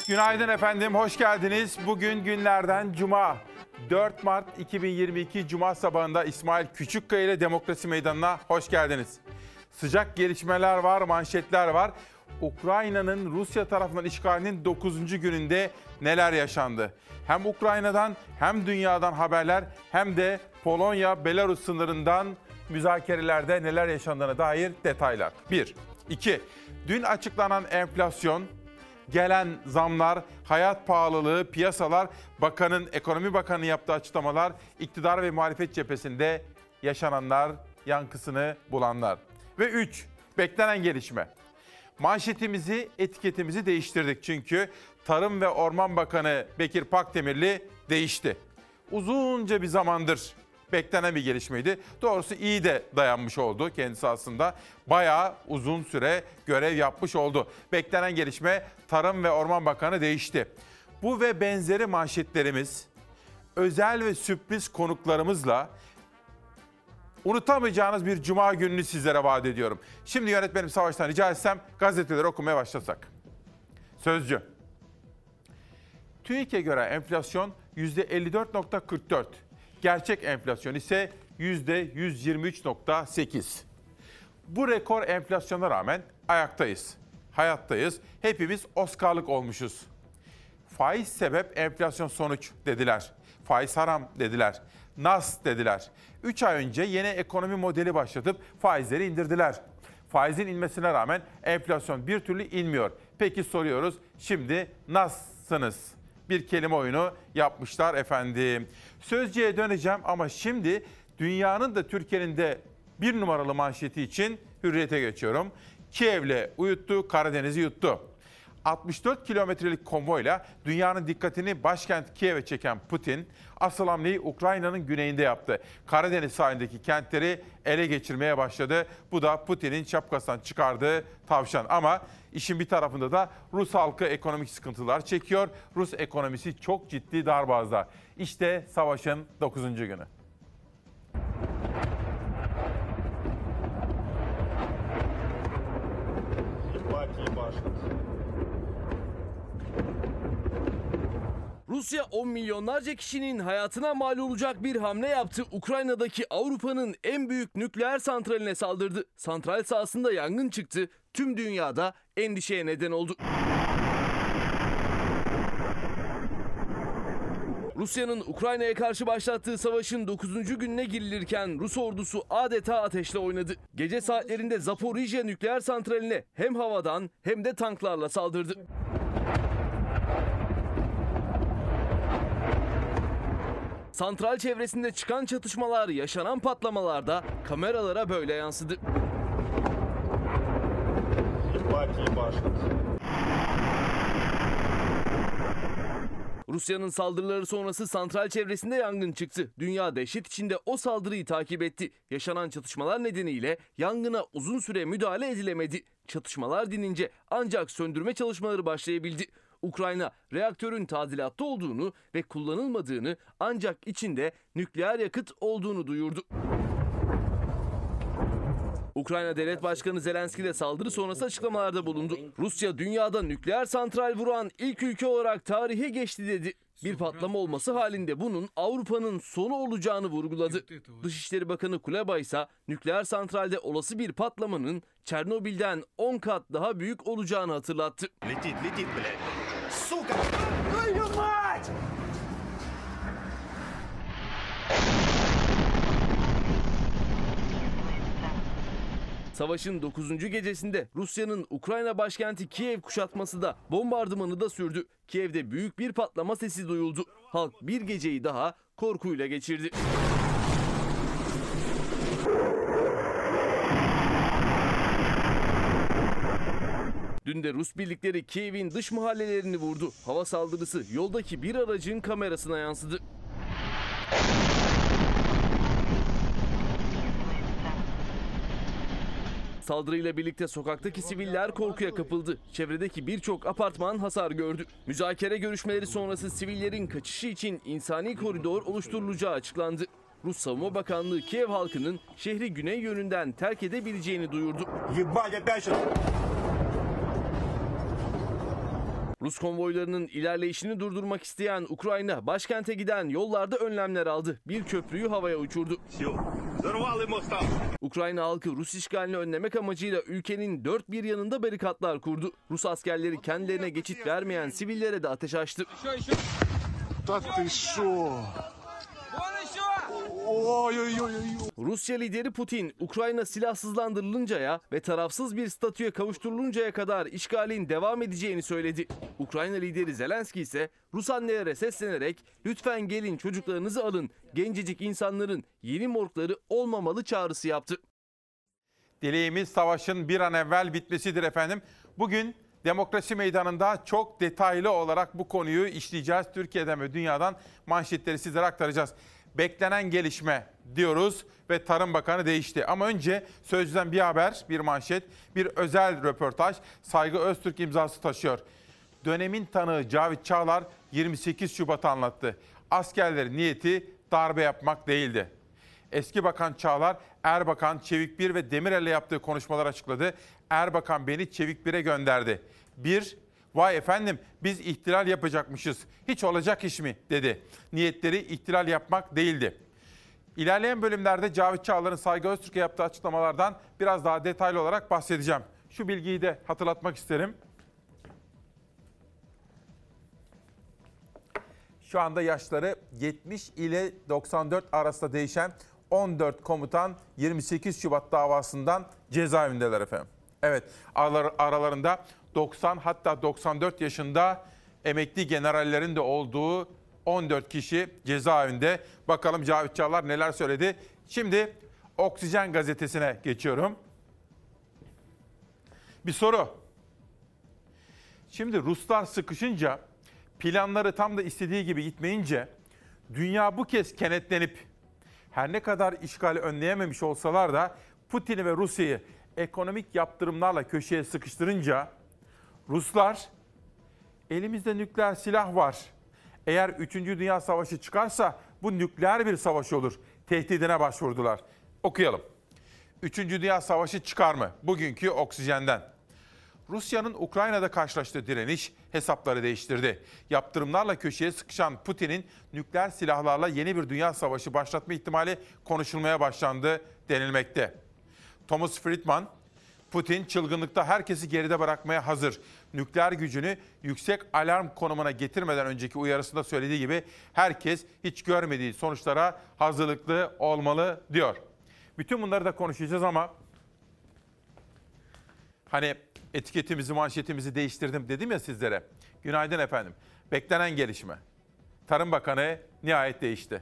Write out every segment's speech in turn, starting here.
Günaydın efendim, hoş geldiniz. Bugün günlerden Cuma. 4 Mart 2022 Cuma sabahında İsmail Küçükkaya ile Demokrasi Meydanı'na hoş geldiniz. Sıcak gelişmeler var, manşetler var. Ukrayna'nın Rusya tarafından işgalinin 9. gününde neler yaşandı? Hem Ukrayna'dan hem dünyadan haberler hem de Polonya-Belarus sınırından müzakerelerde neler yaşandığına dair detaylar. 1. 2. Dün açıklanan enflasyon, gelen zamlar, hayat pahalılığı, piyasalar, Ekonomi Bakanı yaptığı açıklamalar, iktidar ve muhalefet cephesinde yaşananlar, yankısını bulanlar. Ve 3. Beklenen gelişme. Manşetimizi, etiketimizi değiştirdik çünkü Tarım ve Orman Bakanı Bekir Pakdemirli değişti. Uzunca bir zamandır beklenen bir gelişmeydi. Doğrusu iyi de dayanmış oldu kendisi aslında. Bayağı uzun süre görev yapmış oldu. Beklenen gelişme Tarım ve Orman Bakanı değişti. Bu ve benzeri manşetlerimiz özel ve sürpriz konuklarımızla unutamayacağınız bir cuma gününü sizlere vaat ediyorum. Şimdi yönetmenim Savaş'tan rica etsem gazeteleri okumaya başlasak. Sözcü. TÜİK'e göre enflasyon %54.44. Gerçek enflasyon ise %123.8. Bu rekor enflasyona rağmen ayaktayız, hayattayız. Hepimiz Oscar'lık olmuşuz. Faiz sebep, enflasyon sonuç dediler. Faiz haram dediler. Nas dediler. 3 ay önce yeni ekonomi modeli başlatıp faizleri indirdiler. Faizin inmesine rağmen enflasyon bir türlü inmiyor. Peki soruyoruz, şimdi nassınız? Bir kelime oyunu yapmışlar efendim. Sözcüye döneceğim ama şimdi dünyanın da Türkiye'nin de bir numaralı manşeti için Hürriyet'e geçiyorum. Kiev'le uyuttu, Karadeniz'i yuttu. 64 kilometrelik konvoyla dünyanın dikkatini başkent Kiev'e çeken Putin, asıl hamleyi Ukrayna'nın güneyinde yaptı. Karadeniz sahilindeki kentleri ele geçirmeye başladı. Bu da Putin'in şapkasından çıkardığı tavşan. Ama işin bir tarafında da Rus halkı ekonomik sıkıntılar çekiyor. Rus ekonomisi çok ciddi darboğazda. İşte savaşın 9. günü. Rusya 10 milyonlarca kişinin hayatına mal olacak bir hamle yaptı. Ukrayna'daki Avrupa'nın en büyük nükleer santraline saldırdı. Santral sahasında yangın çıktı. Tüm dünyada endişeye neden oldu. Rusya'nın Ukrayna'ya karşı başlattığı savaşın 9. gününe girilirken Rus ordusu adeta ateşle oynadı. Gece saatlerinde Zaporijya nükleer santraline hem havadan hem de tanklarla saldırdı. Santral çevresinde çıkan çatışmalar, yaşanan patlamalarda kameralara böyle yansıdı. Rusya'nın saldırıları sonrası santral çevresinde yangın çıktı. Dünya dehşet içinde o saldırıyı takip etti. Yaşanan çatışmalar nedeniyle yangına uzun süre müdahale edilemedi. Çatışmalar dinince ancak söndürme çalışmaları başlayabildi. Ukrayna reaktörün tadilatta olduğunu ve kullanılmadığını, ancak içinde nükleer yakıt olduğunu duyurdu. Ukrayna Devlet Başkanı Zelenski de saldırı sonrası açıklamalarda bulundu. Rusya dünyada nükleer santral vuran ilk ülke olarak tarihe geçti dedi. Bir patlama olması halinde bunun Avrupa'nın sonu olacağını vurguladı. Dışişleri Bakanı Kuleba ise nükleer santralde olası bir patlamanın Çernobil'den 10 kat daha büyük olacağını hatırlattı. Savaşın 9. gecesinde Rusya'nın Ukrayna başkenti Kiev kuşatması da bombardımanı da sürdü. Kiev'de büyük bir patlama sesi duyuldu. Halk bir geceyi daha korkuyla geçirdi. Dün de Rus birlikleri Kiev'in dış mahallelerini vurdu. Hava saldırısı yoldaki bir aracın kamerasına yansıdı. Saldırıyla birlikte sokaktaki siviller korkuya kapıldı. Çevredeki birçok apartman hasar gördü. Müzakere görüşmeleri sonrası sivillerin kaçışı için insani koridor oluşturulacağı açıklandı. Rus Savunma Bakanlığı Kiev halkının şehri güney yönünden terk edebileceğini duyurdu. Rus konvoylarının ilerleyişini durdurmak isteyen Ukrayna, başkente giden yollarda önlemler aldı. Bir köprüyü havaya uçurdu. Ukrayna halkı Rus işgalini önlemek amacıyla ülkenin dört bir yanında barikatlar kurdu. Rus askerleri kendilerine geçit vermeyen sivillere de ateş açtı. Rusya lideri Putin, Ukrayna silahsızlandırılıncaya ve tarafsız bir statüye kavuşturuluncaya kadar işgalin devam edeceğini söyledi. Ukrayna lideri Zelenski ise Rus annelere seslenerek lütfen gelin çocuklarınızı alın, gencecik insanların yeni morgları olmamalı çağrısı yaptı. Dileğimiz savaşın bir an evvel bitmesidir efendim. Bugün Demokrasi Meydanı'nda çok detaylı olarak bu konuyu işleyeceğiz. Türkiye'den ve dünyadan manşetleri sizlere aktaracağız. Beklenen gelişme diyoruz ve Tarım Bakanı değişti. Ama önce Sözcü'den bir haber, bir manşet, bir özel röportaj Saygı Öztürk imzası taşıyor. Dönemin tanığı Cavit Çağlar 28 Şubat'ı anlattı. Askerlerin niyeti darbe yapmak değildi. Eski Bakan Çağlar, Erbakan, Çevik 1 ve Demirel'le yaptığı konuşmalar açıkladı. Erbakan beni Çevik 1'e gönderdi. Vay efendim biz ihtilal yapacakmışız. Hiç olacak iş mi dedi. Niyetleri ihtilal yapmak değildi. İlerleyen bölümlerde Cavit Çağlar'ın Saygı Öztürk'e yaptığı açıklamalardan biraz daha detaylı olarak bahsedeceğim. Şu bilgiyi de hatırlatmak isterim. Şu anda yaşları 70 ile 94 arasında değişen 14 komutan 28 Şubat davasından cezaevindeler efendim. Evet, aralarında 90 hatta 94 yaşında emekli generallerin de olduğu 14 kişi cezaevinde. Bakalım Cavit Çağlar neler söyledi. Şimdi Oksijen gazetesine geçiyorum. Bir soru. Şimdi Ruslar sıkışınca, planları tam da istediği gibi gitmeyince dünya bu kez kenetlenip her ne kadar işgali önleyememiş olsalar da Putin'i ve Rusya'yı ekonomik yaptırımlarla köşeye sıkıştırınca Ruslar elimizde nükleer silah var. Eğer 3. Dünya Savaşı çıkarsa bu nükleer bir savaş olur. Tehdidine başvurdular. Okuyalım. 3. Dünya Savaşı çıkar mı? Bugünkü Oksijen'den. Rusya'nın Ukrayna'da karşılaştığı direniş hesapları değiştirdi. Yaptırımlarla köşeye sıkışan Putin'in nükleer silahlarla yeni bir dünya savaşı başlatma ihtimali konuşulmaya başlandı denilmekte. Thomas Friedman, Putin çılgınlıkta herkesi geride bırakmaya hazır. Nükleer gücünü yüksek alarm konumuna getirmeden önceki uyarısında söylediği gibi herkes hiç görmediği sonuçlara hazırlıklı olmalı diyor. Bütün bunları da konuşacağız ama hani etiketimizi, manşetimizi değiştirdim dedim ya sizlere. Günaydın efendim. Beklenen gelişme. Tarım Bakanı nihayet değişti.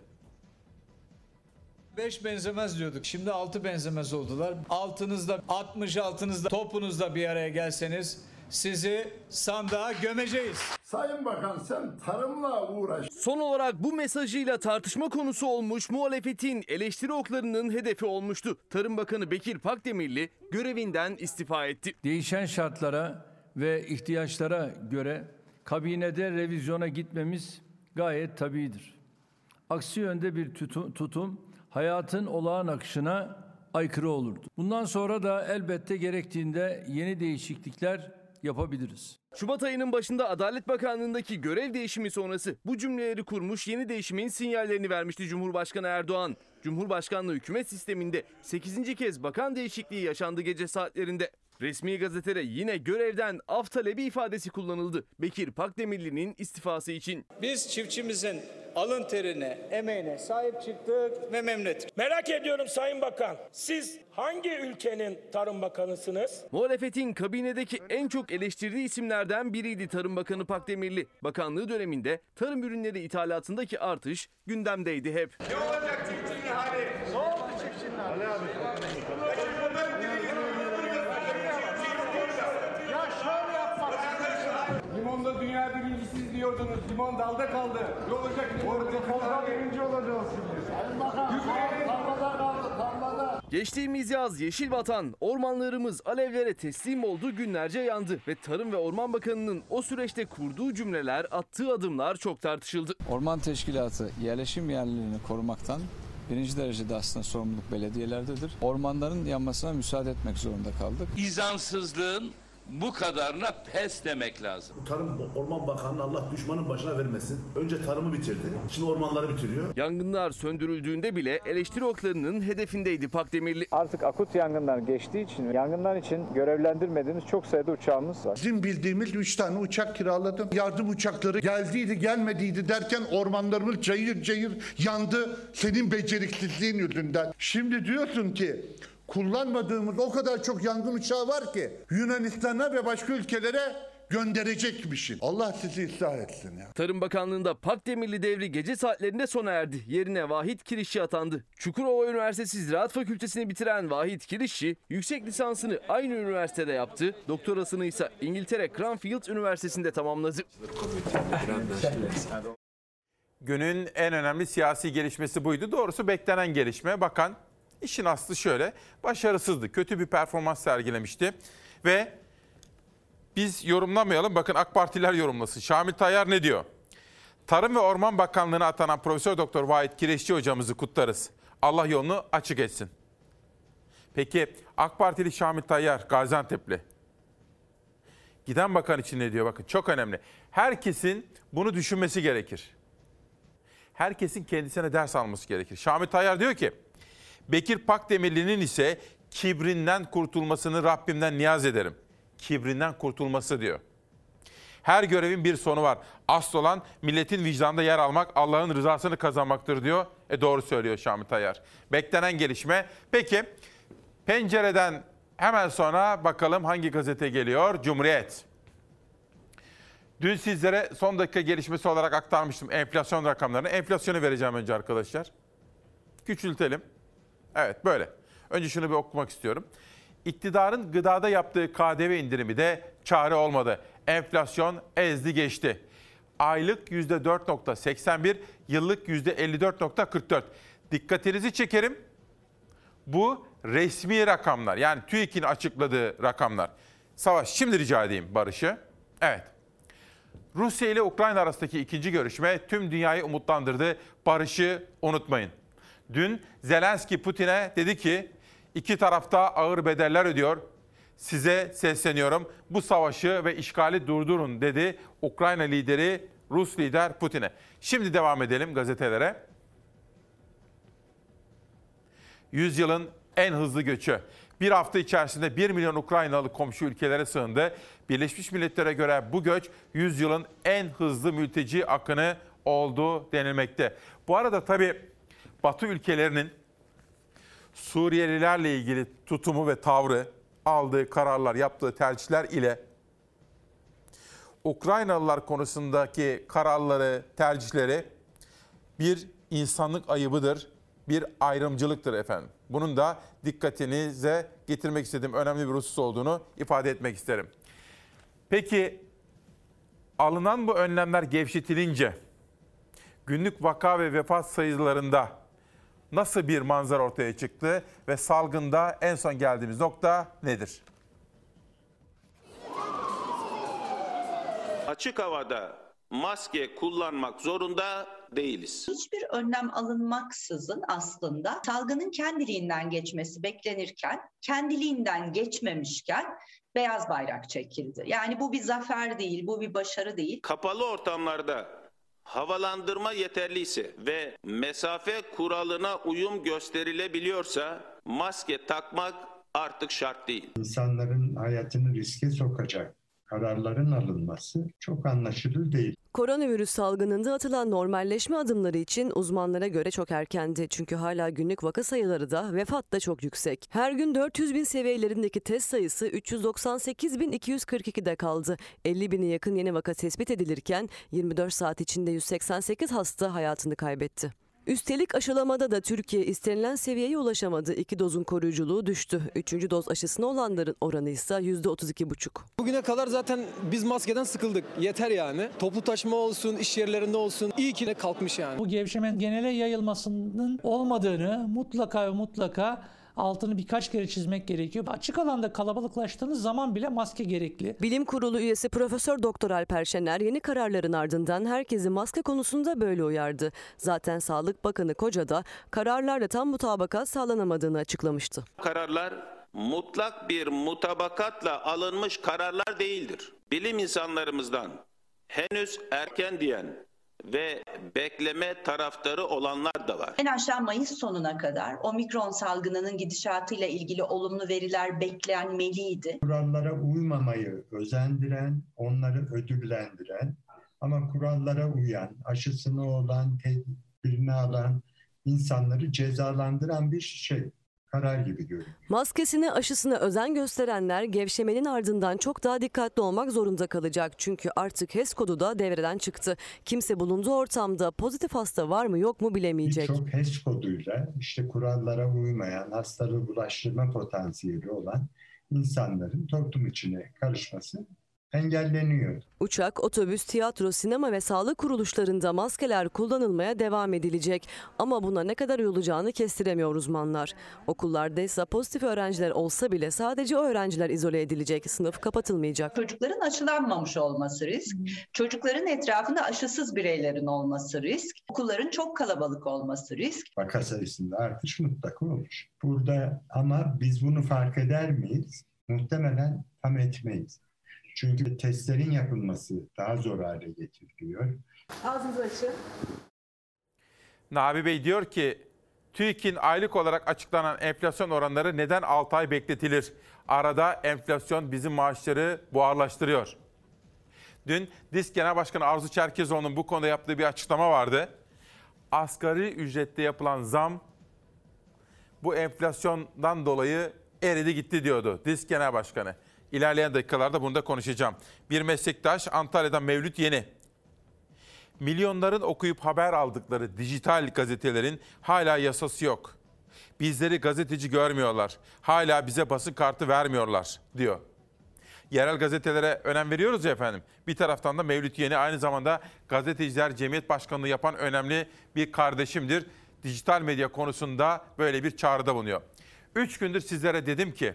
5 benzemez diyorduk. Şimdi 6 benzemez oldular. Altınızda, 66'nızda, topunuzda bir araya gelseniz sizi sandığa gömeceğiz. Sayın Bakan sen tarımla uğraş. Son olarak bu mesajıyla tartışma konusu olmuş muhalefetin eleştiri oklarının hedefi olmuştu. Tarım Bakanı Bekir Pakdemirli görevinden istifa etti. Değişen şartlara ve ihtiyaçlara göre kabinede revizyona gitmemiz gayet tabiidir. Aksi yönde bir tutum hayatın olağan akışına aykırı olurdu. Bundan sonra da elbette gerektiğinde yeni değişiklikler yapabiliriz. Şubat ayının başında Adalet Bakanlığı'ndaki görev değişimi sonrası bu cümleleri kurmuş, yeni değişimin sinyallerini vermişti Cumhurbaşkanı Erdoğan. Cumhurbaşkanlığı hükümet sisteminde 8. kez bakan değişikliği yaşandı gece saatlerinde. Resmi gazetede yine görevden af talebi ifadesi kullanıldı Bekir Pakdemirli'nin istifası için. Biz çiftçimizin alın terine, emeğine sahip çıktık ve memnunuz. Merak ediyorum Sayın Bakan, siz hangi ülkenin Tarım Bakanısınız? Muhalefetin kabinedeki en çok eleştirdiği isimlerden biriydi Tarım Bakanı Pakdemirli. Bakanlığı döneminde tarım ürünleri ithalatındaki artış gündemdeydi hep. Ne olacak çiftçinin hali? Ne oldu çiftçinin hali? Ya şöyle yapsak. Limonda dünya birincisiz diyordunuz. Limon dalda kaldı. Ne olacak? Portakalda birinci olacağız şimdi. Sayın Bakan, tarlada kaldı, tarlada. Geçtiğimiz yaz Yeşil Vatan, ormanlarımız alevlere teslim oldu, günlerce yandı ve Tarım ve Orman Bakanı'nın o süreçte kurduğu cümleler, attığı adımlar çok tartışıldı. Orman Teşkilatı yerleşim yerlerini korumaktan birinci derecede aslında sorumluluk belediyelerdedir. Ormanların yanmasına müsaade etmek zorunda kaldık. İzansızlığın bu kadarına pes demek lazım. Tarım Orman Bakanı'nın Allah düşmanın başına vermesin. Önce tarımı bitirdi, şimdi ormanları bitiriyor. Yangınlar söndürüldüğünde bile eleştiri oklarının hedefindeydi Pakdemirli. Artık akut yangınlar geçtiği için yangınlar için görevlendirmediğimiz çok sayıda uçağımız var. Bizim bildiğimiz 3 tane uçak kiraladım. Yardım uçakları geldiydi gelmediydi derken ormanlarımız cayır cayır yandı senin beceriksizliğin yüzünden. Şimdi diyorsun ki kullanmadığımız o kadar çok yangın uçağı var ki Yunanistan'a ve başka ülkelere gönderecekmişim. Allah sizi ıslah etsin ya. Tarım Bakanlığı'nda Pakdemirli devri gece saatlerinde sona erdi. Yerine Vahit Kirişçi atandı. Çukurova Üniversitesi Ziraat Fakültesini bitiren Vahit Kirişçi yüksek lisansını aynı üniversitede yaptı. Doktorasını ise İngiltere Cranfield Üniversitesi'nde tamamladı. Günün en önemli siyasi gelişmesi buydu. Doğrusu beklenen gelişme. Bakan işin aslı şöyle, başarısızdı. Kötü bir performans sergilemişti ve biz yorumlamayalım. Bakın AK Partiler yorumlasın. Şamil Tayyar ne diyor? Tarım ve Orman Bakanlığı'na atanan Profesör Doktor Vahit Kirişçi hocamızı kutlarız. Allah yolunu açık etsin. Peki AK Partili Şamil Tayyar, Gaziantep'li. Giden bakan için ne diyor? Bakın çok önemli. Herkesin bunu düşünmesi gerekir. Herkesin kendisine ders alması gerekir. Şamil Tayyar diyor ki, Bekir Pakdemirli'nin ise kibrinden kurtulmasını Rabbimden niyaz ederim. Kibrinden kurtulması diyor. Her görevin bir sonu var. Asıl olan milletin vicdanında yer almak, Allah'ın rızasını kazanmaktır diyor. Doğru söylüyor Şamil Tayyar. Beklenen gelişme. Peki pencereden hemen sonra bakalım hangi gazete geliyor? Cumhuriyet. Dün sizlere son dakika gelişmesi olarak aktarmıştım enflasyon rakamlarını. Enflasyonu vereceğim önce arkadaşlar. Küçültelim. Evet böyle. Önce şunu bir okumak istiyorum. İktidarın gıdada yaptığı KDV indirimi de çare olmadı. Enflasyon ezdi geçti. Aylık %4.81, yıllık %54.44. Dikkatinizi çekerim. Bu resmi rakamlar. Yani TÜİK'in açıkladığı rakamlar. Savaş, şimdi rica edeyim Barış'ı. Evet. Rusya ile Ukrayna arasındaki ikinci görüşme tüm dünyayı umutlandırdı. Barış'ı unutmayın. Dün Zelenski Putin'e dedi ki iki tarafta ağır bedeller ödüyor. Size sesleniyorum. Bu savaşı ve işgali durdurun dedi Ukrayna lideri Rus lider Putin'e. Şimdi devam edelim gazetelere. Yüzyılın en hızlı göçü. Bir hafta içerisinde 1 milyon Ukraynalı komşu ülkelere sığındı. Birleşmiş Milletler'e göre bu göç yüzyılın en hızlı mülteci akını oldu denilmekte. Bu arada tabii Batı ülkelerinin Suriyelilerle ilgili tutumu ve tavrı, aldığı kararlar, yaptığı tercihler ile Ukraynalılar konusundaki kararları, tercihleri bir insanlık ayıbıdır, bir ayrımcılıktır efendim. Bunun da dikkatinize getirmek istediğim önemli bir husus olduğunu ifade etmek isterim. Peki alınan bu önlemler gevşetilince günlük vaka ve vefat sayılarında nasıl bir manzara ortaya çıktı ve salgında en son geldiğimiz nokta nedir? Açık havada maske kullanmak zorunda değiliz. Hiçbir önlem alınmaksızın aslında salgının kendiliğinden geçmesi beklenirken, kendiliğinden geçmemişken beyaz bayrak çekildi. Yani bu bir zafer değil, bu bir başarı değil. Kapalı ortamlarda havalandırma yeterliyse ve mesafe kuralına uyum gösterilebiliyorsa maske takmak artık şart değil. İnsanların hayatını riske sokacak kararların alınması çok anlaşılır değil. Koronavirüs salgınında atılan normalleşme adımları için uzmanlara göre çok erkendi. Çünkü hala günlük vaka sayıları da vefat da çok yüksek. Her gün 400 bin seviyelerindeki test sayısı 398.242'de kaldı. 50 bine yakın yeni vaka tespit edilirken 24 saat içinde 188 hasta hayatını kaybetti. Üstelik aşılamada da Türkiye istenilen seviyeye ulaşamadı. 2 dozun koruyuculuğu düştü. 3. doz aşısına olanların oranı ise %32,5. Bugüne kadar zaten biz maskeden sıkıldık. Yeter yani. Toplu taşıma olsun, iş yerlerinde olsun. İyi ki de kalkmış yani. Bu gevşemenin genele yayılmasının olmadığını mutlaka altını birkaç kere çizmek gerekiyor. Açık alanda kalabalıklaştığınız zaman bile maske gerekli. Bilim Kurulu üyesi Profesör Doktor Alper Şener yeni kararların ardından herkesi maske konusunda böyle uyardı. Zaten Sağlık Bakanı Koca da kararlarla tam mutabakat sağlanamadığını açıklamıştı. Kararlar mutlak bir mutabakatla alınmış kararlar değildir. Bilim insanlarımızdan henüz erken diyen ve bekleme taraftarı olanlar da var. En aşağı Mayıs sonuna kadar omikron salgınının gidişatıyla ilgili olumlu veriler beklenmeliydi. Kurallara uymamayı özendiren, onları ödüllendiren ama kurallara uyan, aşısını olan, tedbirini alan insanları cezalandıran bir karar gibi görünüyor. Maskesine, aşısına özen gösterenler gevşemenin ardından çok daha dikkatli olmak zorunda kalacak. Çünkü artık HES kodu da devreden çıktı. Kimse bulunduğu ortamda pozitif hasta var mı yok mu bilemeyecek. Birçok HES koduyla kurallara uymayan, hastalığı bulaştırma potansiyeli olan insanların toplum içine karışması engelleniyor. Uçak, otobüs, tiyatro, sinema ve sağlık kuruluşlarında maskeler kullanılmaya devam edilecek. Ama buna ne kadar uyulacağını kestiremiyor uzmanlar. Okullarda ise pozitif öğrenciler olsa bile sadece o öğrenciler izole edilecek. Sınıf kapatılmayacak. Çocukların aşılanmamış olması risk. Çocukların etrafında aşısız bireylerin olması risk. Okulların çok kalabalık olması risk. Vaka sayısında artış mutlaka olur. Burada ama biz bunu fark eder miyiz? Muhtemelen tam etmeyiz. Çünkü testlerin yapılması daha zor hale getiriliyor. Ağzınızı açın. Nabi Bey diyor ki, TÜİK'in aylık olarak açıklanan enflasyon oranları neden 6 ay bekletilir? Arada enflasyon bizim maaşları buharlaştırıyor. Dün DİSK Genel Başkanı Arzu Çerkezoğlu'nun bu konuda yaptığı bir açıklama vardı. Asgari ücrette yapılan zam bu enflasyondan dolayı eridi gitti diyordu DİSK Genel Başkanı. İlerleyen dakikalarda bunu da konuşacağım. Bir meslektaş Antalya'dan Mevlüt Yeni. Milyonların okuyup haber aldıkları dijital gazetelerin hala yasası yok. Bizleri gazeteci görmüyorlar. Hala bize basın kartı vermiyorlar diyor. Yerel gazetelere önem veriyoruz ya efendim. Bir taraftan da Mevlüt Yeni aynı zamanda Gazeteciler Cemiyet Başkanlığı yapan önemli bir kardeşimdir. Dijital medya konusunda böyle bir çağrıda bulunuyor. 3 gündür sizlere dedim ki,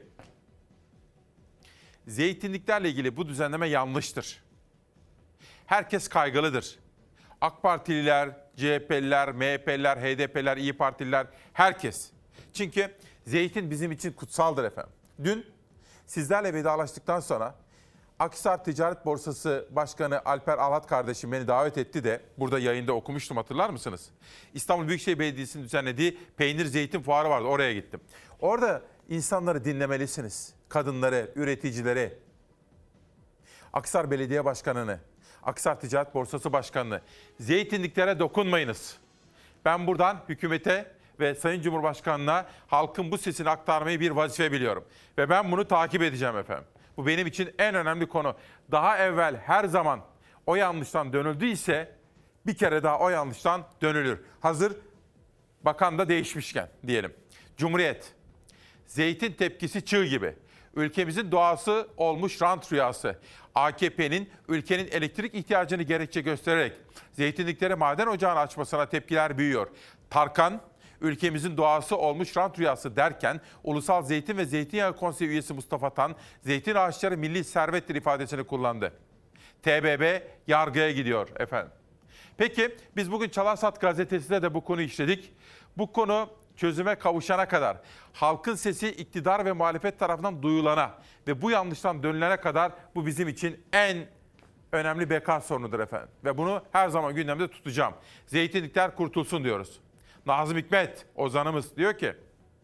zeytinliklerle ilgili bu düzenleme yanlıştır. Herkes kaygılıdır. AK Partililer, CHP'liler, MHP'liler, HDP'liler, İYİ Partililer, herkes. Çünkü zeytin bizim için kutsaldır efendim. Dün sizlerle vedalaştıktan sonra Akhisar Ticaret Borsası Başkanı Alper Alhat kardeşim beni davet etti de burada yayında okumuştum, hatırlar mısınız? İstanbul Büyükşehir Belediyesi'nin düzenlediği peynir zeytin fuarı vardı, oraya gittim. Orada insanları dinlemelisiniz. Kadınları, üreticileri, Akhisar Belediye Başkanı'nı, Akhisar Ticaret Borsası Başkanı'nı, zeytinliklere dokunmayınız. Ben buradan hükümete ve Sayın Cumhurbaşkanı'na halkın bu sesini aktarmayı bir vazife biliyorum. Ve ben bunu takip edeceğim efendim. Bu benim için en önemli konu. Daha evvel her zaman o yanlıştan dönüldüyse bir kere daha o yanlıştan dönülür. Hazır bakan da değişmişken diyelim. Cumhuriyet, zeytin tepkisi çığ gibi. Ülkemizin doğası olmuş rant rüyası. AKP'nin ülkenin elektrik ihtiyacını gerekçe göstererek zeytinliklere maden ocağını açmasına tepkiler büyüyor. Tarkan, ülkemizin doğası olmuş rant rüyası derken Ulusal Zeytin ve Zeytinyağı Konseyi üyesi Mustafa Tan, zeytin ağaçları milli servettir ifadesini kullandı. TBB yargıya gidiyor efendim. Peki biz bugün Çalarsat gazetesinde de bu konuyu işledik. Bu konu çözüme kavuşana kadar, halkın sesi iktidar ve muhalefet tarafından duyulana ve bu yanlıştan dönülene kadar bu bizim için en önemli beka sorunudur efendim. Ve bunu her zaman gündemde tutacağım. Zeytinlikler kurtulsun diyoruz. Nazım Hikmet, ozanımız diyor ki,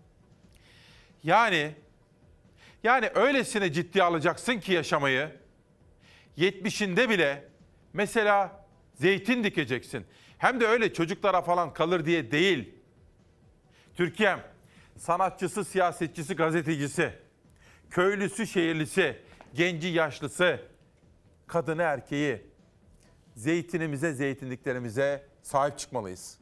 yani öylesine ciddiye alacaksın ki yaşamayı, 70'inde bile mesela zeytin dikeceksin. Hem de öyle çocuklara falan kalır diye değil. Türkiye'm, sanatçısı, siyasetçisi, gazetecisi, köylüsü, şehirlisi, genci, yaşlısı, kadını, erkeği, zeytinimize, zeytinliklerimize sahip çıkmalıyız.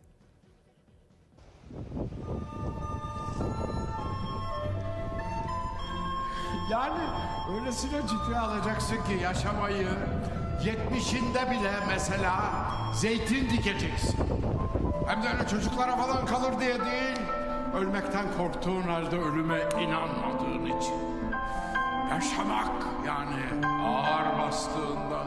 Yani öylesine ciddiye alacaksın ki yaşamayı, 70'inde bile mesela zeytin dikeceksin. Hem de öyle çocuklara falan kalır diye değil, ölmekten korktuğun halde ölüme inanmadığın için. Yaşamak yani ağır bastığında.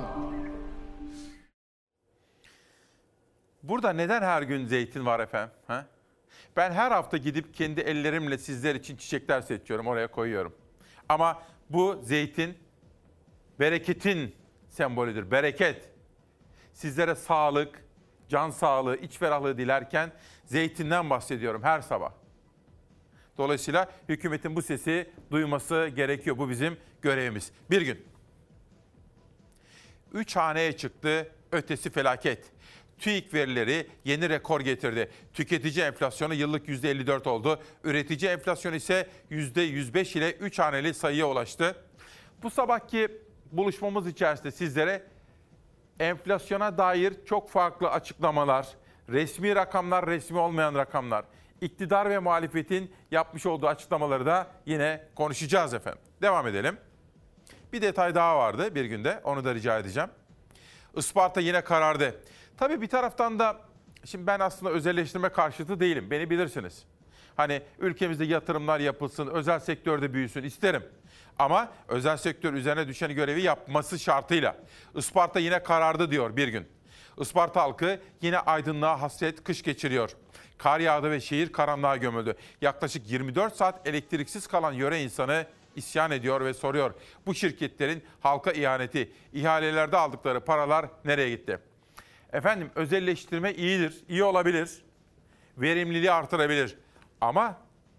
Burada neden her gün zeytin var efendim? Ha? Ben her hafta gidip kendi ellerimle sizler için çiçekler seçiyorum, oraya koyuyorum. Ama bu zeytin bereketin sembolüdür, bereket. Sizlere sağlık, can sağlığı, iç ferahlığı dilerken zeytinden bahsediyorum her sabah. Dolayısıyla hükümetin bu sesi duyması gerekiyor. Bu bizim görevimiz. Bir gün 3 haneye çıktı, ötesi felaket. TÜİK verileri yeni rekor getirdi. Tüketici enflasyonu yıllık %54 oldu. Üretici enflasyonu ise %105 ile 3 haneli sayıya ulaştı. Bu sabahki buluşmamız içerisinde sizlere enflasyona dair çok farklı açıklamalar, resmi rakamlar, resmi olmayan rakamlar, iktidar ve muhalefetin yapmış olduğu açıklamaları da yine konuşacağız efendim. Devam edelim. Bir detay daha vardı bir günde, onu da rica edeceğim. Isparta yine karardı. Tabii bir taraftan da, şimdi ben aslında özelleştirme karşıtı değilim, beni bilirsiniz. Hani ülkemizde yatırımlar yapılsın, özel sektörde büyüsün isterim. Ama özel sektör üzerine düşen görevi yapması şartıyla. Isparta yine karardı diyor bir gün. Isparta halkı yine aydınlığa hasret kış geçiriyor. Kar yağdı ve şehir karanlığa gömüldü. Yaklaşık 24 saat elektriksiz kalan yöre insanı isyan ediyor ve soruyor. Bu şirketlerin halka ihaneti, ihalelerde aldıkları paralar nereye gitti? Efendim özelleştirme iyidir, iyi olabilir. Verimliliği artırabilir. Ama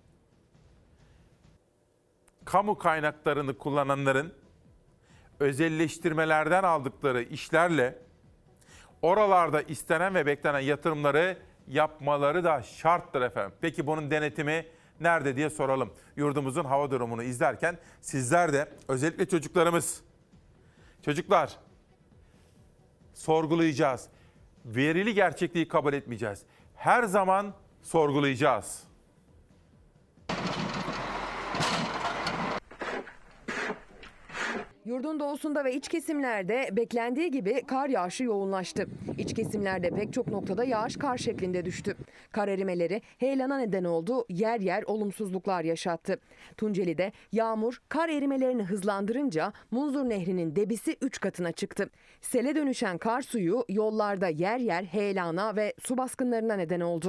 kamu kaynaklarını kullananların özelleştirmelerden aldıkları işlerle oralarda istenen ve beklenen yatırımları yapmaları da şarttır efendim. Peki bunun denetimi nerede diye soralım. Yurdumuzun hava durumunu izlerken sizler de, özellikle çocuklar sorgulayacağız. Verili gerçekliği kabul etmeyeceğiz. Her zaman sorgulayacağız. Yurdun doğusunda ve iç kesimlerde beklendiği gibi kar yağışı yoğunlaştı. İç kesimlerde pek çok noktada yağış kar şeklinde düştü. Kar erimeleri heyelana neden oldu, yer yer olumsuzluklar yaşattı. Tunceli'de yağmur kar erimelerini hızlandırınca Munzur Nehri'nin debisi 3 katına çıktı. Sele dönüşen kar suyu yollarda yer yer heyelana ve su baskınlarına neden oldu.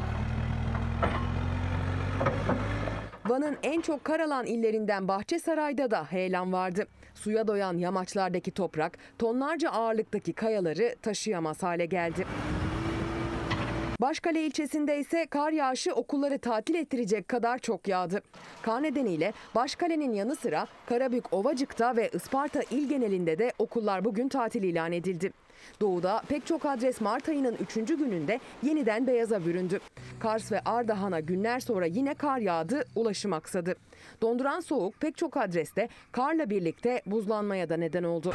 Van'ın en çok kar alan illerinden Bahçesaray'da da heyelan vardı. Suya doyan yamaçlardaki toprak tonlarca ağırlıktaki kayaları taşıyamaz hale geldi. Başkale ilçesinde ise kar yağışı okulları tatil ettirecek kadar çok yağdı. Kar nedeniyle Başkale'nin yanı sıra Karabük, Ovacık'ta ve Isparta il genelinde de okullar bugün tatil ilan edildi. Doğuda pek çok adres Mart ayının 3. gününde yeniden beyaza büründü. Kars ve Ardahan'a günler sonra yine kar yağdı, ulaşım aksadı. Donduran soğuk pek çok adreste karla birlikte buzlanmaya da neden oldu.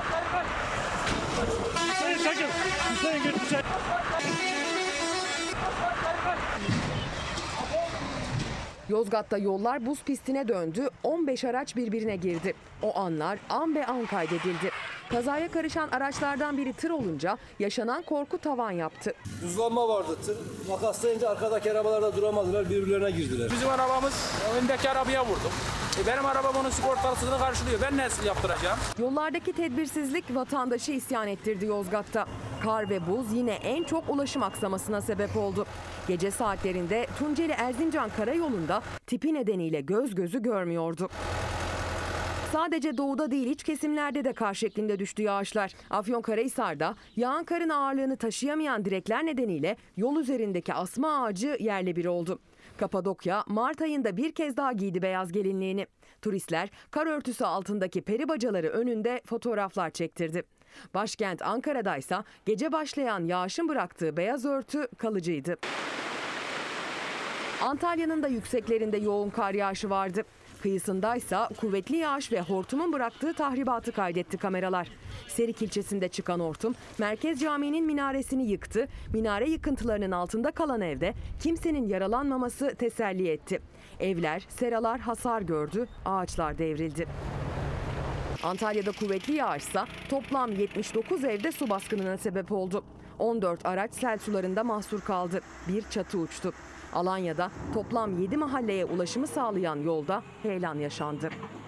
Yozgat'ta yollar buz pistine döndü, 15 araç birbirine girdi. O anlar an be an kaydedildi. Kazaya karışan araçlardan biri tır olunca yaşanan korku tavan yaptı. Buzlanma vardı. Tır makaslayınca arkadaki arabalarda duramadılar, birbirlerine girdiler. Bizim arabamız öndeki arabaya vurdu. Benim arabam onun sigortasını karşılıyor. Ben nasıl yaptıracağım? Yollardaki tedbirsizlik vatandaşı isyan ettirdi Yozgat'ta. Kar ve buz yine en çok ulaşım aksamasına sebep oldu. Gece saatlerinde Tunceli Erzincan karayolunda tipi nedeniyle göz gözü görmüyordu. Sadece doğuda değil iç kesimlerde de kar şeklinde düştü yağışlar. Afyonkarahisar'da yağan karın ağırlığını taşıyamayan direkler nedeniyle yol üzerindeki asma ağacı yerle bir oldu. Kapadokya Mart ayında bir kez daha giydi beyaz gelinliğini. Turistler kar örtüsü altındaki peri bacaları önünde fotoğraflar çektirdi. Başkent Ankara'daysa gece başlayan yağışın bıraktığı beyaz örtü kalıcıydı. Antalya'nın da yükseklerinde yoğun kar yağışı vardı. Kıyısındaysa kuvvetli yağış ve hortumun bıraktığı tahribatı kaydetti kameralar. Serik ilçesinde çıkan hortum Merkez Camii'nin minaresini yıktı. Minare yıkıntılarının altında kalan evde kimsenin yaralanmaması teselli etti. Evler, seralar hasar gördü, ağaçlar devrildi. Antalya'da kuvvetli yağışsa toplam 79 evde su baskınına sebep oldu. 14 araç sel sularında mahsur kaldı. Bir çatı uçtu. Alanya'da toplam 7 mahalleye ulaşımı sağlayan yolda heyelan yaşandı.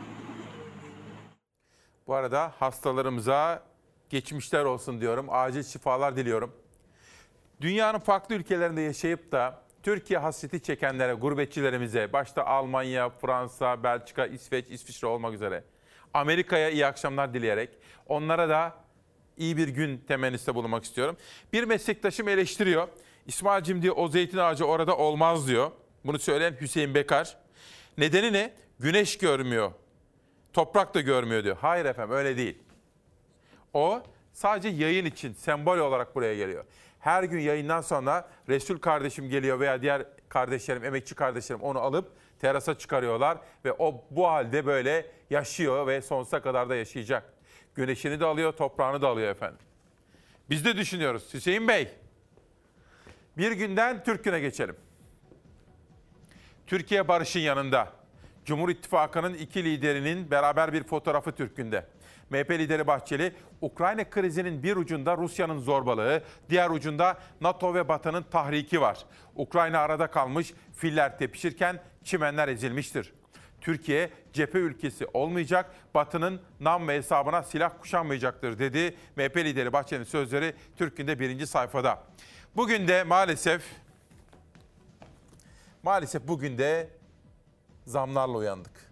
Bu arada hastalarımıza geçmişler olsun diyorum. Acil şifalar diliyorum. Dünyanın farklı ülkelerinde yaşayıp da Türkiye hasreti çekenlere, gurbetçilerimize, başta Almanya, Fransa, Belçika, İsveç, İsviçre olmak üzere, Amerika'ya iyi akşamlar dileyerek onlara da iyi bir gün temennisinde bulunmak istiyorum. Bir meslektaşım eleştiriyor. İsmail'cim diyor, o zeytin ağacı orada olmaz diyor. Bunu söyleyen Hüseyin Bekar. Nedeni ne? Güneş görmüyor. Toprak da görmüyor diyor. Hayır efendim, öyle değil. O sadece yayın için sembol olarak buraya geliyor. Her gün yayından sonra Resul kardeşim geliyor veya diğer kardeşlerim, emekçi kardeşlerim onu alıp terasa çıkarıyorlar. Ve o bu halde böyle yaşıyor ve sonsuza kadar da yaşayacak. Güneşini de alıyor, toprağını da alıyor efendim. Biz de düşünüyoruz. Hüseyin Bey, bir günden Türk Günü'ne geçelim. Türkiye barışın yanında. Cumhur İttifakı'nın iki liderinin beraber bir fotoğrafı Türk Günü'nde. MHP lideri Bahçeli, Ukrayna krizinin bir ucunda Rusya'nın zorbalığı, diğer ucunda NATO ve Batı'nın tahriki var. Ukrayna arada kalmış, filler tepişirken çimenler ezilmiştir. Türkiye cephe ülkesi olmayacak, Batı'nın nam ve hesabına silah kuşanmayacaktır dedi. MHP lideri Bahçeli'nin sözleri Türk Günü'nde 1. sayfada. Bugün de maalesef bugün de zamlarla uyandık.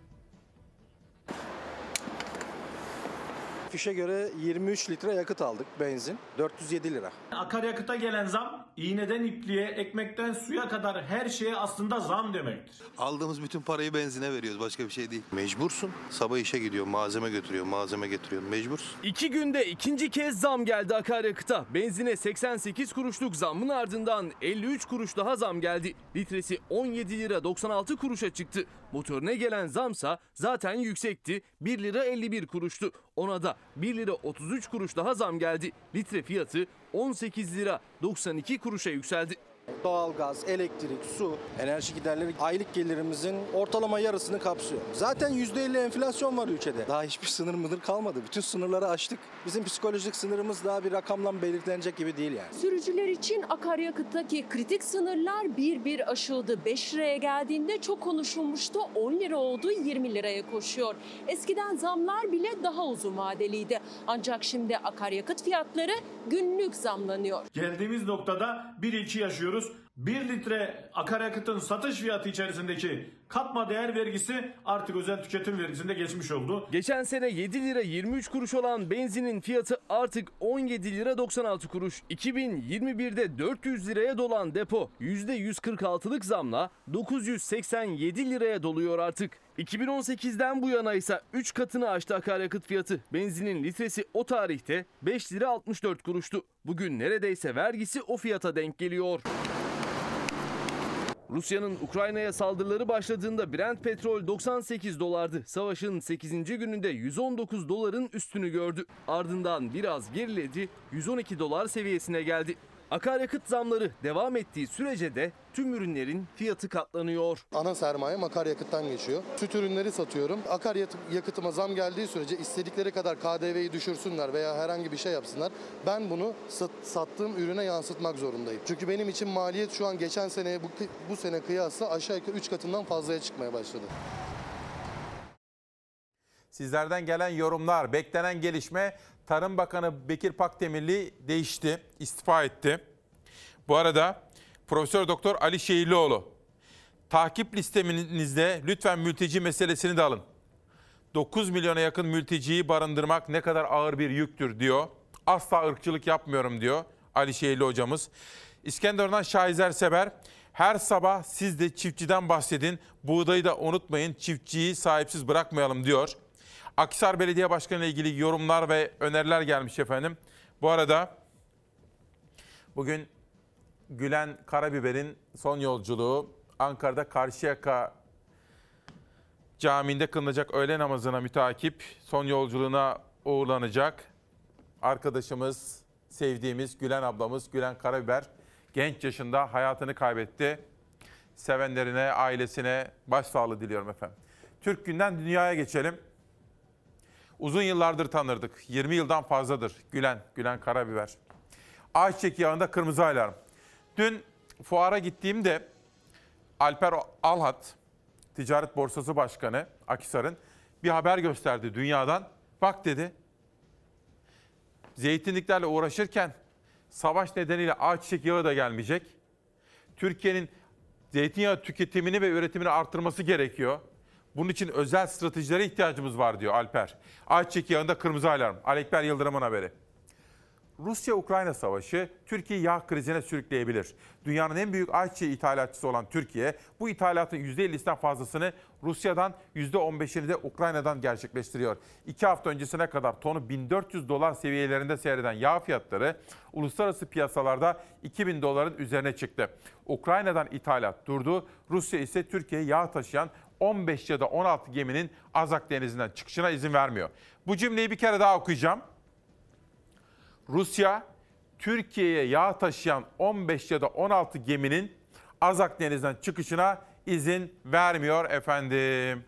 Fişe göre 23 litre yakıt aldık, benzin 407 lira. Akaryakıta gelen zam iğneden ipliğe, ekmekten suya kadar her şeye aslında zam demektir. Aldığımız bütün parayı benzine veriyoruz, başka bir şey değil. Mecbursun. Sabah işe gidiyor, malzeme götürüyor, malzeme getiriyor. Mecbursun. 2 günde ikinci kez zam geldi akaryakıta. Benzine 88 kuruşluk zammın ardından 53 kuruş daha zam geldi. Litresi 17 lira 96 kuruşa çıktı. Motorine gelen zamsa zaten yüksekti. 1 lira 51 kuruştu. Ona da 1 lira 33 kuruş daha zam geldi. Litre fiyatı 18 lira 92 kuruşa yükseldi. Doğalgaz, elektrik, su, enerji giderleri aylık gelirimizin ortalama yarısını kapsıyor. Zaten %50 enflasyon var ülkede. Daha hiçbir sınır mıdır kalmadı. Bütün sınırları aştık. Bizim psikolojik sınırımız daha bir rakamla belirlenecek gibi değil yani. Sürücüler için akaryakıttaki kritik sınırlar bir bir aşıldı. 5 liraya geldiğinde çok konuşulmuştu. 10 lira oldu, 20 liraya koşuyor. Eskiden zamlar bile daha uzun vadeliydi. Ancak şimdi akaryakıt fiyatları günlük zamlanıyor. Geldiğimiz noktada 1-2 yaşıyoruz. 1 litre akaryakıtın satış fiyatı içerisindeki katma değer vergisi artık özel tüketim vergisinde geçmiş oldu. Geçen sene 7 lira 23 kuruş olan benzinin fiyatı artık 17 lira 96 kuruş. 2021'de 400 liraya dolan depo %146'lık zamla 987 liraya doluyor artık. 2018'den bu yana ise 3 katını aştı akaryakıt fiyatı. Benzinin litresi o tarihte 5 lira 64 kuruştu. Bugün neredeyse vergisi o fiyata denk geliyor. Rusya'nın Ukrayna'ya saldırıları başladığında Brent petrol 98 dolardı. Savaşın 8. gününde 119 doların üstünü gördü. Ardından biraz geriledi, 112 dolar seviyesine geldi. Akaryakıt zamları devam ettiği sürece de tüm ürünlerin fiyatı katlanıyor. Ana sermayem akaryakıttan geçiyor. Süt ürünleri satıyorum. Akaryakıtıma zam geldiği sürece istedikleri kadar KDV'yi düşürsünler veya herhangi bir şey yapsınlar. Ben bunu sattığım ürüne yansıtmak zorundayım. Çünkü benim için maliyet şu an geçen seneye bu sene kıyasla aşağı yukarı 3 katından fazlaya çıkmaya başladı. Sizlerden gelen yorumlar, beklenen gelişme, Tarım Bakanı Bekir Pakdemirli değişti, istifa etti. Bu arada Profesör Doktor Ali Şehirlioğlu, takip listeminizde lütfen mülteci meselesini de alın. 9 milyona yakın mülteciyi barındırmak ne kadar ağır bir yüktür diyor. Asla ırkçılık yapmıyorum diyor Ali Şehirli hocamız. İskenderun'dan Şahizer Sever, her sabah siz de çiftçiden bahsedin, buğdayı da unutmayın, çiftçiyi sahipsiz bırakmayalım diyor. Akhisar Belediye Başkanı ile ilgili yorumlar ve öneriler gelmiş efendim. Bu arada bugün Gülen Karabiber'in son yolculuğu Ankara'da Karşıyaka Camii'nde kılınacak öğle namazına mütakip son yolculuğuna uğurlanacak. Arkadaşımız, sevdiğimiz Gülen ablamız Gülen Karabiber genç yaşında hayatını kaybetti. Sevenlerine, ailesine başsağlığı diliyorum efendim. Türk Gün'den dünyaya geçelim. Uzun yıllardır tanırdık. 20 yıldan fazladır Gülen Karabiber. Ayçiçek yağında kırmızı alarm. Dün fuara gittiğimde Alper Alhat, Ticaret Borsası Başkanı Akhisar'ın bir haber gösterdi dünyadan. Bak dedi, zeytinliklerle uğraşırken savaş nedeniyle ayçiçek yağı da gelmeyecek. Türkiye'nin Zeytinyağı tüketimini ve üretimini arttırması gerekiyor. Bunun için özel stratejilere ihtiyacımız var diyor Alper. Ayçiçek yağında kırmızı alarm. Alekber Yıldırım'ın haberi. Rusya-Ukrayna savaşı Türkiye'yi yağ krizine sürükleyebilir. Dünyanın en büyük ayçiçeği ithalatçısı olan Türkiye, bu ithalatın %50'sinden fazlasını Rusya'dan, %15'ini de Ukrayna'dan gerçekleştiriyor. 2 hafta öncesine kadar tonu $1.400 seviyelerinde seyreden yağ fiyatları uluslararası piyasalarda $2.000 üzerine çıktı. Ukrayna'dan ithalat durdu. Rusya ise Türkiye'ye yağ taşıyan 15 ya da 16 geminin Azak Denizi'nden çıkışına izin vermiyor. Bu cümleyi bir kere daha okuyacağım. Rusya, Türkiye'ye yağ taşıyan 15 ya da 16 geminin Azak Denizi'nden çıkışına izin vermiyor efendim.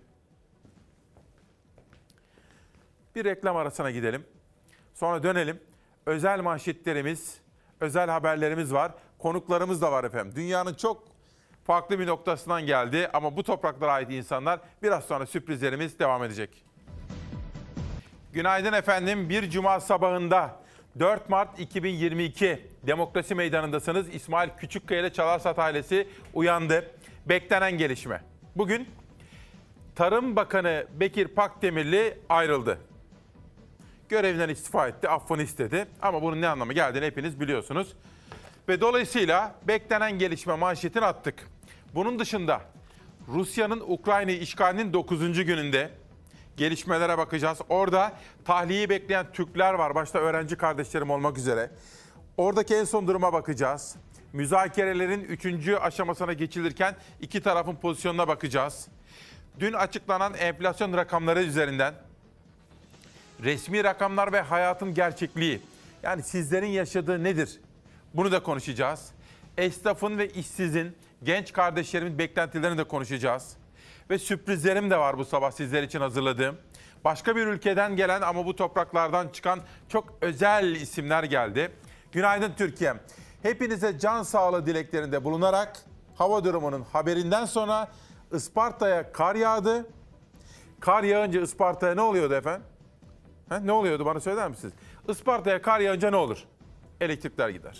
Bir reklam arasına gidelim. Sonra dönelim. Özel manşetlerimiz, özel haberlerimiz var. Konuklarımız da var efendim. Dünyanın çok farklı bir noktasından geldi ama bu topraklara ait insanlar. Biraz sonra sürprizlerimiz devam edecek. Günaydın efendim. Bir cuma sabahında 4 Mart 2022 Demokrasi Meydanı'ndasınız. İsmail Küçükkaya ile Çalarsat ailesi uyandı. Beklenen gelişme. Bugün Tarım Bakanı Bekir Pakdemirli ayrıldı. Görevinden istifa etti, affını istedi. Ama bunun ne anlamı geldiğini hepiniz biliyorsunuz. Ve dolayısıyla beklenen gelişme manşetini attık. Bunun dışında Rusya'nın Ukrayna'yı işgalinin 9. gününde gelişmelere bakacağız. Orada tahliyeyi bekleyen Türkler var. Başta öğrenci kardeşlerim olmak üzere. Oradaki en son duruma bakacağız. Müzakerelerin 3. aşamasına geçilirken iki tarafın pozisyonuna bakacağız. Dün açıklanan enflasyon rakamları üzerinden resmi rakamlar ve hayatın gerçekliği. Yani sizlerin yaşadığı nedir? Bunu da konuşacağız. Esnafın ve işsizin, genç kardeşlerimin beklentilerini de konuşacağız. Ve sürprizlerim de var bu sabah sizler için hazırladığım. Başka bir ülkeden gelen ama bu topraklardan çıkan çok özel isimler geldi. Günaydın Türkiye'm. Hepinize can sağlığı dileklerinde bulunarak hava durumunun haberinden sonra Isparta'ya kar yağdı. Kar yağınca Isparta'ya ne oluyordu efendim? Ne oluyordu bana söyler misiniz? Isparta'ya kar yağınca ne olur? Elektrikler gider.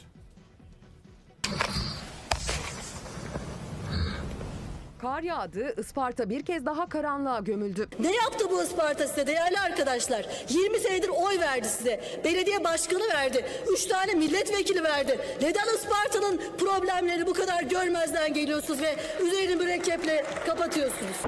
Kar yağdı, Isparta bir kez daha karanlığa gömüldü. Ne yaptı bu Isparta size değerli arkadaşlar? 20 senedir oy verdi size. Belediye başkanı verdi. 3 tane milletvekili verdi. Neden Isparta'nın problemleri bu kadar görmezden geliyorsunuz ve üzerini mürekkeple kapatıyorsunuz?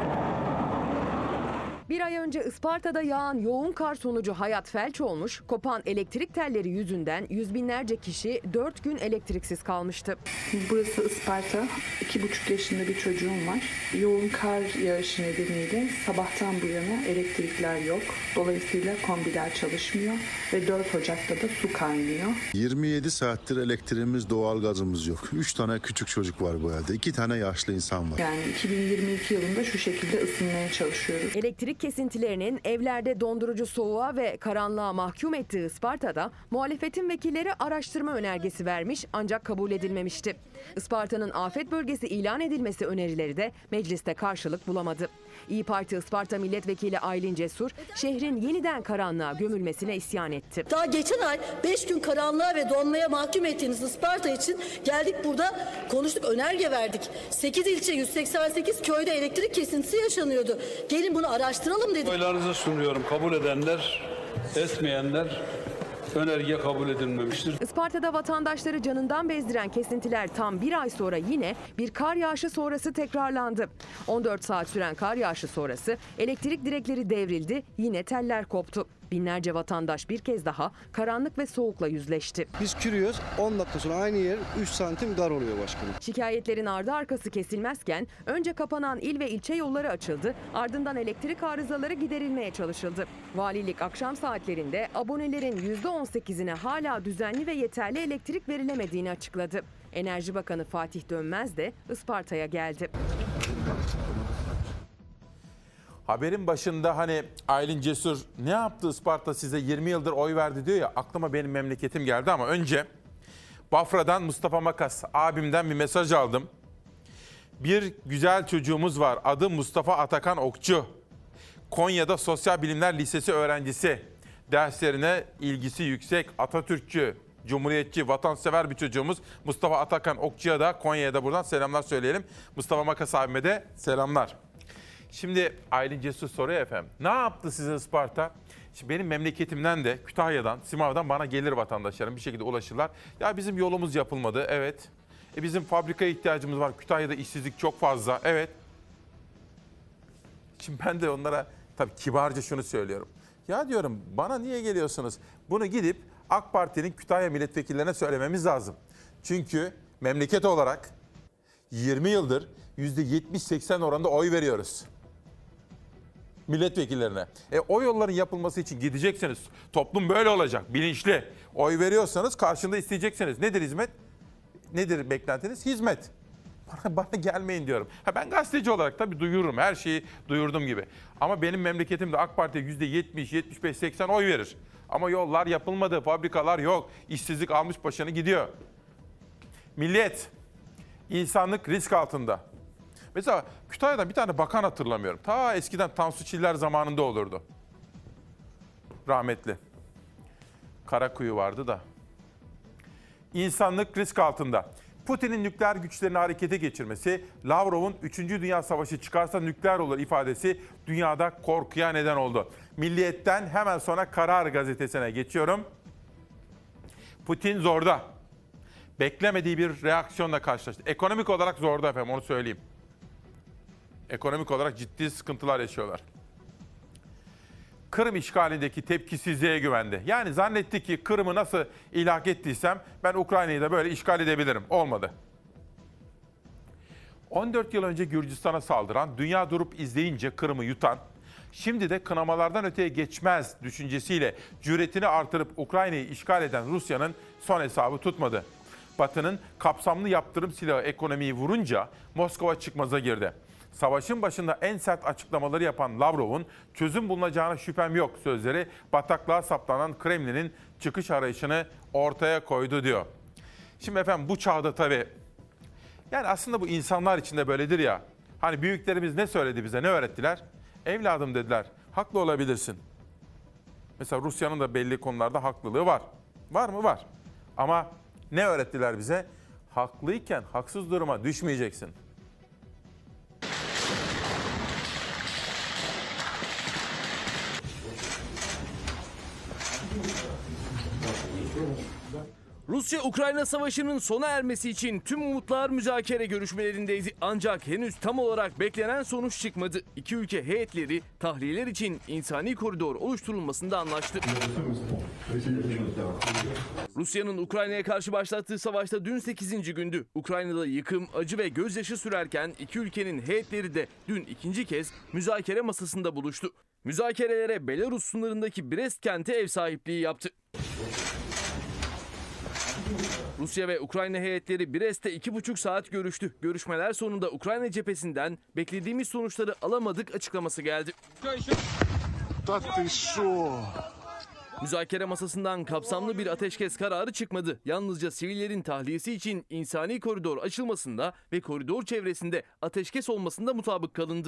Bir ay önce Isparta'da yağan yoğun kar sonucu hayat felç olmuş, kopan elektrik telleri yüzünden yüz binlerce kişi 4 gün elektriksiz kalmıştı. Burası Isparta. 2,5 yaşında bir çocuğum var. Yoğun kar yağışı nedeniyle sabahtan bu yana elektrikler yok. Dolayısıyla kombiler çalışmıyor ve 4 Ocak'ta da su kaynıyor. 27 saattir elektriğimiz, doğalgazımız yok. 3 tane küçük çocuk var bu evde. 2 tane yaşlı insan var. Yani 2022 yılında şu şekilde ısınmaya çalışıyoruz. Elektrik kesintilerinin evlerde dondurucu soğuğa ve karanlığa mahkum ettiği Isparta'da muhalefetin vekilleri araştırma önergesi vermiş ancak kabul edilmemişti. Isparta'nın afet bölgesi ilan edilmesi önerileri de mecliste karşılık bulamadı. İYİ Parti Isparta Milletvekili Aylin Cesur, şehrin yeniden karanlığa gömülmesine isyan etti. Daha geçen ay 5 gün karanlığa ve donmaya mahkum ettiğiniz Isparta için geldik burada konuştuk, önerge verdik. 8 ilçe 188 köyde elektrik kesintisi yaşanıyordu. Gelin bunu araştıralım dedik. Oylarınızı sunuyorum. Kabul edenler, etmeyenler önerge kabul edilmemiştir. Isparta'da vatandaşları canından bezdiren kesintiler tam bir ay sonra yine bir kar yağışı sonrası tekrarlandı. 14 saat süren kar yağışı sonrası elektrik direkleri devrildi, yine teller koptu. Binlerce vatandaş bir kez daha karanlık ve soğukla yüzleşti. Biz kürüyoruz, 10 dakika sonra aynı yer 3 santim dar oluyor başkanım. Şikayetlerin ardı arkası kesilmezken önce kapanan il ve ilçe yolları açıldı, ardından elektrik arızaları giderilmeye çalışıldı. Valilik akşam saatlerinde abonelerin %18'ine hala düzenli ve yeterli elektrik verilemediğini açıkladı. Enerji Bakanı Fatih Dönmez de Isparta'ya geldi. Haberin başında hani Aylin Cesur ne yaptı Isparta size 20 yıldır oy verdi diyor ya, aklıma benim memleketim geldi ama önce Bafra'dan Mustafa Makas abimden bir mesaj aldım. Bir güzel çocuğumuz var, adı Mustafa Atakan Okçu. Konya'da Sosyal Bilimler Lisesi öğrencisi. Derslerine ilgisi yüksek, Atatürkçü. cumhuriyetçi, vatansever bir çocuğumuz Mustafa Atakan Okçu'ya da Konya'ya da buradan selamlar söyleyelim. Mustafa Makas abime de selamlar. Şimdi Aylin Cesur soruyor efendim. Ne yaptı size Isparta? Şimdi benim memleketimden de Kütahya'dan, Simav'dan bana gelir vatandaşlarım bir şekilde ulaşırlar. Ya bizim yolumuz yapılmadı. Evet. Bizim fabrikaya ihtiyacımız var. Kütahya'da işsizlik çok fazla. Evet. Şimdi ben de onlara tabii kibarca şunu söylüyorum. Ya diyorum bana niye geliyorsunuz? Bunu gidip AK Parti'nin Kütahya milletvekillerine söylememiz lazım. Çünkü memleket olarak 20 yıldır %70-80 oranında oy veriyoruz milletvekillerine. O yolların yapılması için gideceksiniz. Toplum böyle olacak, bilinçli. Oy veriyorsanız karşında isteyeceksiniz. Nedir hizmet? Nedir beklentiniz? Hizmet. Bana gelmeyin diyorum. Ben gazeteci olarak tabii duyururum. Her şeyi duyurdum gibi. Ama benim memleketimde AK Parti %70, 75, 80 oy verir. Ama yollar yapılmadı, fabrikalar yok. İşsizlik almış başını gidiyor. Milliyet, insanlık risk altında. Mesela Kütahya'dan bir tane bakan hatırlamıyorum. Ta eskiden Tansu Çiller zamanında olurdu. Rahmetli. Karakuyu vardı da. İnsanlık risk altında. Putin'in nükleer güçlerini harekete geçirmesi, Lavrov'un 3. Dünya Savaşı çıkarsa nükleer olur ifadesi dünyada korkuya neden oldu. Milliyet'ten hemen sonra Karar Gazetesi'ne geçiyorum. Putin zorda. Beklemediği bir reaksiyonla karşılaştı. Ekonomik olarak zorda efendim, onu söyleyeyim. Ekonomik olarak ciddi sıkıntılar yaşıyorlar. Kırım işgalindeki tepkisizliğe güvendi. Yani zannetti ki Kırım'ı nasıl ilhak ettiysem ben Ukrayna'yı da böyle işgal edebilirim. Olmadı. 14 yıl önce Gürcistan'a saldıran, dünya durup izleyince Kırım'ı yutan, şimdi de kınamalardan öteye geçmez düşüncesiyle cüretini artırıp Ukrayna'yı işgal eden Rusya'nın son hesabı tutmadı. Batı'nın kapsamlı yaptırım silahı ekonomiyi vurunca Moskova çıkmaza girdi. Savaşın başında en sert açıklamaları yapan Lavrov'un çözüm bulunacağına şüphem yok sözleri bataklığa saplanan Kremlin'in çıkış arayışını ortaya koydu diyor. Şimdi efendim bu çağda tabii yani aslında bu insanlar için de böyledir ya. Hani büyüklerimiz ne söyledi bize, ne öğrettiler? Evladım dediler, haklı olabilirsin. Mesela Rusya'nın da belli konularda haklılığı var. Var mı? Var. Ama ne öğrettiler bize? Haklıyken haksız duruma düşmeyeceksin. Rusya-Ukrayna savaşının sona ermesi için tüm umutlar müzakere görüşmelerindeydi. Ancak henüz tam olarak beklenen sonuç çıkmadı. İki ülke heyetleri tahliyeler için insani koridor oluşturulmasında anlaştı. Rusya'nın Ukrayna'ya karşı başlattığı savaşta dün 8. gündü. Ukrayna'da yıkım, acı ve gözyaşı sürerken iki ülkenin heyetleri de dün ikinci kez müzakere masasında buluştu. Müzakerelere Belarus sınırındaki Brest kenti ev sahipliği yaptı. Rusya ve Ukrayna heyetleri Brest'te 2,5 saat görüştü. Görüşmeler sonunda Ukrayna cephesinden beklediğimiz sonuçları alamadık açıklaması geldi. Müzakere masasından kapsamlı bir ateşkes kararı çıkmadı. Yalnızca sivillerin tahliyesi için insani koridor açılmasında ve koridor çevresinde ateşkes olmasında mutabık kalındı.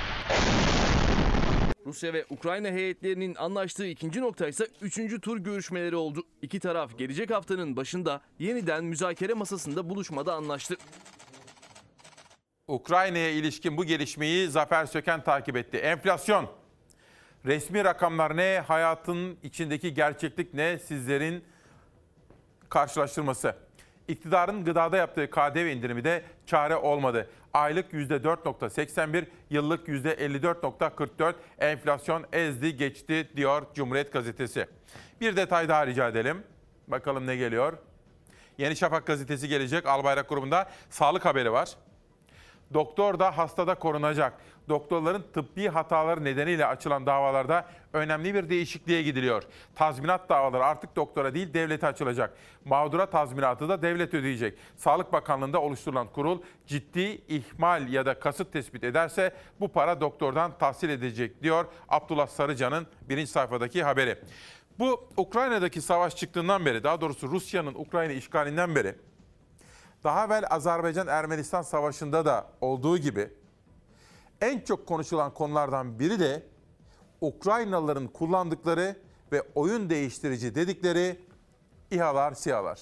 Rusya ve Ukrayna heyetlerinin anlaştığı ikinci nokta ise 3. tur görüşmeleri oldu. İki taraf gelecek haftanın başında yeniden müzakere masasında buluşmada anlaştı. Ukrayna'ya ilişkin bu gelişmeyi Zafer Söken takip etti. Enflasyon. Resmi rakamlar ne? Hayatın içindeki gerçeklik ne? Sizlerin karşılaştırması. İktidarın gıdada yaptığı KDV indirimi de çare olmadı. Aylık %4.81, yıllık %54.44 enflasyon ezdi geçti diyor Cumhuriyet Gazetesi. Bir detay daha rica edelim. Bakalım ne geliyor? Yeni Şafak gazetesi gelecek. Albayrak grubunda sağlık haberi var. Doktor da hastada korunacak. Doktorların tıbbi hataları nedeniyle açılan davalarda önemli bir değişikliğe gidiliyor. Tazminat davaları artık doktora değil devlete açılacak. Mağdura tazminatı da devlet ödeyecek. Sağlık Bakanlığı'nda oluşturulan kurul ciddi ihmal ya da kasıt tespit ederse bu para doktordan tahsil edilecek diyor Abdullah Sarıcan'ın birinci sayfadaki haberi. Bu Ukrayna'daki savaş çıktığından beri, daha doğrusu Rusya'nın Ukrayna işgalinden beri, daha evvel Azerbaycan-Ermenistan savaşında da olduğu gibi en çok konuşulan konulardan biri de Ukraynalıların kullandıkları ve oyun değiştirici dedikleri İHA'lar, SİHA'lar.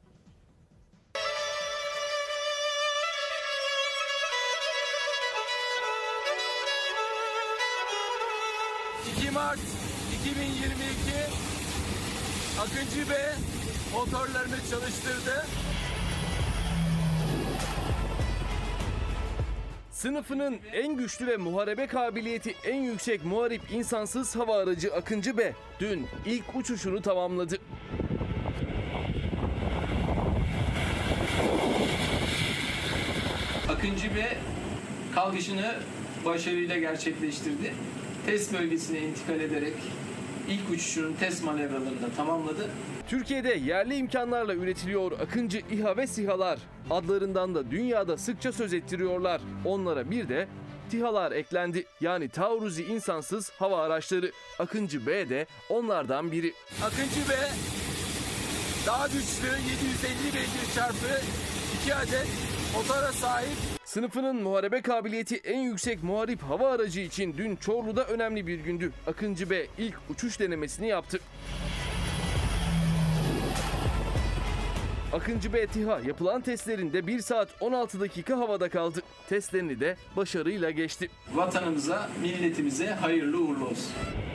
Mart 2022 Akıncı Bey motorlarını çalıştırdı. Sınıfının en güçlü ve muharebe kabiliyeti en yüksek muharip insansız hava aracı Akıncı B dün ilk uçuşunu tamamladı. Akıncı B kalkışını başarıyla gerçekleştirdi. Test bölgesine intikal ederek ilk uçuşunun test manevralarını da tamamladı. Türkiye'de yerli imkanlarla üretiliyor Akıncı İHA ve SİHA'lar. Adlarından da dünyada sıkça söz ettiriyorlar. Onlara bir de TİHA'lar eklendi. Yani taarruzi insansız hava araçları. Akıncı B de onlardan biri. Akıncı B daha güçlü 750 beygir çarpı 2 adet motora sahip. Sınıfının muharebe kabiliyeti en yüksek muharip hava aracı için dün Çorlu'da önemli bir gündü. Akıncı B ilk uçuş denemesini yaptı. Akıncı B TİHA yapılan testlerinde 1 saat 16 dakika havada kaldı. Testlerini de başarıyla geçti. Vatanımıza, milletimize hayırlı uğurlu olsun.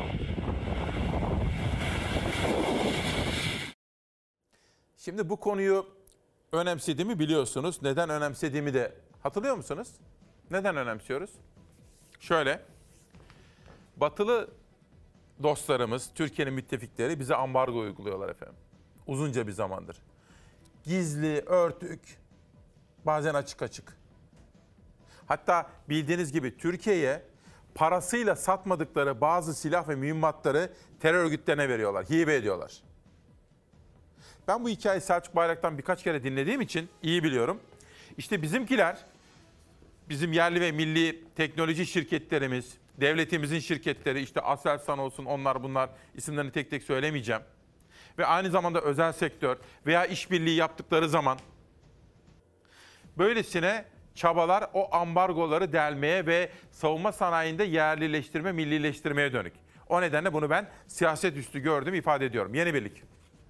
Şimdi bu konuyu önemsediğimi biliyorsunuz. Neden önemsediğimi de hatırlıyor musunuz? Neden önemsiyoruz? Şöyle, batılı dostlarımız, Türkiye'nin müttefikleri bize ambargo uyguluyorlar efendim. Uzunca bir zamandır. Gizli, örtük, bazen açık açık. Hatta bildiğiniz gibi Türkiye'ye parasıyla satmadıkları bazı silah ve mühimmatları terör örgütlerine veriyorlar, hibe ediyorlar. Ben bu hikayeyi Selçuk Bayrak'tan birkaç kere dinlediğim için iyi biliyorum. İşte bizimkiler, bizim yerli ve milli teknoloji şirketlerimiz, devletimizin şirketleri, işte Aselsan olsun, onlar bunlar, isimlerini tek tek söylemeyeceğim. Ve aynı zamanda özel sektör veya işbirliği yaptıkları zaman böylesine çabalar o ambargoları delmeye ve savunma sanayinde yerlileştirme, millileştirmeye dönük. O nedenle bunu ben siyaset üstü gördüm, ifade ediyorum. Yeni Birlik.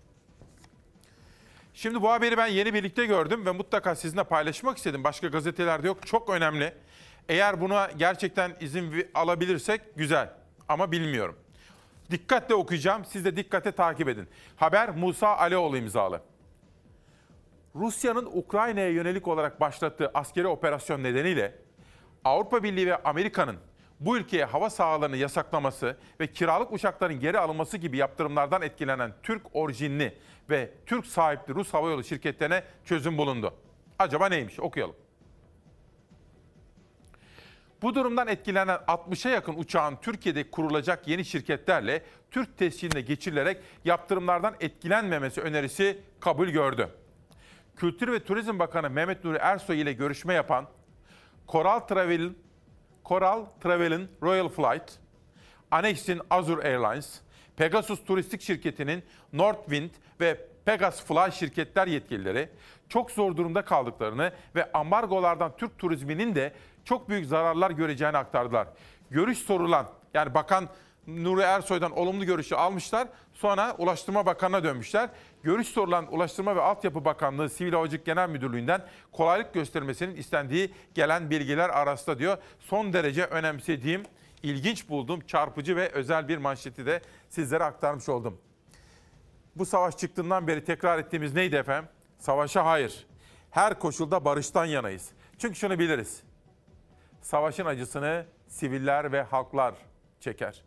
Şimdi bu haberi ben Yeni Birlik'te gördüm ve mutlaka sizinle paylaşmak istedim. Başka gazetelerde yok. Çok önemli. Eğer buna gerçekten izin alabilirsek güzel ama bilmiyorum. Dikkatle okuyacağım. Siz de dikkatle takip edin. Haber Musa Alioğlu imzalı. Rusya'nın Ukrayna'ya yönelik olarak başlattığı askeri operasyon nedeniyle Avrupa Birliği ve Amerika'nın bu ülkeye hava sahalarını yasaklaması ve kiralık uçakların geri alınması gibi yaptırımlardan etkilenen Türk orijinli ve Türk sahipli Rus havayolu şirketlerine çözüm bulundu. Acaba neymiş? Okuyalım. Bu durumdan etkilenen 60'a yakın uçağın Türkiye'de kurulacak yeni şirketlerle Türk tescilline geçirilerek yaptırımlardan etkilenmemesi önerisi kabul gördü. Kültür ve Turizm Bakanı Mehmet Nuri Ersoy ile görüşme yapan Coral Travel'in Royal Flight, Annex'in Azur Airlines, Pegasus Turistik Şirketi'nin Northwind ve Pegasus Fly şirketler yetkilileri çok zor durumda kaldıklarını ve ambargolardan Türk turizminin de çok büyük zararlar göreceğini aktardılar. Görüş sorulan, yani Bakan Nuri Ersoy'dan olumlu görüşü almışlar, sonra Ulaştırma Bakanı'na dönmüşler. Görüş sorulan Ulaştırma ve Altyapı Bakanlığı Sivil Havacılık Genel Müdürlüğü'nden kolaylık göstermesinin istendiği gelen bilgiler arasında diyor. Son derece önemsediğim, ilginç bulduğum, çarpıcı ve özel bir manşeti de sizlere aktarmış oldum. Bu savaş çıktığından beri tekrar ettiğimiz neydi efendim? Savaşa hayır. Her koşulda barıştan yanayız. Çünkü şunu biliriz. Savaşın acısını siviller ve halklar çeker.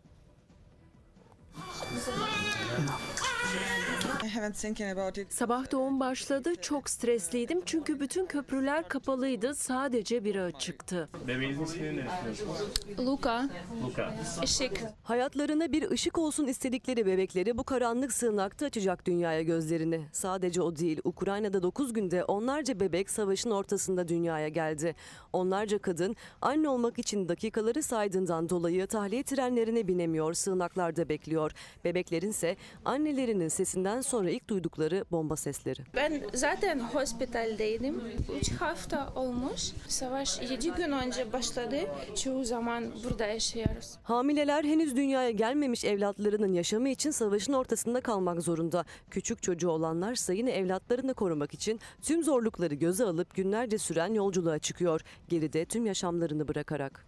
Sabah doğum başladı. Çok stresliydim çünkü bütün köprüler kapalıydı. Sadece biri açıktı. Bebeğinizin ismini ne düşünüyorsunuz? Luka. Işık. Hayatlarına bir ışık olsun istedikleri bebekleri bu karanlık sığınakta açacak dünyaya gözlerini. Sadece o değil, Ukrayna'da 9 günde onlarca bebek savaşın ortasında dünyaya geldi. Onlarca kadın anne olmak için dakikaları saydığından dolayı tahliye trenlerine binemiyor, sığınaklarda bekliyor. Bebeklerin ise annelerinin sesinden sonra ilk duydukları bomba sesleri. Ben zaten hospitaldeydim. 3 hafta olmuş. Savaş 7 gün önce başladı. Çoğu zaman burada yaşıyoruz. Hamileler henüz dünyaya gelmemiş evlatlarının yaşamı için savaşın ortasında kalmak zorunda. Küçük çocuğu olanlarsa yine evlatlarını korumak için tüm zorlukları göze alıp günlerce süren yolculuğa çıkıyor. Geride tüm yaşamlarını bırakarak.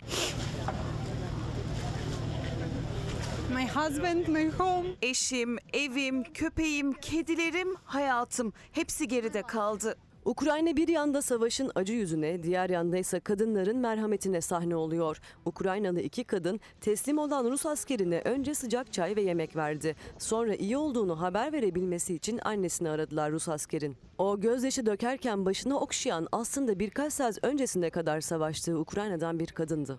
My husband, my home. Eşim, evim, köpeğim, kedilerim, hayatım hepsi geride kaldı. Ukrayna bir yanda savaşın acı yüzüne, diğer yanda ise kadınların merhametine sahne oluyor. Ukraynalı 2 kadın teslim olan Rus askerine önce sıcak çay ve yemek verdi. Sonra iyi olduğunu haber verebilmesi için annesini aradılar Rus askerin. O gözyaşı dökerken başını okşayan aslında birkaç saat öncesine kadar savaştığı Ukrayna'dan bir kadındı.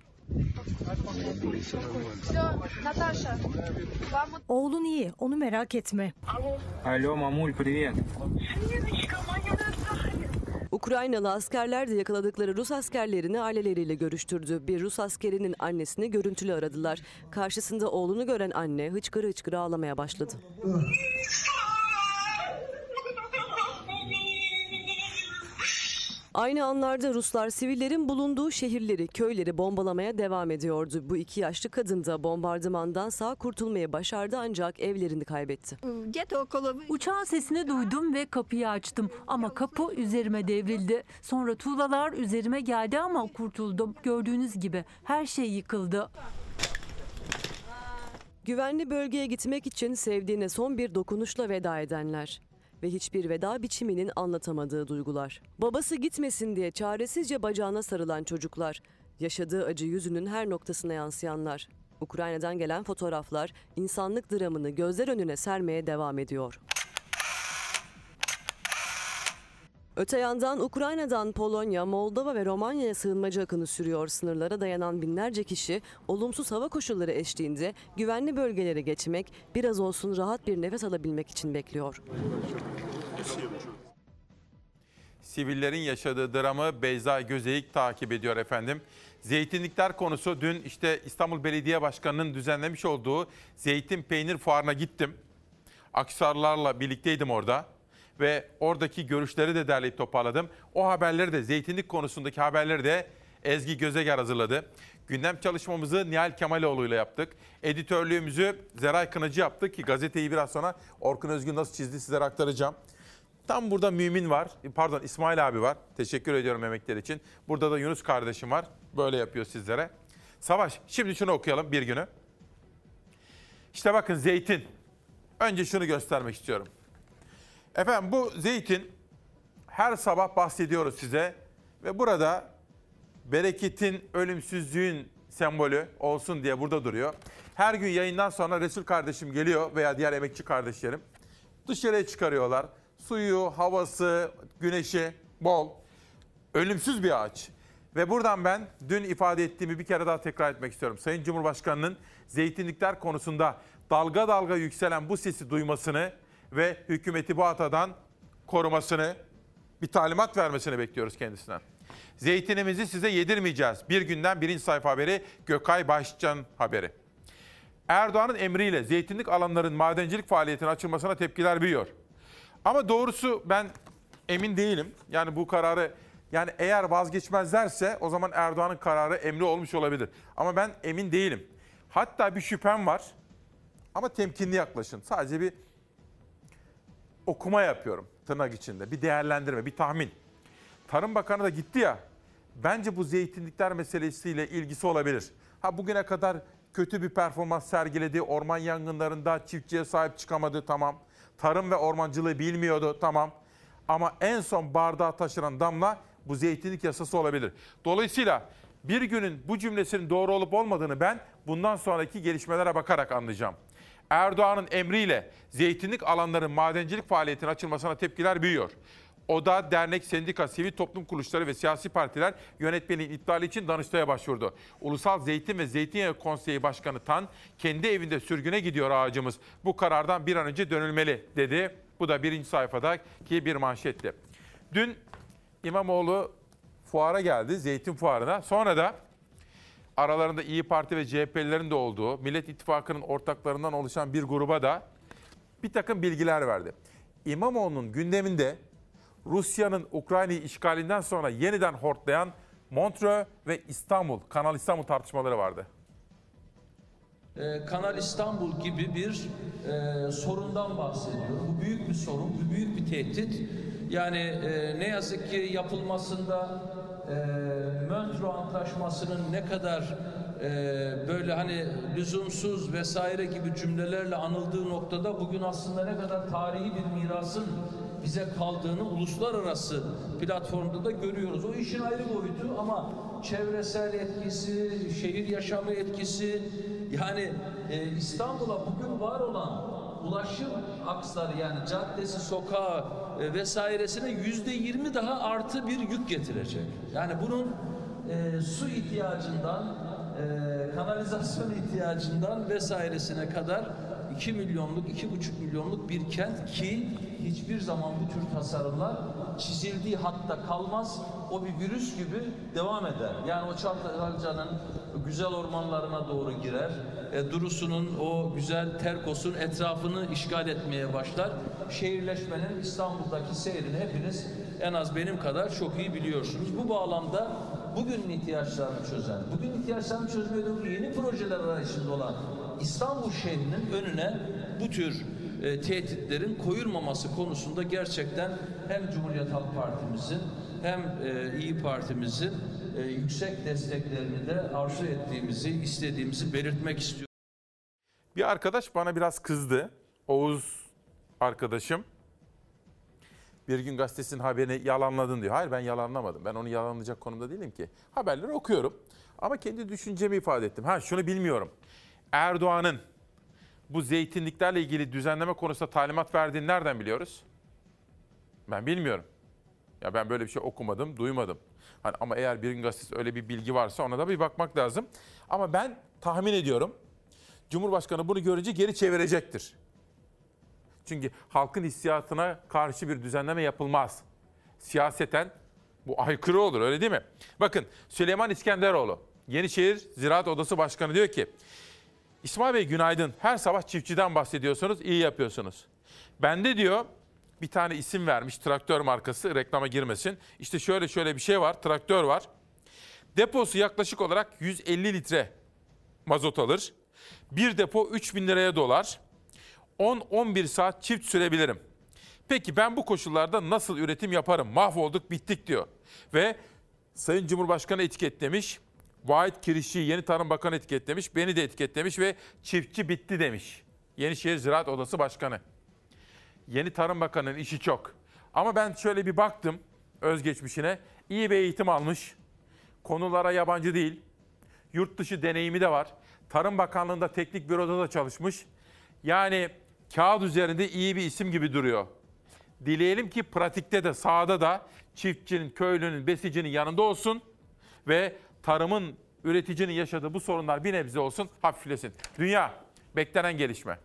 Oğlun iyi, onu merak etme. Alo mamul, привет. Ukraynalı askerler de yakaladıkları Rus askerlerini aileleriyle görüştürdü. Bir Rus askerinin annesini görüntülü aradılar. Karşısında oğlunu gören anne hıçkıra hıçkıra ağlamaya başladı. Aynı anlarda Ruslar sivillerin bulunduğu şehirleri, köyleri bombalamaya devam ediyordu. Bu 2 yaşlı kadın da bombardımandan sağ kurtulmayı başardı ancak evlerini kaybetti. Uçağın sesini duydum ve kapıyı açtım ama kapı üzerime devrildi. Sonra tuğlalar üzerime geldi ama kurtuldum. Gördüğünüz gibi her şey yıkıldı. Güvenli bölgeye gitmek için sevdiğine son bir dokunuşla veda edenler. Ve hiçbir veda biçiminin anlatamadığı duygular. Babası gitmesin diye çaresizce bacağına sarılan çocuklar. Yaşadığı acı yüzünün her noktasına yansıyanlar. Ukrayna'dan gelen fotoğraflar insanlık dramını gözler önüne sermeye devam ediyor. Öte yandan Ukrayna'dan Polonya, Moldova ve Romanya'ya sığınmacı akını sürüyor. Sınırlara dayanan binlerce kişi olumsuz hava koşulları eşliğinde güvenli bölgelere geçmek, biraz olsun rahat bir nefes alabilmek için bekliyor. Sivillerin yaşadığı dramı Beyza Gözeyik takip ediyor efendim. Zeytinlikler konusu dün işte İstanbul Belediye Başkanı'nın düzenlemiş olduğu zeytin peynir fuarına gittim. Akhisarlılarla birlikteydim orada. Ve oradaki görüşleri de derleyip toparladım. O haberleri de, zeytinlik konusundaki haberleri de Ezgi Gözeger hazırladı. Gündem çalışmamızı Nihal Kemaloğlu ile yaptık. Editörlüğümüzü Zeray Kınacı yaptı ki gazeteyi biraz sonra Orkun Özgün nasıl çizdi sizlere aktaracağım. Tam burada İsmail abi var. Teşekkür ediyorum emekleri için. Burada da Yunus kardeşim var. Böyle yapıyor sizlere. Savaş, şimdi şunu okuyalım bir günü. İşte bakın zeytin. Önce şunu göstermek istiyorum. Efendim bu zeytin her sabah bahsediyoruz size ve burada bereketin, ölümsüzlüğün sembolü olsun diye burada duruyor. Her gün yayından sonra Resul kardeşim geliyor veya diğer emekçi kardeşlerim dışarıya çıkarıyorlar. Suyu, havası, güneşi bol, ölümsüz bir ağaç. Ve buradan ben dün ifade ettiğimi bir kere daha tekrar etmek istiyorum. Sayın Cumhurbaşkanı'nın zeytinlikler konusunda dalga dalga yükselen bu sesi duymasını ve hükümeti bu hatadan korumasını, bir talimat vermesini bekliyoruz kendisinden. Zeytinimizi size yedirmeyeceğiz. Bir günden birinci sayfa haberi, Gökay Başcan haberi. Erdoğan'ın emriyle zeytinlik alanların madencilik faaliyetinin açılmasına tepkiler büyüyor. Ama doğrusu ben emin değilim. Yani bu kararı, yani eğer vazgeçmezlerse o zaman Erdoğan'ın kararı emri olmuş olabilir. Ama ben emin değilim. Hatta bir şüphem var. Ama temkinli yaklaşın. Sadece bir okuma yapıyorum tırnak içinde. Bir değerlendirme, bir tahmin. Tarım Bakanı da gitti ya. Bence bu zeytinlikler meselesiyle ilgisi olabilir. Bugüne kadar kötü bir performans sergiledi. Orman yangınlarında çiftçiye sahip çıkamadı, tamam. Tarım ve ormancılığı bilmiyordu, tamam. Ama en son bardağı taşıran damla bu zeytinlik yasası olabilir. Dolayısıyla bir günün bu cümlesinin doğru olup olmadığını ben bundan sonraki gelişmelere bakarak anlayacağım. Erdoğan'ın emriyle zeytinlik alanların madencilik faaliyetinin açılmasına tepkiler büyüyor. Oda, dernek, sendika, sivil toplum kuruluşları ve siyasi partiler yönetmeliğin iptali için Danıştay'a başvurdu. Ulusal Zeytin ve Zeytinyağı Konseyi Başkanı Tan, kendi evinde sürgüne gidiyor ağacımız. Bu karardan bir an önce dönülmeli dedi. Bu da birinci sayfadaki bir manşetti. Dün İmamoğlu fuara geldi, zeytin fuarına. Sonra da aralarında İyi Parti ve CHP'lilerin de olduğu Millet İttifakı'nın ortaklarından oluşan bir gruba da bir takım bilgiler verdi. İmamoğlu'nun gündeminde Rusya'nın Ukrayna'yı işgalinden sonra yeniden hortlayan Montreux ve İstanbul, Kanal İstanbul tartışmaları vardı. Kanal İstanbul gibi bir sorundan bahsediyor. Bu büyük bir sorun, bu büyük bir tehdit. Yani ne yazık ki yapılmasında Montreux Antlaşması'nın ne kadar böyle hani lüzumsuz vesaire gibi cümlelerle anıldığı noktada bugün aslında ne kadar tarihi bir mirasın bize kaldığını uluslararası platformda da görüyoruz. O işin ayrı boyutu ama çevresel etkisi, şehir yaşamı etkisi, yani İstanbul'a bugün var olan ulaşım aksları, yani caddesi, sokağı vesairesine %20 daha artı bir yük getirecek. Yani bunun su ihtiyacından, kanalizasyon ihtiyacından vesairesine kadar 2 milyonluk, 2,5 milyonluk bir kent ki hiçbir zaman bu tür tasarımlar çizildiği hatta kalmaz. O bir virüs gibi devam eder. Yani o Çatalca'nın güzel ormanlarına doğru girer. Durusu'nun o güzel Terkos'un etrafını işgal etmeye başlar. Şehirleşmenin İstanbul'daki seyrini hepiniz en az benim kadar çok iyi biliyorsunuz. Bu bağlamda bugünün ihtiyaçlarını çözen, bugün ihtiyaçlarını çözmeye yeni projeler arayışında olan İstanbul şehrinin önüne bu tür tehditlerin koyulmaması konusunda gerçekten hem Cumhuriyet Halk Partimizin hem İYİ Partimizin yüksek desteklerini de arzu ettiğimizi, istediğimizi belirtmek istiyorum. Bir arkadaş bana biraz kızdı. Oğuz arkadaşım. Bir Gün Gazetesi'nin haberini yalanladın diyor. Hayır, ben yalanlamadım. Ben onu yalanlayacak konumda değilim ki. Haberleri okuyorum ama kendi düşüncemi ifade ettim. Şunu bilmiyorum. Erdoğan'ın bu zeytinliklerle ilgili düzenleme konusunda talimat verdiğini nereden biliyoruz? Ben bilmiyorum. Ya ben böyle bir şey okumadım, duymadım. Ama eğer Bir Gün Gazetesi öyle bir bilgi varsa ona da bir bakmak lazım. Ama ben tahmin ediyorum. Cumhurbaşkanı bunu görünce geri çevirecektir. Çünkü halkın hissiyatına karşı bir düzenleme yapılmaz. Siyaseten bu aykırı olur, öyle değil mi? Bakın, Süleyman İskenderoğlu, Yenişehir Ziraat Odası Başkanı diyor ki, İsmail Bey günaydın, her sabah çiftçiden bahsediyorsunuz, iyi yapıyorsunuz. Bende diyor bir tane isim vermiş, traktör markası, reklama girmesin. İşte şöyle bir şey var, traktör var. Deposu yaklaşık olarak 150 litre mazot alır. Bir depo 3.000 liraya dolar. 10-11 saat çift sürebilirim. Peki ben bu koşullarda nasıl üretim yaparım? Mahvolduk, bittik diyor. Ve Sayın Cumhurbaşkanı etiketlemiş. Vahit Kirişçi'yi Yeni Tarım Bakanı etiketlemiş. Beni de etiketlemiş ve çiftçi bitti demiş. Yenişehir Ziraat Odası Başkanı. Yeni Tarım Bakanı'nın işi çok. Ama ben şöyle bir baktım özgeçmişine. İyi bir eğitim almış. Konulara yabancı değil. Yurt dışı deneyimi de var. Tarım Bakanlığı'nda teknik büroda da çalışmış. Yani kağıt üzerinde iyi bir isim gibi duruyor. Dileyelim ki pratikte de, sahada da çiftçinin, köylünün, besicinin yanında olsun ve tarımın, üreticinin yaşadığı bu sorunlar bir nebze olsun hafiflesin. Dünya, beklenen gelişme.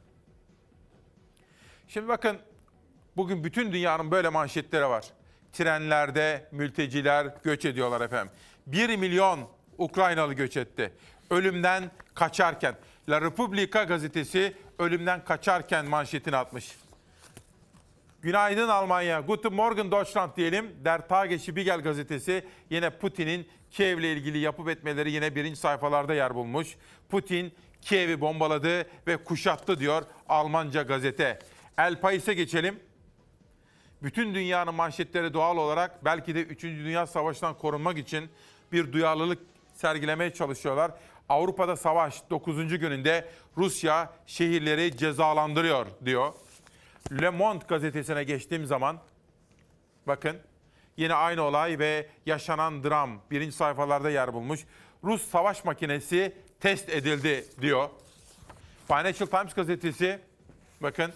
Şimdi bakın, bugün bütün dünyanın böyle manşetleri var. Trenlerde mülteciler göç ediyorlar efendim. 1 milyon Ukraynalı göç etti. Ölümden kaçarken. La Repubblica gazetesi ölümden kaçarken manşetini atmış. Günaydın Almanya, Guten Morgen Deutschland diyelim. Der Tagesspiegel gazetesi yine Putin'in Kiev'le ilgili yapıp etmeleri yine birinci sayfalarda yer bulmuş. Putin Kiev'i bombaladı ve kuşattı diyor Almanca gazete. El País'e geçelim. Bütün dünyanın manşetleri doğal olarak belki de 3. Dünya Savaşı'ndan korunmak için bir duyarlılık sergilemeye çalışıyorlar. Avrupa'da savaş 9. gününde Rusya şehirleri cezalandırıyor diyor. Le Monde gazetesine geçtiğim zaman bakın yine aynı olay ve yaşanan dram birinci sayfalarda yer bulmuş. Rus savaş makinesi test edildi diyor. Financial Times gazetesi bakın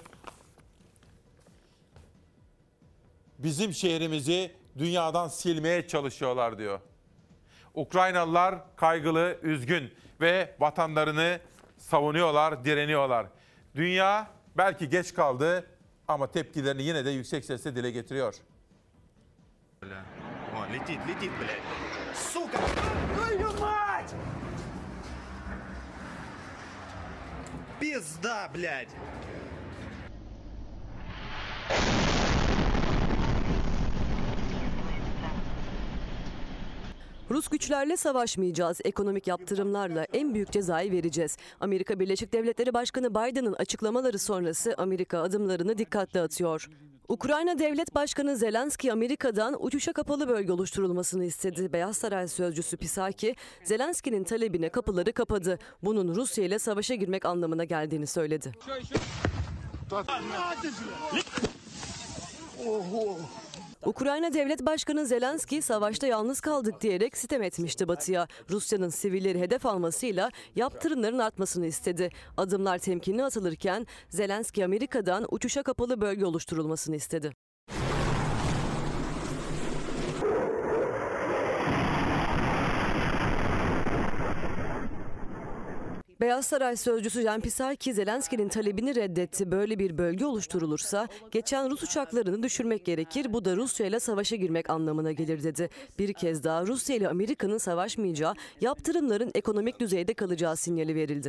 bizim şehrimizi dünyadan silmeye çalışıyorlar diyor. Ukraynalılar kaygılı, üzgün ve vatanlarını savunuyorlar, direniyorlar. Dünya belki geç kaldı ama tepkilerini yine de yüksek sesle dile getiriyor. Летит, блядь. Сука! Твою мать! Пизда, блядь! Rus güçlerle savaşmayacağız, ekonomik yaptırımlarla en büyük cezayı vereceğiz. Amerika Birleşik Devletleri Başkanı Biden'ın açıklamaları sonrası Amerika adımlarını dikkatli atıyor. Ukrayna Devlet Başkanı Zelenski Amerika'dan uçuşa kapalı bölge oluşturulmasını istedi. Beyaz Saray sözcüsü Psaki, Zelenski'nin talebine kapıları kapadı. Bunun Rusya ile savaşa girmek anlamına geldiğini söyledi. Ukrayna Devlet Başkanı Zelenski savaşta yalnız kaldık diyerek sitem etmişti Batı'ya. Rusya'nın sivilleri hedef almasıyla yaptırımların artmasını istedi. Adımlar temkinli atılırken Zelenski Amerika'dan uçuşa kapalı bölge oluşturulmasını istedi. Beyaz Saray sözcüsü Jen Psaki, Zelenski'nin talebini reddetti. Böyle bir bölge oluşturulursa geçen Rus uçaklarını düşürmek gerekir. Bu da Rusya ile savaşa girmek anlamına gelir dedi. Bir kez daha Rusya ile Amerika'nın savaşmayacağı, yaptırımların ekonomik düzeyde kalacağı sinyali verildi.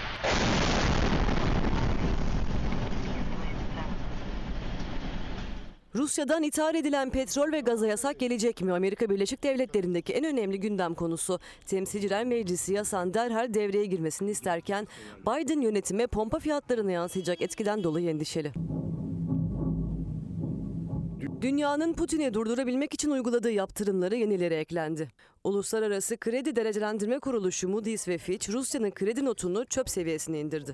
Rusya'dan ithal edilen petrol ve gaza yasak gelecek mi? Amerika Birleşik Devletleri'ndeki en önemli gündem konusu. Temsilciler Meclisi yasanın derhal devreye girmesini isterken Biden yönetimi pompa fiyatlarına yansıyacak etkiden dolayı endişeli. Dünyanın Putin'i durdurabilmek için uyguladığı yaptırımlara yenileri eklendi. Uluslararası Kredi Derecelendirme Kuruluşu Moody's ve Fitch, Rusya'nın kredi notunu çöp seviyesine indirdi.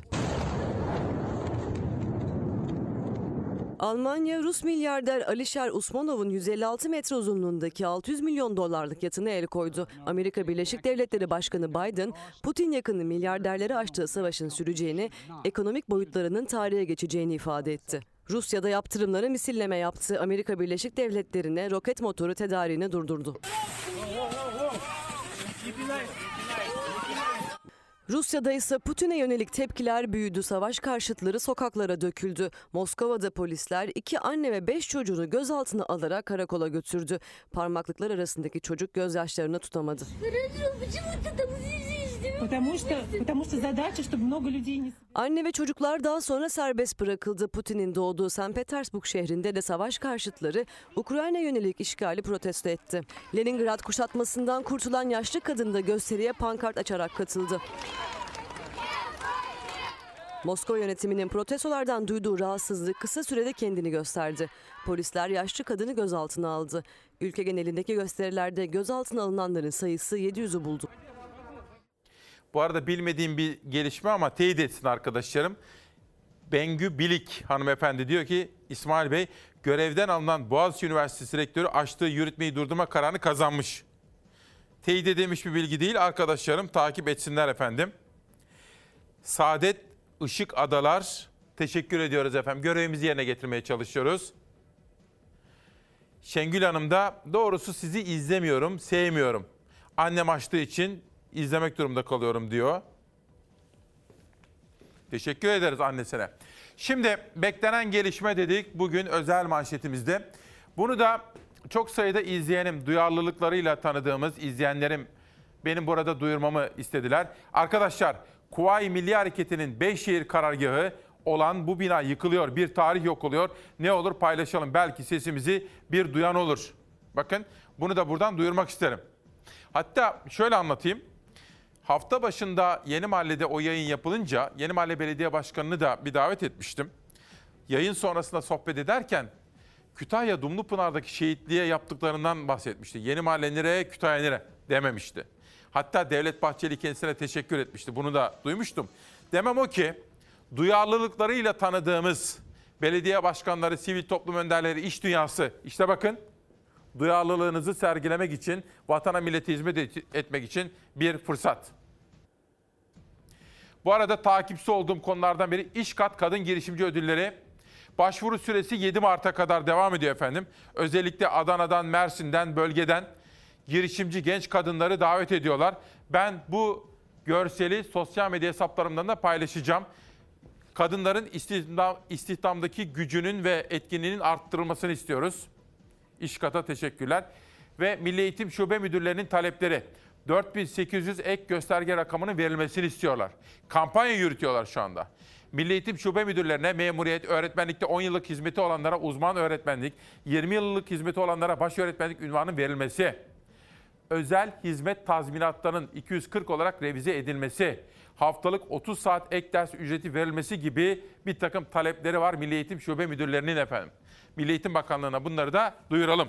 Almanya, Rus milyarder Alisher Usmanov'un 156 metre uzunluğundaki 600 milyon dolarlık yatına el koydu. Amerika Birleşik Devletleri Başkanı Biden, Putin yakını milyarderlere açtığı savaşın süreceğini, ekonomik boyutlarının tarihe geçeceğini ifade etti. Rusya'da yaptırımlara misilleme yaptı. Amerika Birleşik Devletleri'ne roket motoru tedariğini durdurdu. Rusya'da ise Putin'e yönelik tepkiler büyüdü. Savaş karşıtları sokaklara döküldü. Moskova'da polisler 2 anne ve 5 çocuğunu gözaltına alarak karakola götürdü. Parmaklıklar arasındaki çocuk gözyaşlarını tutamadı. Anne ve çocuklar daha sonra serbest bırakıldı. Putin'in doğduğu St. Petersburg şehrinde de savaş karşıtları Ukrayna yönelik işgali protesto etti. Leningrad kuşatmasından kurtulan yaşlı kadın da gösteriye pankart açarak katıldı. Moskova yönetiminin protestolardan duyduğu rahatsızlık kısa sürede kendini gösterdi. Polisler yaşlı kadını gözaltına aldı. Ülke genelindeki gösterilerde gözaltına alınanların sayısı 700'ü buldu. Bu arada bilmediğim bir gelişme ama teyit etsin arkadaşlarım. Bengü Bilik hanımefendi diyor ki İsmail Bey görevden alınan Boğaziçi Üniversitesi Rektörü açtığı yürütmeyi durdurma kararını kazanmış. Teyit edilmiş bir bilgi değil, arkadaşlarım takip etsinler efendim. Saadet Işık Adalar, teşekkür ediyoruz efendim. Görevimizi yerine getirmeye çalışıyoruz. Şengül Hanım da doğrusu sizi izlemiyorum, sevmiyorum. Annem açtığı için izlemek durumunda kalıyorum diyor. Teşekkür ederiz annesine. Şimdi beklenen gelişme dedik bugün özel manşetimizde. Bunu da çok sayıda izleyenim, duyarlılıklarıyla tanıdığımız izleyenlerim benim burada duyurmamı istediler. Arkadaşlar, Kuvayi Milli Hareketi'nin Beyşehir karargahı olan bu bina yıkılıyor. Bir tarih yok oluyor. Ne olur paylaşalım. Belki sesimizi bir duyan olur. Bakın bunu da buradan duyurmak isterim. Hatta şöyle anlatayım. Hafta başında Yeni Mahalle'de o yayın yapılınca Yeni Mahalle Belediye Başkanı'nı da bir davet etmiştim. Yayın sonrasında sohbet ederken Kütahya Dumlupınar'daki şehitliğe yaptıklarından bahsetmişti. Yeni Mahalle nereye, Kütahya nereye dememişti. Hatta Devlet Bahçeli kendisine teşekkür etmişti. Bunu da duymuştum. Demem o ki duyarlılıklarıyla tanıdığımız belediye başkanları, sivil toplum önderleri, iş dünyası, işte bakın duyarlılığınızı sergilemek için, vatana millete hizmet etmek için bir fırsat. Bu arada takipçisi olduğum konulardan biri İşkat Kadın Girişimci Ödülleri. Başvuru süresi 7 Mart'a kadar devam ediyor efendim. Özellikle Adana'dan, Mersin'den, bölgeden girişimci genç kadınları davet ediyorlar. Ben bu görseli sosyal medya hesaplarımdan da paylaşacağım. Kadınların istihdamdaki gücünün ve etkinliğinin arttırılmasını istiyoruz. İşkat'a teşekkürler. Ve Milli Eğitim Şube Müdürlerinin talepleri. 4800 ek gösterge rakamının verilmesini istiyorlar. Kampanya yürütüyorlar şu anda. Milli Eğitim Şube Müdürlerine memuriyet, öğretmenlikte 10 yıllık hizmeti olanlara uzman öğretmenlik, 20 yıllık hizmeti olanlara baş öğretmenlik unvanının verilmesi. özel hizmet tazminatlarının 240 olarak revize edilmesi, haftalık 30 saat ek ders ücreti verilmesi gibi bir takım talepleri var Milli Eğitim Şube Müdürlerinin efendim. Milli Eğitim Bakanlığı'na bunları da duyuralım.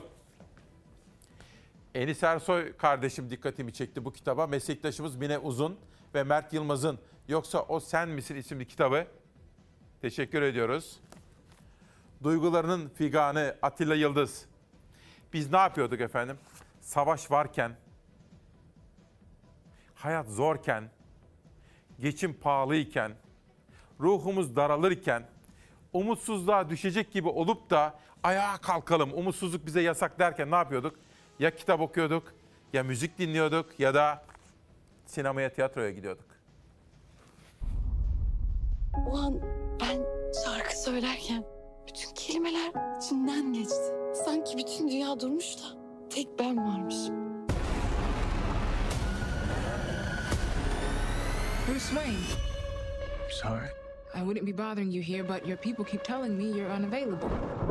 Enis Ersoy kardeşim dikkatimi çekti bu kitaba. Meslektaşımız Mine Uzun ve Mert Yılmaz'ın Yoksa O Sen Misin isimli kitabı. Teşekkür ediyoruz. Duygularının figanı Atilla Yıldız. Biz ne yapıyorduk efendim? Savaş varken, hayat zorken, geçim pahalıyken, ruhumuz daralırken, umutsuzluğa düşecek gibi olup da ayağa kalkalım, umutsuzluk bize yasak derken ne yapıyorduk? Ya kitap okuyorduk, ya müzik dinliyorduk ya da sinemaya, tiyatroya gidiyorduk. O an ben şarkı söylerken bütün kelimeler içinden geçti. Sanki bütün dünya durmuş da tek ben varmışım. Bruce Wayne. I'm sorry. I wouldn't be bothering you here, but your people keep telling me you're unavailable.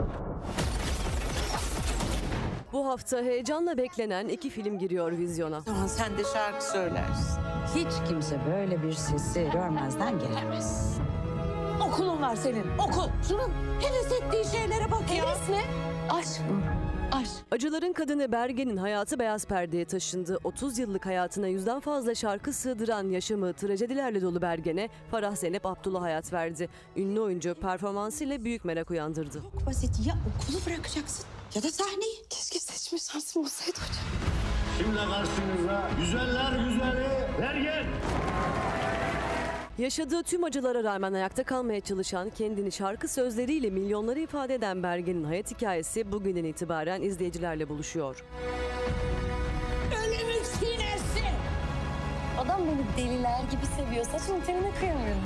Bu hafta heyecanla beklenen 2 film giriyor vizyona. Ama sen de şarkı söylersin. Hiç kimse böyle bir sesi görmezden gelemez. Okulun var senin, okul. Şunun heves ettiği şeylere bak ya. Heves mi? Aşk bu, aşk. Acıların kadını Bergen'in hayatı beyaz perdeye taşındı. 30 yıllık hayatına 100'den fazla şarkı sığdıran yaşamı trajedilerle dolu Bergen'e Farah Zeynep Abdullah hayat verdi. Ünlü oyuncu performansıyla büyük merak uyandırdı. Çok basit, ya okulu bırakacaksın ya da sahneyi. Keşke seçme şansım olsaydı hocam. Şimdi karşınızda güzeller güzeli Bergen. Yaşadığı tüm acılara rağmen ayakta kalmaya çalışan, kendini şarkı sözleriyle milyonları ifade eden Bergen'in hayat hikayesi bugünden itibaren izleyicilerle buluşuyor. Ölümün sinesi! Adam beni deliler gibi seviyor. Saçının teline kıyamıyorum.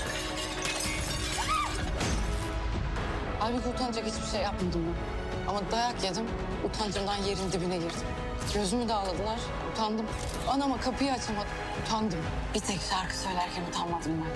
Halbuki utanacak hiçbir şey yapmadım ben. Ama dayak yedim, utancımdan yerin dibine girdim. Gözümü dağladılar, utandım. Anama kapıyı açamadım, utandım. Bir tek şarkı söylerken utanmadım ben.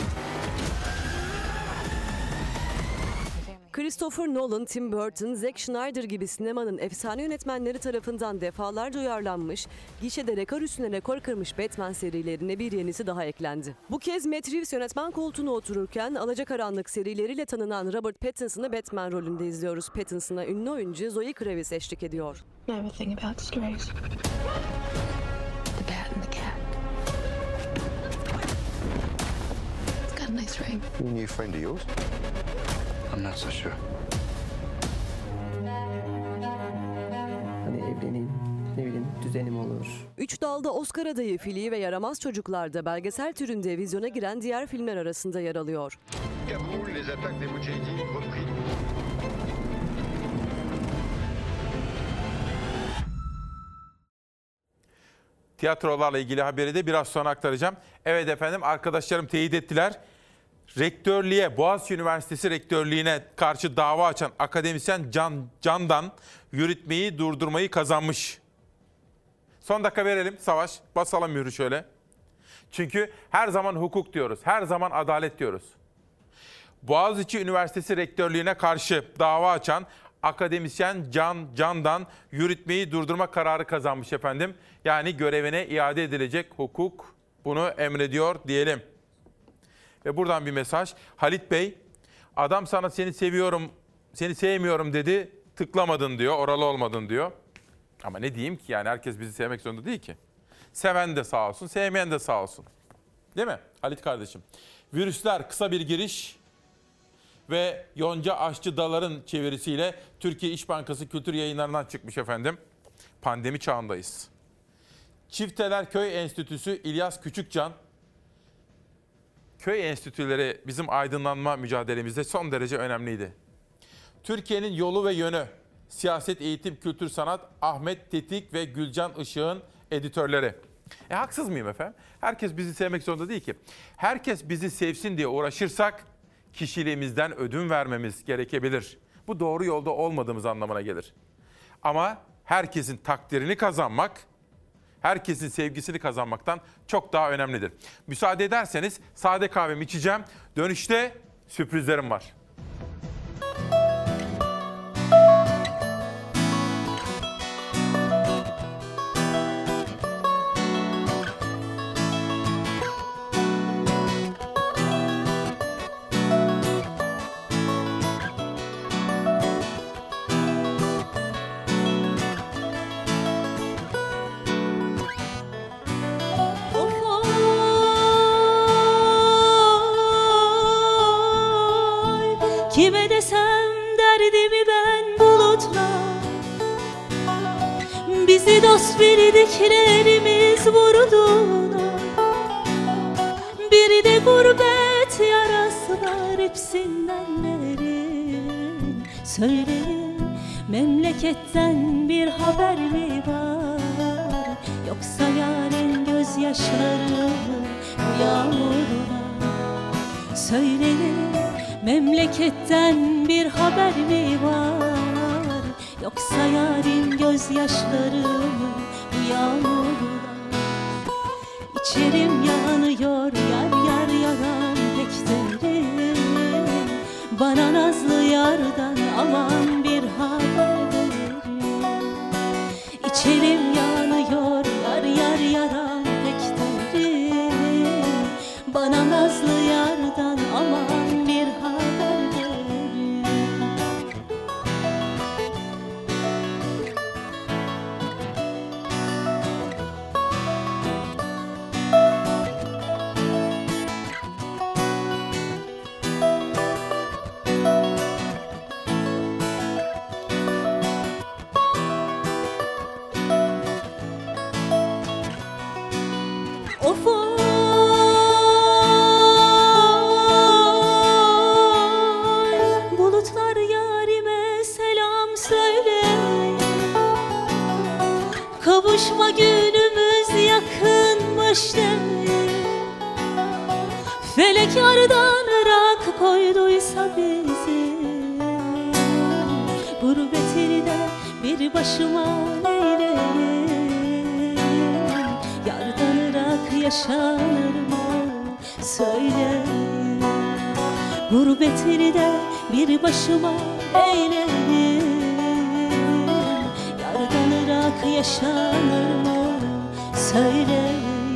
Christopher Nolan, Tim Burton, Zack Snyder gibi sinemanın efsane yönetmenleri tarafından defalarca uyarlanmış, gişede rekor üstüne rekor kırmış Batman serilerine bir yenisi daha eklendi. Bu kez Matt Reeves yönetmen koltuğuna otururken Alacakaranlık serileriyle tanınan Robert Pattinson'ı Batman rolünde izliyoruz. Pattinson'a ünlü oyuncu Zoe Kravitz eşlik ediyor. Never think about strays. The bat and the cat. It's got a nice ring. New friend of yours? I'm not so sure. Hani evleneyim, ne bileyim düzenim olur. 3 dalda Oscar adayı Fili ve Yaramaz Çocuklar da belgesel türünde vizyona giren diğer filmler arasında yer alıyor. Kaboul, les attaques des Moudjahidines repris. Tiyatrolarla ilgili haberi de biraz sonra aktaracağım. Evet efendim, arkadaşlarım teyit ettiler. Rektörlüğe, Boğaziçi Üniversitesi Rektörlüğü'ne karşı dava açan akademisyen Candan yürütmeyi durdurmayı kazanmış. Son dakika verelim Savaş. Basalım yürü şöyle. Çünkü her zaman hukuk diyoruz. Her zaman adalet diyoruz. Boğaziçi Üniversitesi Rektörlüğü'ne karşı dava açan akademisyen Candan yürütmeyi durdurma kararı kazanmış efendim. Yani görevine iade edilecek, hukuk bunu emrediyor diyelim. Ve buradan bir mesaj. Halit Bey, adam sana seni seviyorum, seni sevmiyorum dedi, tıklamadın diyor, oralı olmadın diyor. Ama ne diyeyim ki, yani herkes bizi sevmek zorunda değil ki. Seven de sağ olsun, sevmeyen de sağ olsun. Değil mi Halit kardeşim? Virüsler, kısa bir giriş ve Yonca Aşçı Dalar'ın çevirisiyle Türkiye İş Bankası Kültür Yayınları'ndan çıkmış efendim. Pandemi çağındayız. Çifteler Köy Enstitüsü İlyas Küçükcan. Köy enstitüleri bizim aydınlanma mücadelemizde son derece önemliydi. Türkiye'nin yolu ve yönü, siyaset, eğitim, kültür, sanat, Ahmet Tetik ve Gülcan Işık'ın editörleri. Haksız mıyım efendim? Herkes bizi sevmek zorunda değil ki. Herkes bizi sevsin diye uğraşırsak kişiliğimizden ödün vermemiz gerekebilir. Bu doğru yolda olmadığımız anlamına gelir. Ama herkesin takdirini kazanmak, herkesin sevgisini kazanmaktan çok daha önemlidir. Müsaade ederseniz sade kahvemi içeceğim. Dönüşte sürprizlerim var. Kime desem derdimi ben bulutla, bizi dost bildiklerimiz vurduğuna, bir de gurbet yarası var hepsinden derin. Söyleyin, memleketten bir haber mi var, yoksa yarın gözyaşları bu yağmuruna? Söyleyin, memleketten bir haber mi var, yoksa yarın gözyaşları bu yağmuruna? İçerim yanıyor yar yar yaram pek derin. Bana nazlı yardan aman bir haber verin. İçerim yanıyor yar yar yaram pek derin. Bana nazlı yardan aman bir haber verin. Of oy, bulutlar yarime selam söyle. Kavuşma günümüz yakınmış değil. Felek yardan ırak koyduysa bizi, gurbetini de bir başıma neyleyim? Yardan ırak yaşanır mı söyle, gurbetini de bir başıma eyleyim. Yardan ırak yaşanır mı söyle.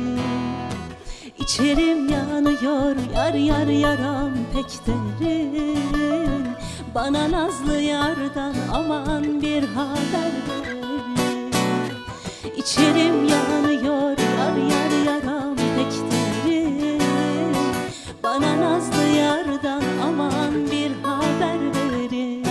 İçerim yanıyor yar yar yaram pek derin. Bana nazlı yardan aman bir haber verin. İçerim yanıyor yar yar yaram pek derin. Bana nazlı yardan aman bir haber verin.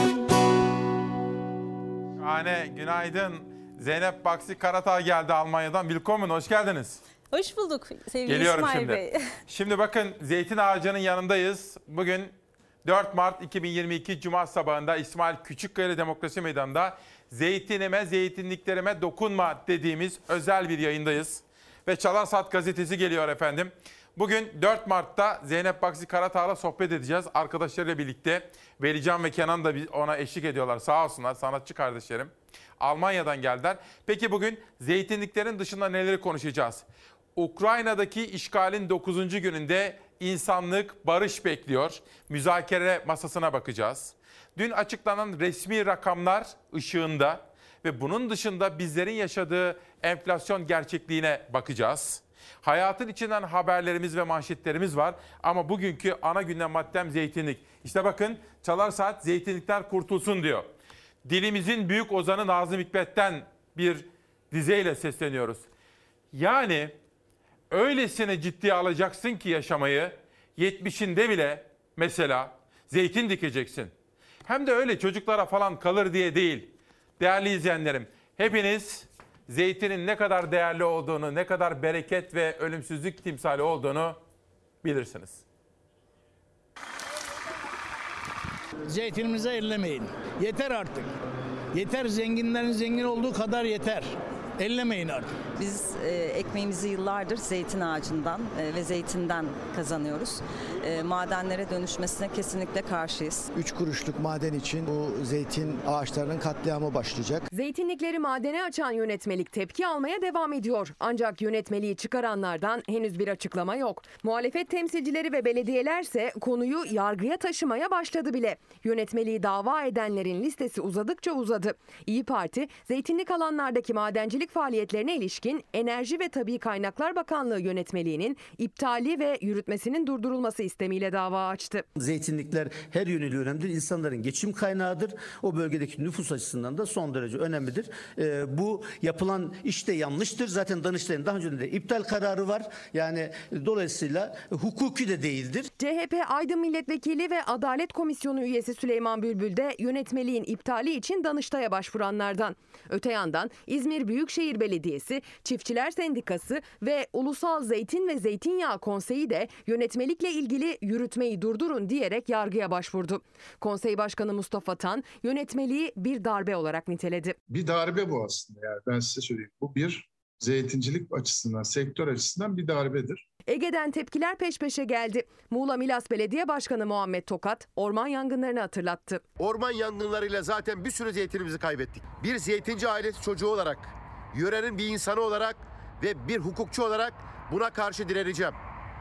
Şahane, günaydın. Zeynep Baksi Karatağ geldi Almanya'dan. Willkommen, hoş geldiniz. Hoş bulduk sevgili Geliyorum İsmail şimdi. Bey. Şimdi bakın, zeytin ağacının yanındayız. Bugün 4 Mart 2022 Cuma sabahında İsmail Küçükkaya Demokrasi Meydanı'nda zeytinime, zeytinliklerime dokunma dediğimiz özel bir yayındayız. Ve Çalar Saat gazetesi geliyor efendim. Bugün 4 Mart'ta Zeynep Baksi Karatağ'la sohbet edeceğiz arkadaşlarıyla birlikte. Velican ve Kenan da ona eşlik ediyorlar, sağ olsunlar, sanatçı kardeşlerim. Almanya'dan geldiler. Peki bugün zeytinliklerin dışında neleri konuşacağız? Ukrayna'daki işgalin 9. gününde insanlık barış bekliyor. Müzakere masasına bakacağız. Dün açıklanan resmi rakamlar ışığında ve bunun dışında bizlerin yaşadığı enflasyon gerçekliğine bakacağız. Hayatın içinden haberlerimiz ve manşetlerimiz var ama bugünkü ana gündem maddem zeytinlik. İşte bakın, Çalar Saat zeytinlikler kurtulsun diyor. Dilimizin büyük ozanı Nazım Hikmet'ten bir dizeyle sesleniyoruz. Yani öylesine ciddiye alacaksın ki yaşamayı, 70'inde bile mesela zeytin dikeceksin. Hem de öyle çocuklara falan kalır diye değil. Değerli izleyenlerim, hepiniz zeytinin ne kadar değerli olduğunu, ne kadar bereket ve ölümsüzlük timsali olduğunu bilirsiniz. Zeytinimizi ellemeyin. Yeter artık. Yeter, zenginlerin zengin olduğu kadar yeter. Ellemeyin artık. Biz ekmeğimizi yıllardır zeytin ağacından ve zeytinden kazanıyoruz. Madenlere dönüşmesine kesinlikle karşıyız. 3 kuruşluk maden için bu zeytin ağaçlarının katliamı başlayacak. Zeytinlikleri madene açan yönetmelik tepki almaya devam ediyor. Ancak yönetmeliği çıkaranlardan henüz bir açıklama yok. Muhalefet temsilcileri ve belediyelerse konuyu yargıya taşımaya başladı bile. Yönetmeliği dava edenlerin listesi uzadıkça uzadı. İYİ Parti, zeytinlik alanlardaki madencilik zeytincilik faaliyetlerine ilişkin Enerji ve Tabii Kaynaklar Bakanlığı yönetmeliğinin iptali ve yürütmesinin durdurulması istemiyle dava açtı. Zeytinlikler her yönüyle önemlidir. İnsanların geçim kaynağıdır. O bölgedeki nüfus açısından da son derece önemlidir. Bu yapılan iş de yanlıştır. Zaten Danıştay'ın daha önce de iptal kararı var. Yani dolayısıyla hukuki de değildir. CHP Aydın Milletvekili ve Adalet Komisyonu üyesi Süleyman Bülbül de yönetmeliğin iptali için Danıştay'a başvuranlardan. Öte yandan İzmir Büyükşehir Belediyesi, Çiftçiler Sendikası ve Ulusal Zeytin ve Zeytinyağı Konseyi de yönetmelikle ilgili yürütmeyi durdurun diyerek yargıya başvurdu. Konsey Başkanı Mustafa Tan yönetmeliği bir darbe olarak niteledi. Bir darbe bu aslında, yani ben size söyleyeyim. Bu bir zeytincilik açısından, sektör açısından bir darbedir. Ege'den tepkiler peş peşe geldi. Muğla Milas Belediye Başkanı Muhammed Tokat orman yangınlarını hatırlattı. Orman yangınlarıyla zaten bir sürü zeytinimizi kaybettik. Bir zeytinci ailesi çocuğu olarak, yörenin bir insanı olarak ve bir hukukçu olarak buna karşı direneceğim.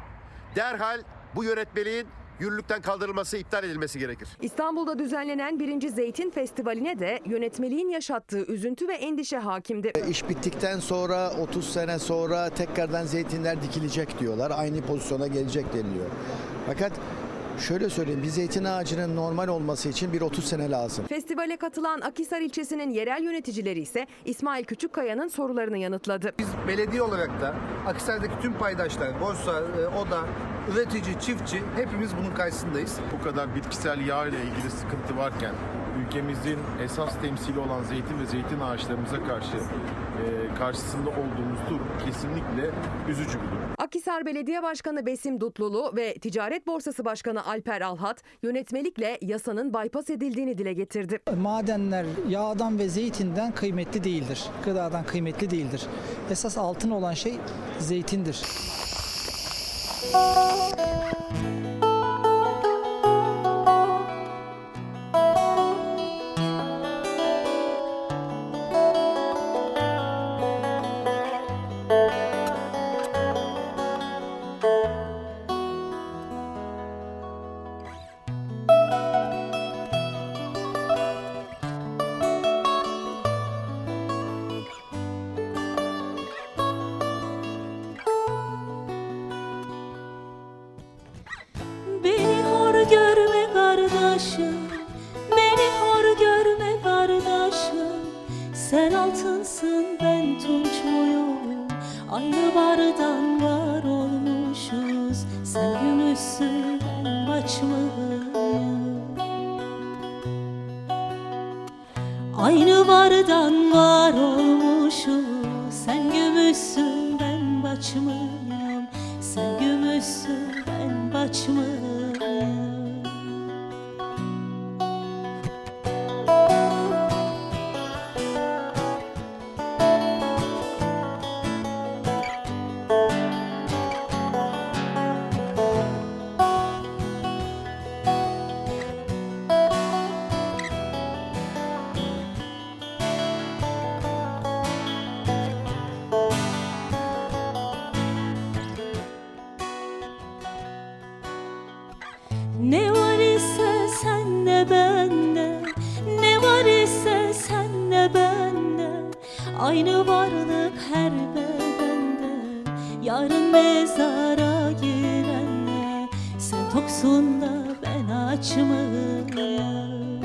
Derhal bu yönetmeliğin yürürlükten kaldırılması, iptal edilmesi gerekir. İstanbul'da düzenlenen 1. Zeytin Festivali'ne de yönetmeliğin yaşattığı üzüntü ve endişe hakimdi. İş bittikten sonra 30 sene sonra tekrardan zeytinler dikilecek diyorlar. Aynı pozisyona gelecek deniliyor. Fakat şöyle söyleyeyim, bir zeytin ağacının normal olması için bir 30 sene lazım. Festivale katılan Akhisar ilçesinin yerel yöneticileri ise İsmail Küçükkaya'nın sorularını yanıtladı. Biz belediye olarak da Akhisar'daki tüm paydaşlar, borsa, oda, üretici, çiftçi hepimiz bunun karşısındayız. Bu kadar bitkisel yağ ile ilgili sıkıntı varken ülkemizin esas temsili olan zeytin ve zeytin ağaçlarımıza karşısında olduğumuz durum kesinlikle üzücü bir durum. Akhisar Belediye Başkanı Besim Dutlulu ve Ticaret Borsası Başkanı Alper Alhat yönetmelikle yasanın bypass edildiğini dile getirdi. Madenler yağdan ve zeytinden kıymetli değildir. Gıdadan kıymetli değildir. Esas altın olan şey zeytindir. Beni hor görme kardeşim, beni hor görme kardeşim. Sen altınsın, ben tunç muyum? Aynı bardan var olmuşuz. Sen gümüşsün, ben baç mıyım? Aynı bardan var olmuşuz. Sen gümüşsün, ben baç mıyım? Sen gümüşsün, ben baç mıyım? Ne var ise senle bende, ne var ise senle bende. Aynı varlık her bedende. Yarın mezara girenle. Sen toksun da ben aç mıyım?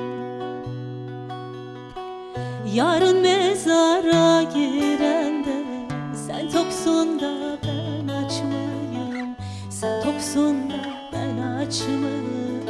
Yarın mezara girende. Sen toksun da ben aç mıyım? Sen toksun da ben aç mıyım?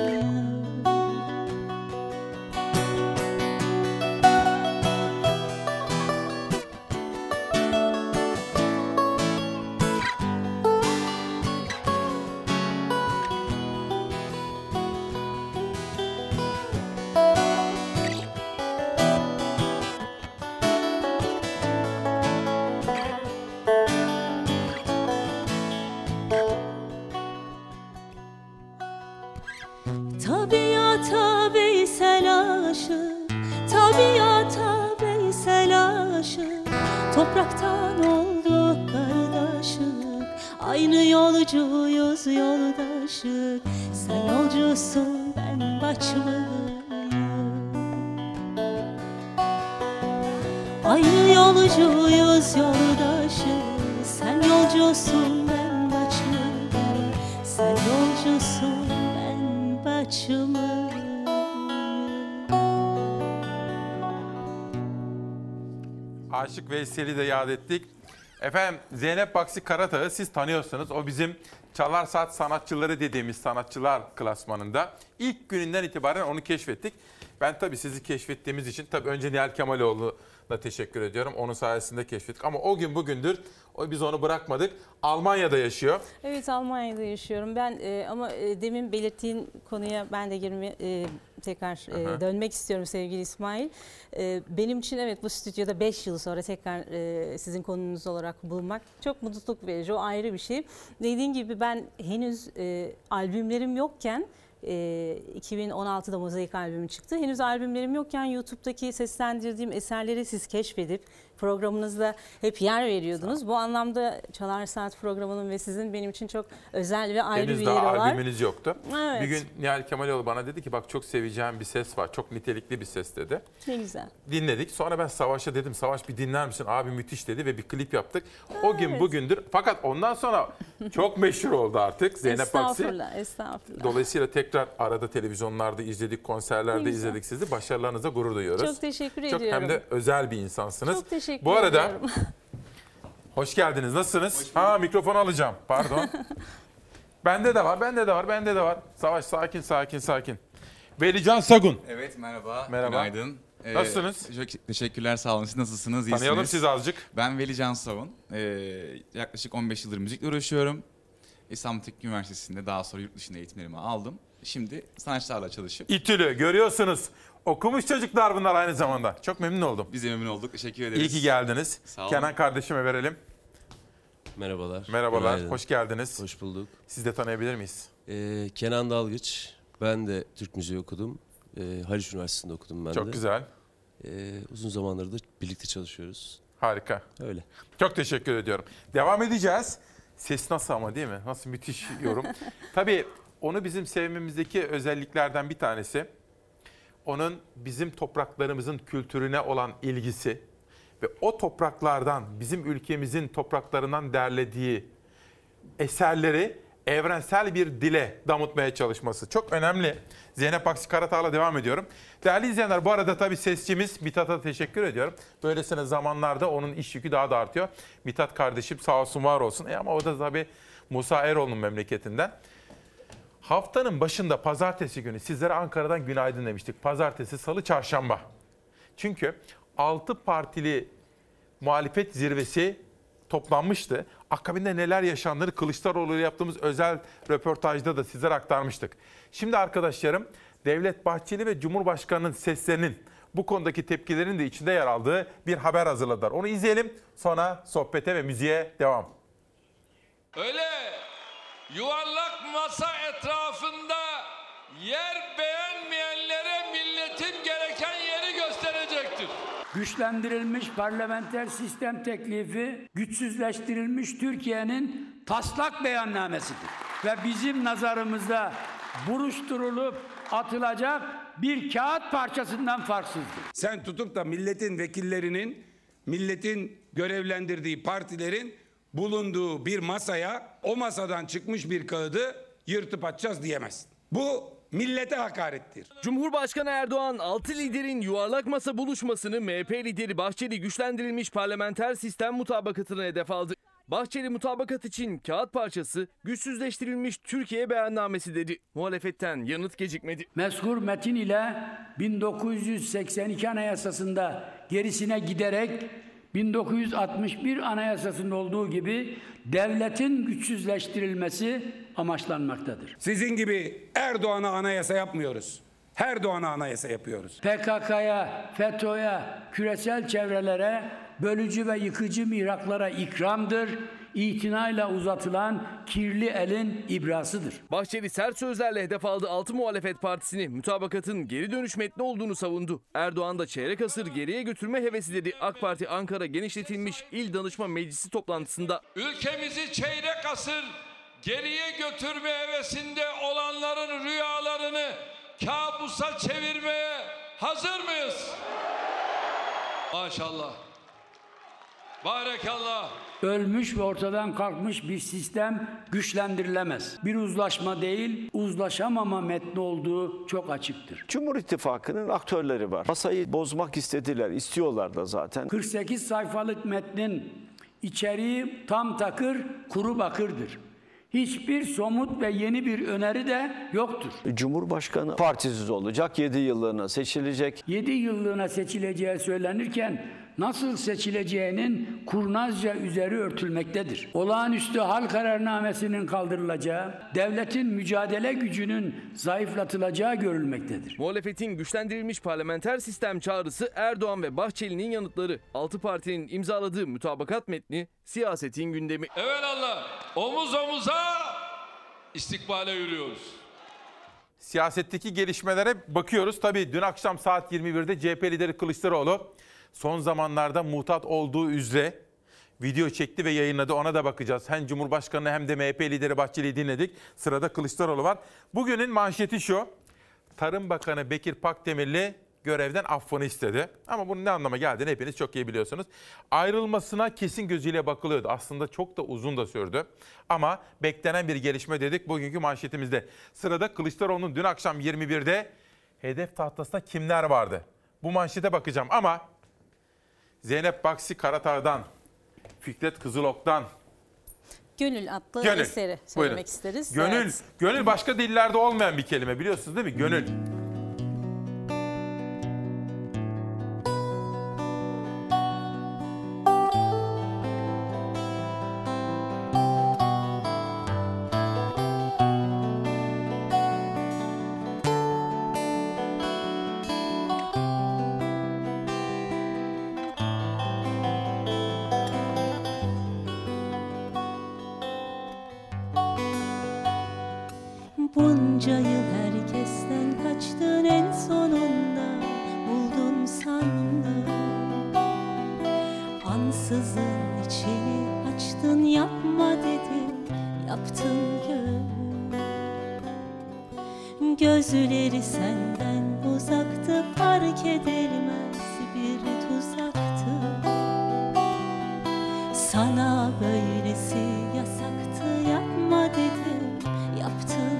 Tabiata Veysel aşık, tabiata Veysel aşık. Topraktan olduk kardeşik, aynı yolcuyuz yoldaşık. Sen yolcusun, ben başımıyım. Aynı yol Yolcuyuz yoldaşız, sen yolcusun ben başım, sen yolcusun ben başımı. Aşık Veysel'i de yad ettik. Efendim Zeynep Baksi Karatağ'ı siz tanıyorsunuz. O bizim Çalar Saat sanatçıları dediğimiz sanatçılar klasmanında. İlk gününden itibaren onu keşfettik. Ben tabii sizi keşfettiğimiz için tabii önce Nihal Kemaloğlu'na teşekkür ediyorum. Onun sayesinde keşfettik. Ama o gün bugündür biz onu bırakmadık. Almanya'da yaşıyor. Evet, Almanya'da yaşıyorum. Ben ama demin belirttiğin konuya ben de tekrar dönmek istiyorum sevgili İsmail. Benim için evet bu stüdyoda 5 yıl sonra tekrar sizin konunuz olarak bulunmak çok mutluluk verici. O ayrı bir şey. Dediğin gibi ben henüz albümlerim yokken 2016'da Mozaik albümü çıktı. Henüz albümlerim yokken YouTube'daki seslendirdiğim eserleri siz keşfedip programınızda hep yer veriyordunuz. Bu anlamda Çalar Saat programının ve sizin benim için çok özel ve ayrı bir yeri var. Henüz daha albümünüz yoktu. Evet. Bir gün Nihal Kemaloğlu bana dedi ki bak çok seveceğim bir ses var. Çok nitelikli bir ses dedi. Ne güzel. Dinledik. Sonra ben Savaş'a dedim. Savaş bir dinler misin? Abi müthiş dedi ve bir klip yaptık. O gün bugündür. Fakat ondan sonra çok meşhur oldu artık Zeynep Baksi. Estağfurullah. Dolayısıyla tekrar arada televizyonlarda izledik, konserlerde izledik sizi. Başarılarınıza gurur duyuyoruz. Çok teşekkür ediyorum. Hem de özel bir insansınız. Çok teşekkür Bu arada ediyorum. hoş geldiniz. Nasılsınız? Mikrofonu alacağım. Pardon. Bende de var. Savaş sakin. Velican Sagun. Evet, merhaba. Günaydın. Nasılsınız? Çok teşekkürler, sağ olun. Siz nasılsınız? İyisiniz. Tanıyalım sizi azıcık. Ben Velican Sagun. Yaklaşık 15 yıldır müzikle uğraşıyorum. İstanbul Teknik Üniversitesi'nde daha sonra yurt dışında eğitimlerimi aldım. Şimdi sanatçılarla çalışıp... İTÜ'lü görüyorsunuz. Okumuş çocuklar bunlar aynı zamanda. Çok memnun oldum. Biz de memnun olduk. Teşekkür ederiz. İyi ki geldiniz. Sağ olun. Kenan kardeşime verelim. Merhabalar. Merhabalar. Hoş geldiniz. Hoş bulduk. Siz de tanıyabilir miyiz? Kenan Dalgıç. Ben de Türk müziği okudum. Haliç Üniversitesi'nde okudum ben de. Çok güzel. Uzun zamandır da birlikte çalışıyoruz. Harika. Öyle. Çok teşekkür ediyorum. Devam edeceğiz. Ses nasıl ama değil mi? Nasıl müthiş yorum. Tabii onu bizim sevmemizdeki özelliklerden bir tanesi. Onun bizim topraklarımızın kültürüne olan ilgisi ve o topraklardan, bizim ülkemizin topraklarından derlediği eserleri evrensel bir dile damıtmaya çalışması. Çok önemli. Zeynep Baksi Karatağ'la devam ediyorum. Değerli izleyenler, bu arada tabii sesçimiz Mithat'a teşekkür ediyorum. Böylesine zamanlarda onun iş yükü daha da artıyor. Mithat kardeşim sağ olsun, var olsun. Ama o da tabii Musa Eroğlu'nun memleketinden. Haftanın başında pazartesi günü sizlere Ankara'dan günaydın demiştik. Pazartesi, salı, çarşamba. Çünkü 6 partili muhalefet zirvesi toplanmıştı. Akabinde neler yaşandığını Kılıçdaroğlu ile yaptığımız özel röportajda da sizlere aktarmıştık. Şimdi arkadaşlarım, Devlet Bahçeli ve Cumhurbaşkanı'nın seslerinin, bu konudaki tepkilerin de içinde yer aldığı bir haber hazırladılar. Onu izleyelim, sonra sohbete ve müziğe devam. Öyle yuvarlak masa etrafında yer beğenmeyenlere milletin gereken yeri gösterecektir. Güçlendirilmiş parlamenter sistem teklifi, güçsüzleştirilmiş Türkiye'nin taslak beyannamesidir. Ve bizim nazarımızda buruşturulup atılacak bir kağıt parçasından farksızdır. Sen tutup da milletin vekillerinin, milletin görevlendirdiği partilerin bulunduğu bir masaya, o masadan çıkmış bir kağıdı yırtıp atacağız diyemezsin. Bu millete hakarettir. Cumhurbaşkanı Erdoğan 6 liderin yuvarlak masa buluşmasını MHP lideri Bahçeli güçlendirilmiş parlamenter sistem mutabakatına hedef aldı. Bahçeli mutabakat için kağıt parçası güçsüzleştirilmiş Türkiye beyannamesi dedi. Muhalefetten yanıt gecikmedi. Mezkur metin ile 1982 Anayasası'nda gerisine giderek 1961 Anayasası'nda olduğu gibi devletin güçsüzleştirilmesi amaçlanmaktadır. Sizin gibi Erdoğan'a anayasa yapmıyoruz. Erdoğan'a anayasa yapıyoruz. PKK'ya, FETÖ'ye, küresel çevrelere, bölücü ve yıkıcı mihraklara ikramdır. İtinayla uzatılan kirli elin ibrasıdır. Bahçeli sert sözlerle hedef aldı 6 muhalefet partisini. Mutabakatın geri dönüş metni olduğunu savundu. Erdoğan da çeyrek asır geriye götürme hevesi dedi AK Parti Ankara genişletilmiş İl Danışma Meclisi toplantısında. Ülkemizi çeyrek asır geriye götürme hevesinde olanların rüyalarını kabusa çevirmeye hazır mıyız? Maşallah. Barakallah. Ölmüş ve ortadan kalkmış bir sistem güçlendirilemez. Bir uzlaşma değil, uzlaşamama metni olduğu çok açıktır. Cumhur İttifakı'nın aktörleri var. Masayı bozmak istediler, istiyorlar da zaten. 48 sayfalık metnin içeriği tam takır, kuru bakırdır. Hiçbir somut ve yeni bir öneri de yoktur. Cumhurbaşkanı partisiz olacak, 7 yıllığına seçilecek. 7 yıllığına seçileceği söylenirken nasıl seçileceğinin kurnazca üzeri örtülmektedir. Olağanüstü hal kararnamesinin kaldırılacağı, devletin mücadele gücünün zayıflatılacağı görülmektedir. Muhalefetin güçlendirilmiş parlamenter sistem çağrısı, Erdoğan ve Bahçeli'nin yanıtları, 6 partinin imzaladığı mutabakat metni, siyasetin gündemi. Evelallah omuz omuza istikbale yürüyoruz. Siyasetteki gelişmelere bakıyoruz. Tabii dün akşam saat 21'de CHP lideri Kılıçdaroğlu son zamanlarda mutat olduğu üzere video çekti ve yayınladı. Ona da bakacağız. Hem Cumhurbaşkanı hem de MHP lideri Bahçeli'yi dinledik. Sırada Kılıçdaroğlu var. Bugünün manşeti şu: Tarım Bakanı Bekir Pakdemirli görevden affını istedi. Ama bunun ne anlama geldiğini hepiniz çok iyi biliyorsunuz. Ayrılmasına kesin gözüyle bakılıyordu. Aslında çok da uzun da sürdü. Ama beklenen bir gelişme dedik bugünkü manşetimizde. Sırada Kılıçdaroğlu'nun dün akşam 21'de hedef tahtasında kimler vardı? Bu manşete bakacağım ama Zeynep Baksi Karatağ'dan, Fikret Kızılok'tan, Gönül adlı eseri söylemek isteriz. Gönül, evet. Gönül başka dillerde olmayan bir kelime, biliyorsunuz değil mi? Gönül. Bunca yıl herkesten kaçtın, en sonunda buldun sandım. Ansızın içini açtın, yapma dedim, yaptın gönül. Gözleri senden uzaktı, fark edilmez bir tuzaktı. Sana böylesi yasaktı, yapma dedim, yaptın.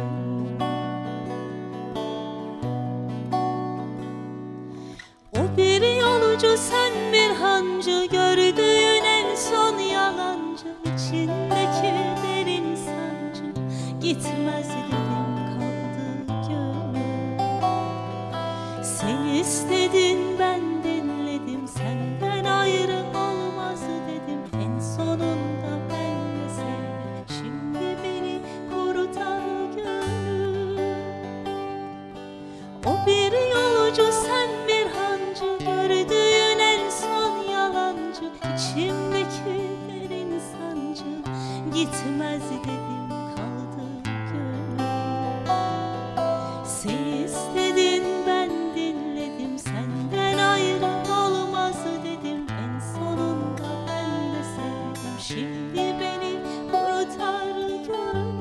O bir yolcu, sen bir hancı, gördüğün en son yalancı. İçindeki derin sancı, gitmez dedim, kaldı gönül. Sen istedin, ben dinledim, senden ayrı olmaz dedim. En sonunda ben de sevdim, şimdi beni kurtar gönül. O bir yolcu, sen bir hancı, gördüğün en son yalancı. İçimdeki derin sancı, gitmez dedim, kaldı gönül. Sen istedin, ben dinledim, senden ayrı olmaz dedim. En sonunda ben de sevdim, şimdi beni kurtar gönül.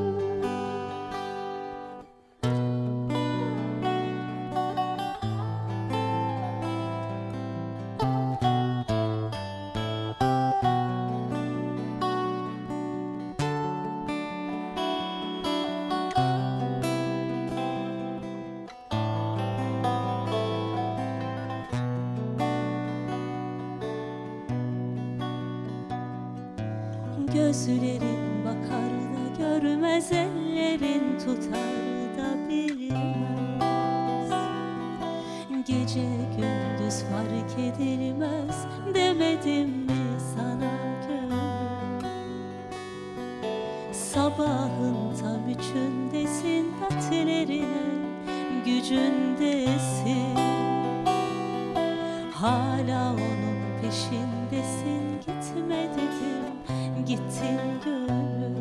Gözlerin bakar da görmez, ellerin tutar da bilmez. Gece gündüz fark edilmez, demedim mi sana gönül? Sabahın tam üçündesin, dertlerinin gücündesin. Hala onun peşindesin, gitme dedim, gittin gönül.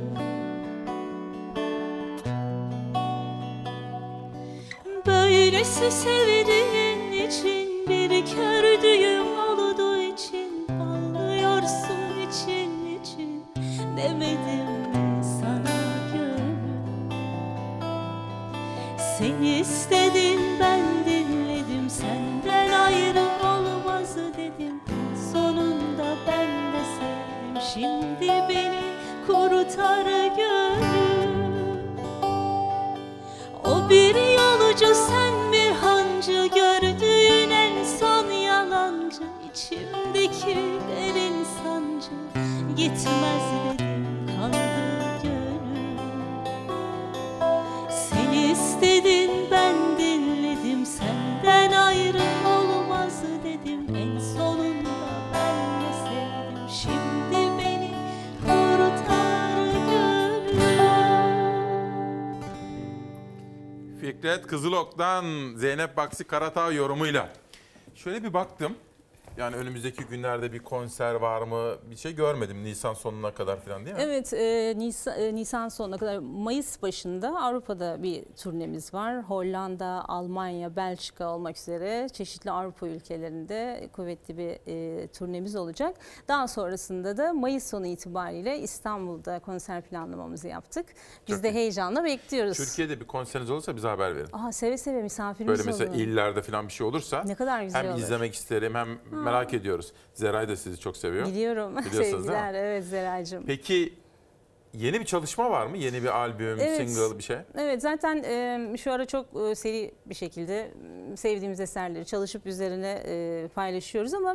Böylesi sevdiğin için, bir kördüğüm olduğu için, ağlıyorsun için için. Demedim mi sana gönül? Sen istedin, ben dinledim, senden ayrı olmaz dedim. Sonunda ben kurutar gönül. O bir yolcu, sen bir hancı, gördüğün en son yalancı. İçimdeki derin sancı gitmez dedim, kaldı gönül. Sen istedin, ben dinledim, senden ayrı olmaz dedim. En sonunda ben de sevdim, şimdi beni kurtar gönül. Fikret Kızılok'tan Zeynep Baksi Karatağ yorumuyla. Şöyle bir baktım. Yani önümüzdeki günlerde bir konser var mı? Bir şey görmedim Nisan sonuna kadar falan, değil mi? Evet, Nisan sonuna kadar, Mayıs başında Avrupa'da bir turnemiz var. Hollanda, Almanya, Belçika olmak üzere çeşitli Avrupa ülkelerinde kuvvetli bir turnemiz olacak. Daha sonrasında da Mayıs sonu itibariyle İstanbul'da konser planlamamızı yaptık. Biz de heyecanla bekliyoruz. Türkiye'de bir konseriniz olursa bize haber verin. Seve seve misafirimiz Böyle mesela olun. illerde falan bir şey olursa ne kadar güzel hem olur. izlemek isterim hem merak ediyoruz. Zeray da sizi çok seviyor. Biliyorum. Biliyorsunuz Sevgiler, değil mi? evet Zeraycığım. Peki yeni bir çalışma var mı? Yeni bir albüm, single bir şey? Evet, zaten şu ara çok seri bir şekilde sevdiğimiz eserleri çalışıp üzerine paylaşıyoruz ama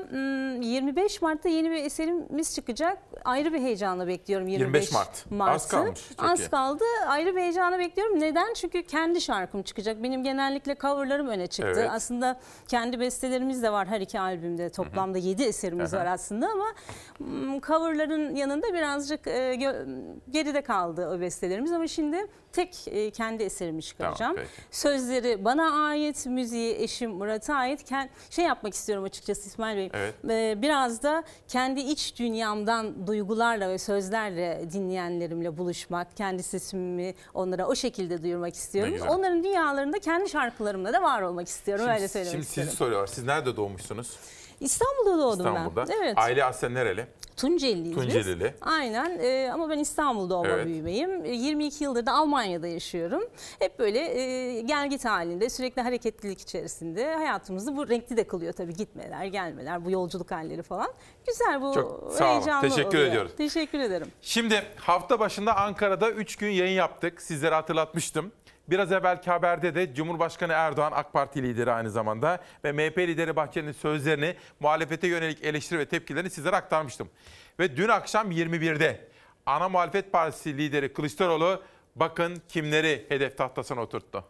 25 Mart'ta yeni bir eserimiz çıkacak. Ayrı bir heyecanla bekliyorum 25 Mart'ı. Az kalmış. Az kaldı. Ayrı bir heyecanla bekliyorum. Neden? Çünkü kendi şarkım çıkacak. Benim genellikle coverlarım öne çıktı. Evet. Aslında kendi bestelerimiz de var her iki albümde. Toplamda 7 eserimiz var aslında ama coverların yanında birazcık geride kaldı o bestelerimiz ama şimdi tek kendi eserimi çıkaracağım. Tamam, sözleri bana ait, müziği eşim Murat'a ait. Şey yapmak istiyorum açıkçası İsmail Bey. Evet. Biraz da kendi iç dünyamdan duygularla ve sözlerle dinleyenlerimle buluşmak, kendi sesimi onlara o şekilde duyurmak istiyorum. Onların dünyalarında kendi şarkılarımla da var olmak istiyorum. Öyle söylemek istiyorum. Sizi soruyorlar. Siz nerede doğmuşsunuz? İstanbul'da doğdum ben. Evet. Aile aslen nereli? Tunceli'liyiz Tuncelili. biz. Aynen ama ben İstanbul'da doğma büyümeyim. 22 yıldır da Almanya'da yaşıyorum. Hep böyle gel git halinde, sürekli hareketlilik içerisinde hayatımızı bu renkli de kılıyor tabii, gitmeler, gelmeler, bu yolculuk halleri falan. Güzel, bu çok sağ olun. Teşekkür ediyoruz. Teşekkür ederim. Şimdi hafta başında Ankara'da 3 gün yayın yaptık. Sizlere hatırlatmıştım. Biraz evvelki haberde de Cumhurbaşkanı Erdoğan, AK Parti lideri aynı zamanda ve MHP lideri Bahçeli'nin sözlerini, muhalefete yönelik eleştiri ve tepkilerini sizlere aktarmıştım. Ve dün akşam 21'de ana muhalefet partisi lideri Kılıçdaroğlu bakın kimleri hedef tahtasına oturttu.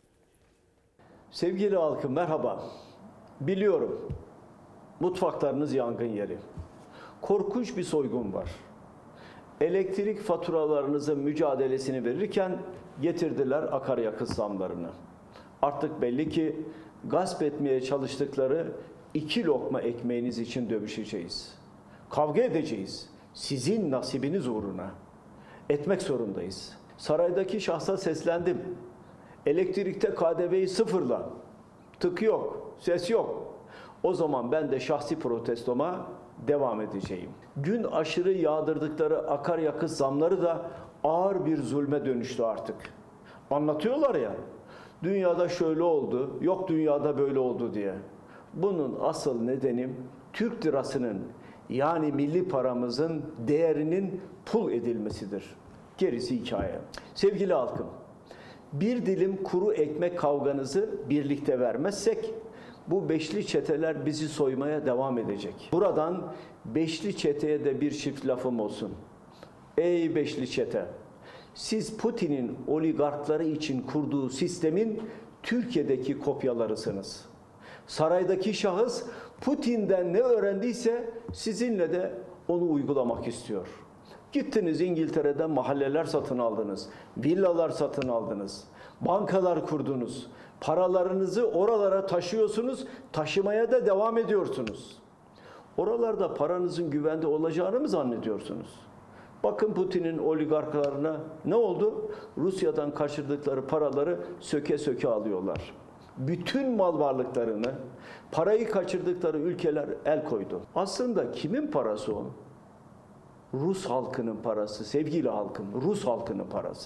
Sevgili halkım merhaba. Biliyorum mutfaklarınız yangın yeri. Korkunç bir soygun var. Elektrik faturalarınızın mücadelesini verirken getirdiler akaryakıt zamlarını. Artık belli ki gasp etmeye çalıştıkları 2 lokma ekmeğiniz için dövüşeceğiz. Kavga edeceğiz. Sizin nasibiniz uğruna. Etmek zorundayız. Saraydaki şahsa seslendim. Elektrikte KDV'yi sıfırla. Tık yok, ses yok. O zaman ben de şahsi protestoma devam edeceğim. Gün aşırı yağdırdıkları akaryakıt zamları da ağır bir zulme dönüştü artık. Anlatıyorlar ya, dünyada şöyle oldu, yok dünyada böyle oldu diye. Bunun asıl nedenim Türk lirasının, yani milli paramızın değerinin pul edilmesidir. Gerisi hikaye. Sevgili halkım, bir dilim kuru ekmek kavganızı birlikte vermezsek bu beşli çeteler bizi soymaya devam edecek. Buradan beşli çeteye de bir çift lafım olsun. Ey beşli çete! Siz Putin'in oligarkları için kurduğu sistemin Türkiye'deki kopyalarısınız. Saraydaki şahıs Putin'den ne öğrendiyse sizinle de onu uygulamak istiyor. Gittiniz İngiltere'den mahalleler satın aldınız, villalar satın aldınız, bankalar kurdunuz. Paralarınızı oralara taşıyorsunuz, taşımaya da devam ediyorsunuz. Oralarda paranızın güvende olacağını mı zannediyorsunuz? Bakın Putin'in oligarklarına ne oldu? Rusya'dan kaçırdıkları paraları söke söke alıyorlar. Bütün mal varlıklarını, parayı kaçırdıkları ülkeler el koydu. Aslında kimin parası o? Rus halkının parası, sevgili halkım, Rus halkının parası.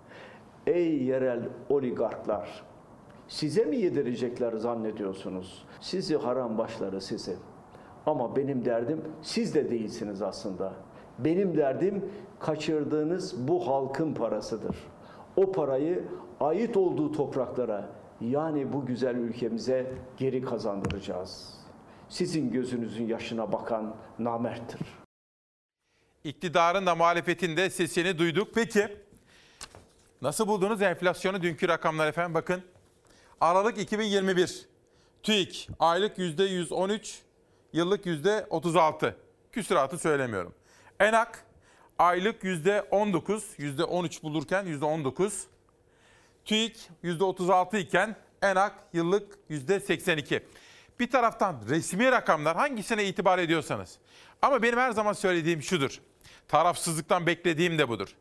Ey yerel oligarklar! Size mi yedirecekler zannediyorsunuz? Sizi haram başları sizi. Ama benim derdim siz de değilsiniz aslında. Benim derdim kaçırdığınız bu halkın parasıdır. O parayı ait olduğu topraklara, yani bu güzel ülkemize geri kazandıracağız. Sizin gözünüzün yaşına bakan namerttir. İktidarın da muhalefetin de sesini duyduk. Peki nasıl buldunuz enflasyonu, dünkü rakamlar efendim? Bakın Aralık 2021 TÜİK aylık %113, yıllık %36. Küsuratı söylemiyorum. ENAK aylık %19, %13 bulurken %19. TÜİK %36 iken ENAK yıllık %82. Bir taraftan resmi rakamlar, hangisine itibar ediyorsanız. Ama benim her zaman söylediğim şudur. Tarafsızlıktan beklediğim de budur.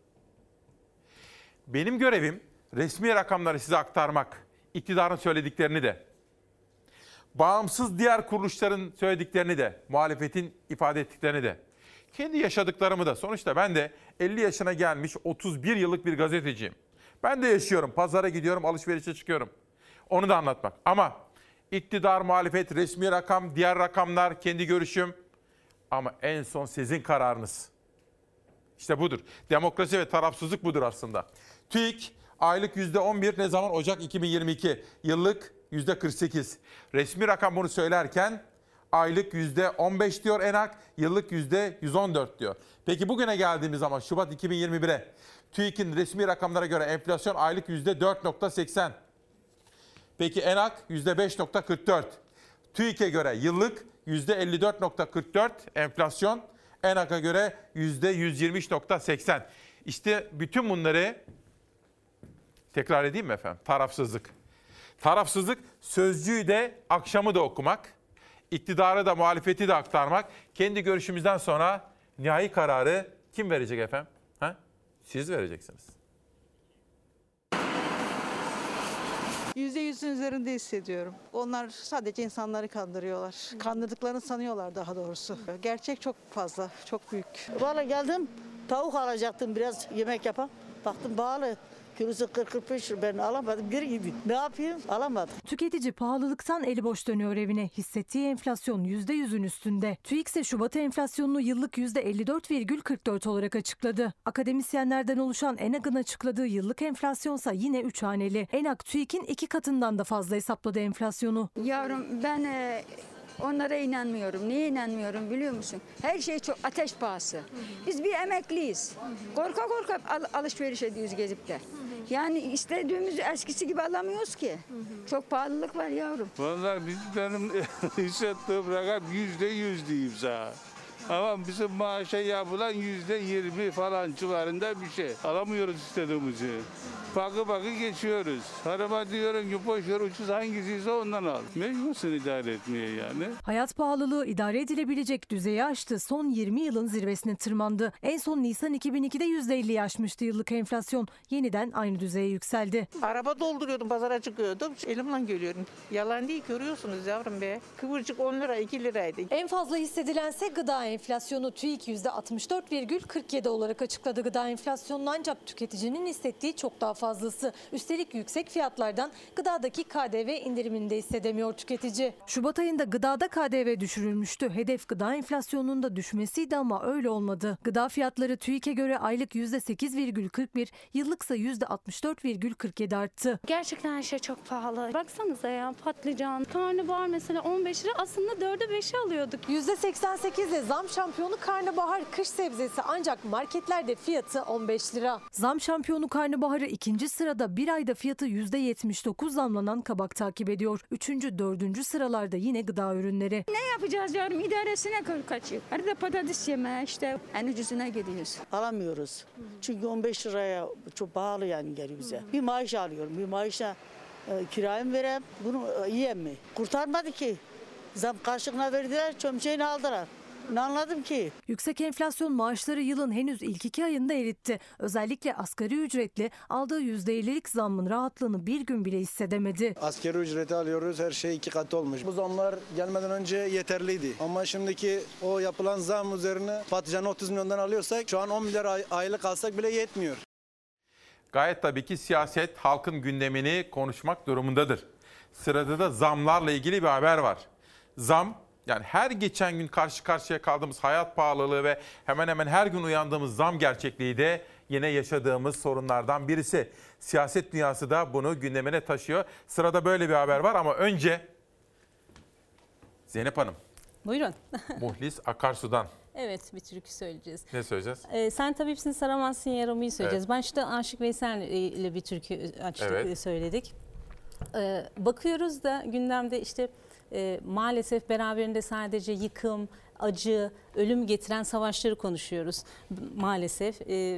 Benim görevim resmi rakamları size aktarmak. İktidarın söylediklerini de. Bağımsız diğer kuruluşların söylediklerini de. Muhalefetin ifade ettiklerini de. Kendi yaşadıklarımı da. Sonuçta ben de 50 yaşına gelmiş 31 yıllık bir gazeteciyim. Ben de yaşıyorum. Pazara gidiyorum, alışverişe çıkıyorum. Onu da anlatmak. Ama iktidar, muhalefet, resmi rakam, diğer rakamlar, kendi görüşüm. Ama en son sizin kararınız. İşte budur. Demokrasi ve tarafsızlık budur aslında. TÜİK aylık %11 ne zaman? Ocak 2022. Yıllık %48. Resmi rakam bunu söylerken aylık %15 diyor ENAK, yıllık %114 diyor. Peki bugüne geldiğimiz zaman Şubat 2021'e TÜİK'in resmi rakamlara göre enflasyon aylık %4.80. Peki ENAK %5.44. TÜİK'e göre yıllık %54.44 enflasyon, ENAK'a göre %120.80. İşte bütün bunları tekrar edeyim mi efendim? Tarafsızlık. Tarafsızlık sözcüğü de akşamı da okumak, iktidarı da muhalefeti de aktarmak. Kendi görüşümüzden sonra nihai kararı kim verecek efendim? Ha? Siz vereceksiniz. %100'ün üzerinde hissediyorum. Onlar sadece insanları kandırıyorlar. Kandırdıklarını sanıyorlar daha doğrusu. Gerçek çok fazla, çok büyük. Vallahi geldim, tavuk alacaktım biraz yemek yapan. Baktım pahalı. Kilosu 40-45 lira, ben alamadım, geri gideyim. Ne yapayım? Alamadım. Tüketici pahalılıktan eli boş dönüyor evine. Hissettiği enflasyon %100'ün üstünde. TÜİK ise Şubat enflasyonunu yıllık %54,44 olarak açıkladı. Akademisyenlerden oluşan ENAK'ın açıkladığı yıllık enflasyonsa yine 3 haneli. ENAK TÜİK'in 2 katından da fazla hesapladı enflasyonu. Yavrum ben onlara inanmıyorum. Niye inanmıyorum biliyor musun? Her şey çok ateş pahası. Biz bir emekliyiz. Korka korka alışveriş ediyoruz gezip de. Yani istediğimizi eskisi gibi alamıyoruz ki. Çok pahalılık var yavrum. Vallahi benim hissettiğim rakam %100 diyeyim sana. Ama bizim maaşa yapılan %20 falan civarında bir şey. Alamıyoruz istediğimizi. Bakı geçiyoruz. Araba diyorum ki boş ver, ucuz hangisiyse ondan al. Mecbursun idare etmeye yani. Hayat pahalılığı idare edilebilecek düzeyi aştı. Son 20 yılın zirvesine tırmandı. En son Nisan 2002'de %50'yi aşmıştı yıllık enflasyon. Yeniden aynı düzeye yükseldi. Araba dolduruyordum, pazara çıkıyordum. Elimle görüyorum. Yalan değil, görüyorsunuz yavrum be. Kıvırcık 10 lira, 2 liraydı. En fazla hissedilense gıda enflasyonu. TÜİK %64,47 olarak açıkladı gıda enflasyonunu, ancak tüketicinin hissettiği çok daha fazlası. Üstelik yüksek fiyatlardan gıdadaki KDV indirimini de hissedemiyor tüketici. Şubat ayında gıdada KDV düşürülmüştü. Hedef gıda enflasyonunun da düşmesiydi ama öyle olmadı. Gıda fiyatları TÜİK'e göre aylık %8,41, yıllıksa %64,47 arttı. Gerçekten her şey çok pahalı. Baksanıza ya, patlıcan, karnabahar mesela 15 lira, aslında 4'e 5'e alıyorduk. %88 ile zam şampiyonu karnabahar kış sebzesi, ancak marketlerde fiyatı 15 lira. Zam şampiyonu karnabaharı ikinci sırada, bir ayda fiyatı %79 zamlanan kabak takip ediyor. 3. 4. sıralarda yine gıda ürünleri. Ne yapacağız yavrum? İdaresine kaçıyor. Arada patates yeme işte. En ucuzuna gidiyoruz. Alamıyoruz. Çünkü 15 liraya çok pahalı yani geliyor bize. Bir maaş alıyorum. Bir maaşla kirayı mı vereyim? Bunu yiyeyim mi? Kurtarmadı ki. Zam karşılığına verdiler, çömçeğini aldılar. Ne anladım ki? Yüksek enflasyon maaşları yılın henüz ilk 2 ayında eritti. Özellikle asgari ücretli aldığı %50'lik zammın rahatlığını bir gün bile hissedemedi. Asgari ücreti alıyoruz, her şey 2 kat olmuş. Bu zamlar gelmeden önce yeterliydi. Ama şimdiki o yapılan zam üzerine patlıcanı 30 milyondan alıyorsak şu an 10 milyar aylık alsak bile yetmiyor. Gayet tabii ki siyaset halkın gündemini konuşmak durumundadır. Sırada da zamlarla ilgili bir haber var. Zam Yani her geçen gün karşı karşıya kaldığımız hayat pahalılığı ve hemen hemen her gün uyandığımız zam gerçekliği de yine yaşadığımız sorunlardan birisi. Siyaset dünyası da bunu gündemine taşıyor. Sırada böyle bir haber var ama önce Zeynep Hanım. Buyurun. Muhlis Akarsu'dan. Evet, bir türkü söyleyeceğiz. Ne söyleyeceğiz? Sen tabipsin saramazsın yaramıyı söyleyeceğiz. Evet. Başta Aşık Veysel ile bir türkü açtık, söyledik. Bakıyoruz da gündemde işte maalesef beraberinde sadece yıkım, acı, ölüm getiren savaşları konuşuyoruz maalesef.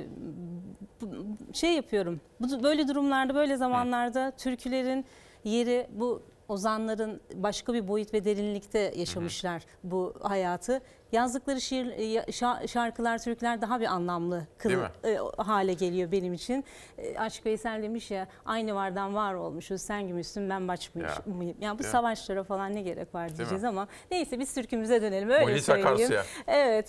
Yapıyorum, böyle durumlarda, böyle zamanlarda türkülerin yeri, bu ozanların başka bir boyut ve derinlikte yaşamışlar bu hayatı. Yazdıkları şarkılar, türküler daha bir anlamlı hale geliyor benim için. Aşık Veysel demiş ya, aynı vardan var olmuşuz, sen gümüşsün ben mıyım? Yani bu savaşlara falan ne gerek var diyeceğiz ama neyse biz türkümüze dönelim, öyle Muhlis söyleyeyim. Akarsu'ya. Evet.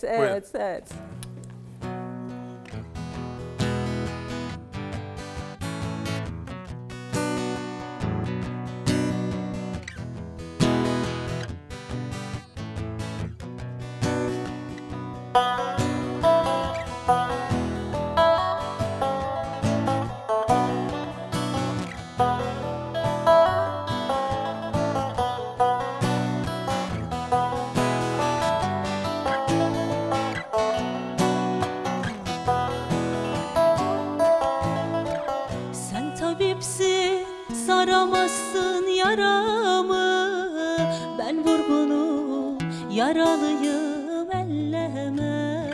Sen tabipsin, saramazsın yaramı, ben vurgunum, yaralıyım, elleme.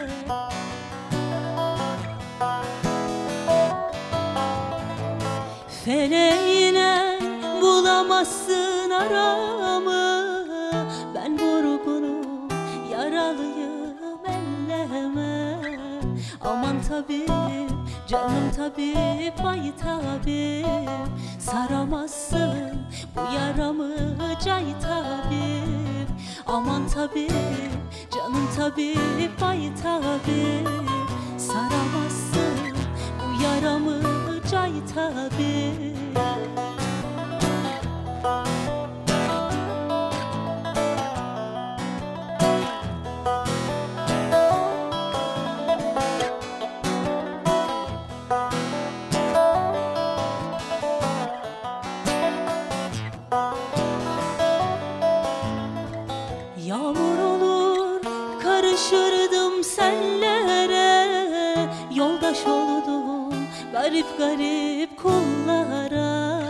Feleğine bulamazsın aramı, ben vurgunum, yaralıyım, elleme. Aman tabip, canım tabip, ay tabip, saramazsın bu yaramı, cay tabip. Aman tabip, canım tabip, ay tabip, saramazsın bu yaramı, cay tabip. Yağmur olur, karışırdım sellere, yoldaş oldum garip garip kullara.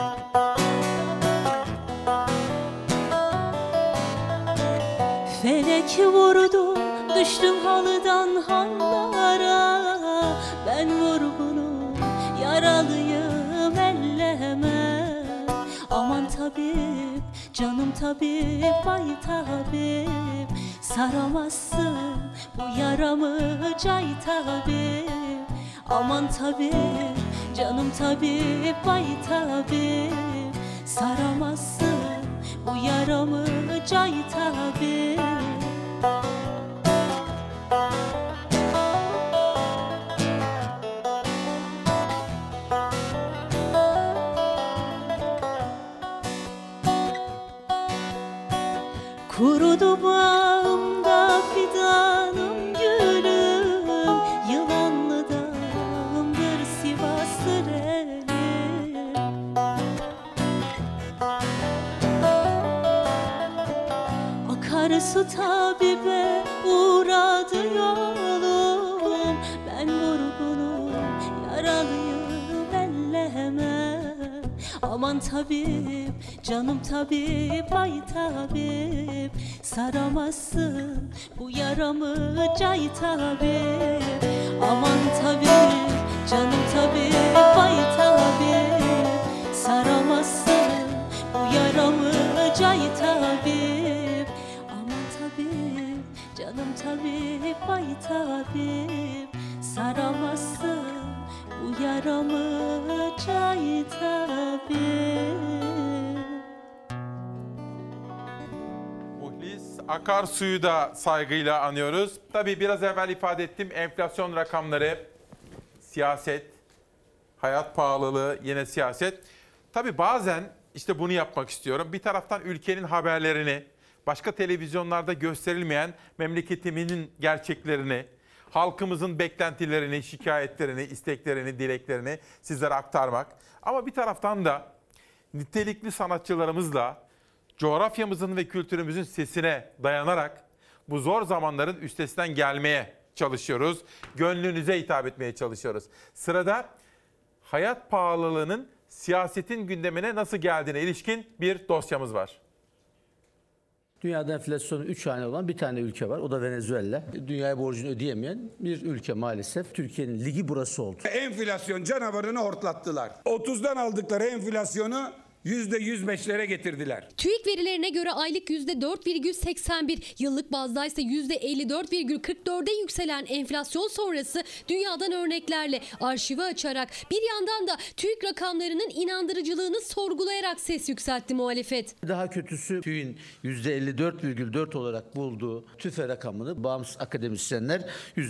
Felek vurdu, düştüm halıdan hallara, ben vurgunum, yaralıyım, elleme. Aman tabip, canım tabip, ay tabip, saramazsın bu yaramı, cay tabip. Aman tabip, canım tabip, ay tabip, saramazsın bu yaramı, cay tabip. Kurudu bağımda fidanım, gülüm, yılanlı dağımdır Sivaslı relim. Akarsu tabibe uğradı yolum, ben vurgunum, yaralıyım, elleme. Aman tabip, canım tabip, ay tabip, saramazsın bu yaramı, cay tabip. Aman tabip, canım tabip, ay tabip, saramazsın bu yaramı, cay tabip. Aman tabip, canım tabip, ay tabip, saramazsın bu yaramı, cay tabip. Muhlis Akarsu'yu da saygıyla anıyoruz. Tabii biraz evvel ifade ettim, enflasyon rakamları, siyaset, hayat pahalılığı, yine siyaset. Tabii bazen işte bunu yapmak istiyorum. Bir taraftan ülkenin haberlerini, başka televizyonlarda gösterilmeyen memleketimin gerçeklerini, halkımızın beklentilerini, şikayetlerini, isteklerini, dileklerini sizlere aktarmak. Ama bir taraftan da nitelikli sanatçılarımızla coğrafyamızın ve kültürümüzün sesine dayanarak bu zor zamanların üstesinden gelmeye çalışıyoruz. Gönlünüze hitap etmeye çalışıyoruz. Sırada hayat pahalılığının siyasetin gündemine nasıl geldiğine ilişkin bir dosyamız var. Dünyada enflasyonu 3 hane olan bir tane ülke var. O da Venezuela. Dünyaya borcunu ödeyemeyen bir ülke maalesef. Türkiye'nin ligi burası oldu. Enflasyon canavarını hortlattılar. 30'dan aldıkları enflasyonu %105'lere getirdiler. TÜİK verilerine göre aylık %4,81, yıllık bazda ise %54,44'e yükselen enflasyon sonrası dünyadan örneklerle arşivi açarak bir yandan da TÜİK rakamlarının inandırıcılığını sorgulayarak ses yükseltti muhalefet. Daha kötüsü TÜİK'in %54,4 olarak bulduğu TÜFE rakamını bağımsız akademisyenler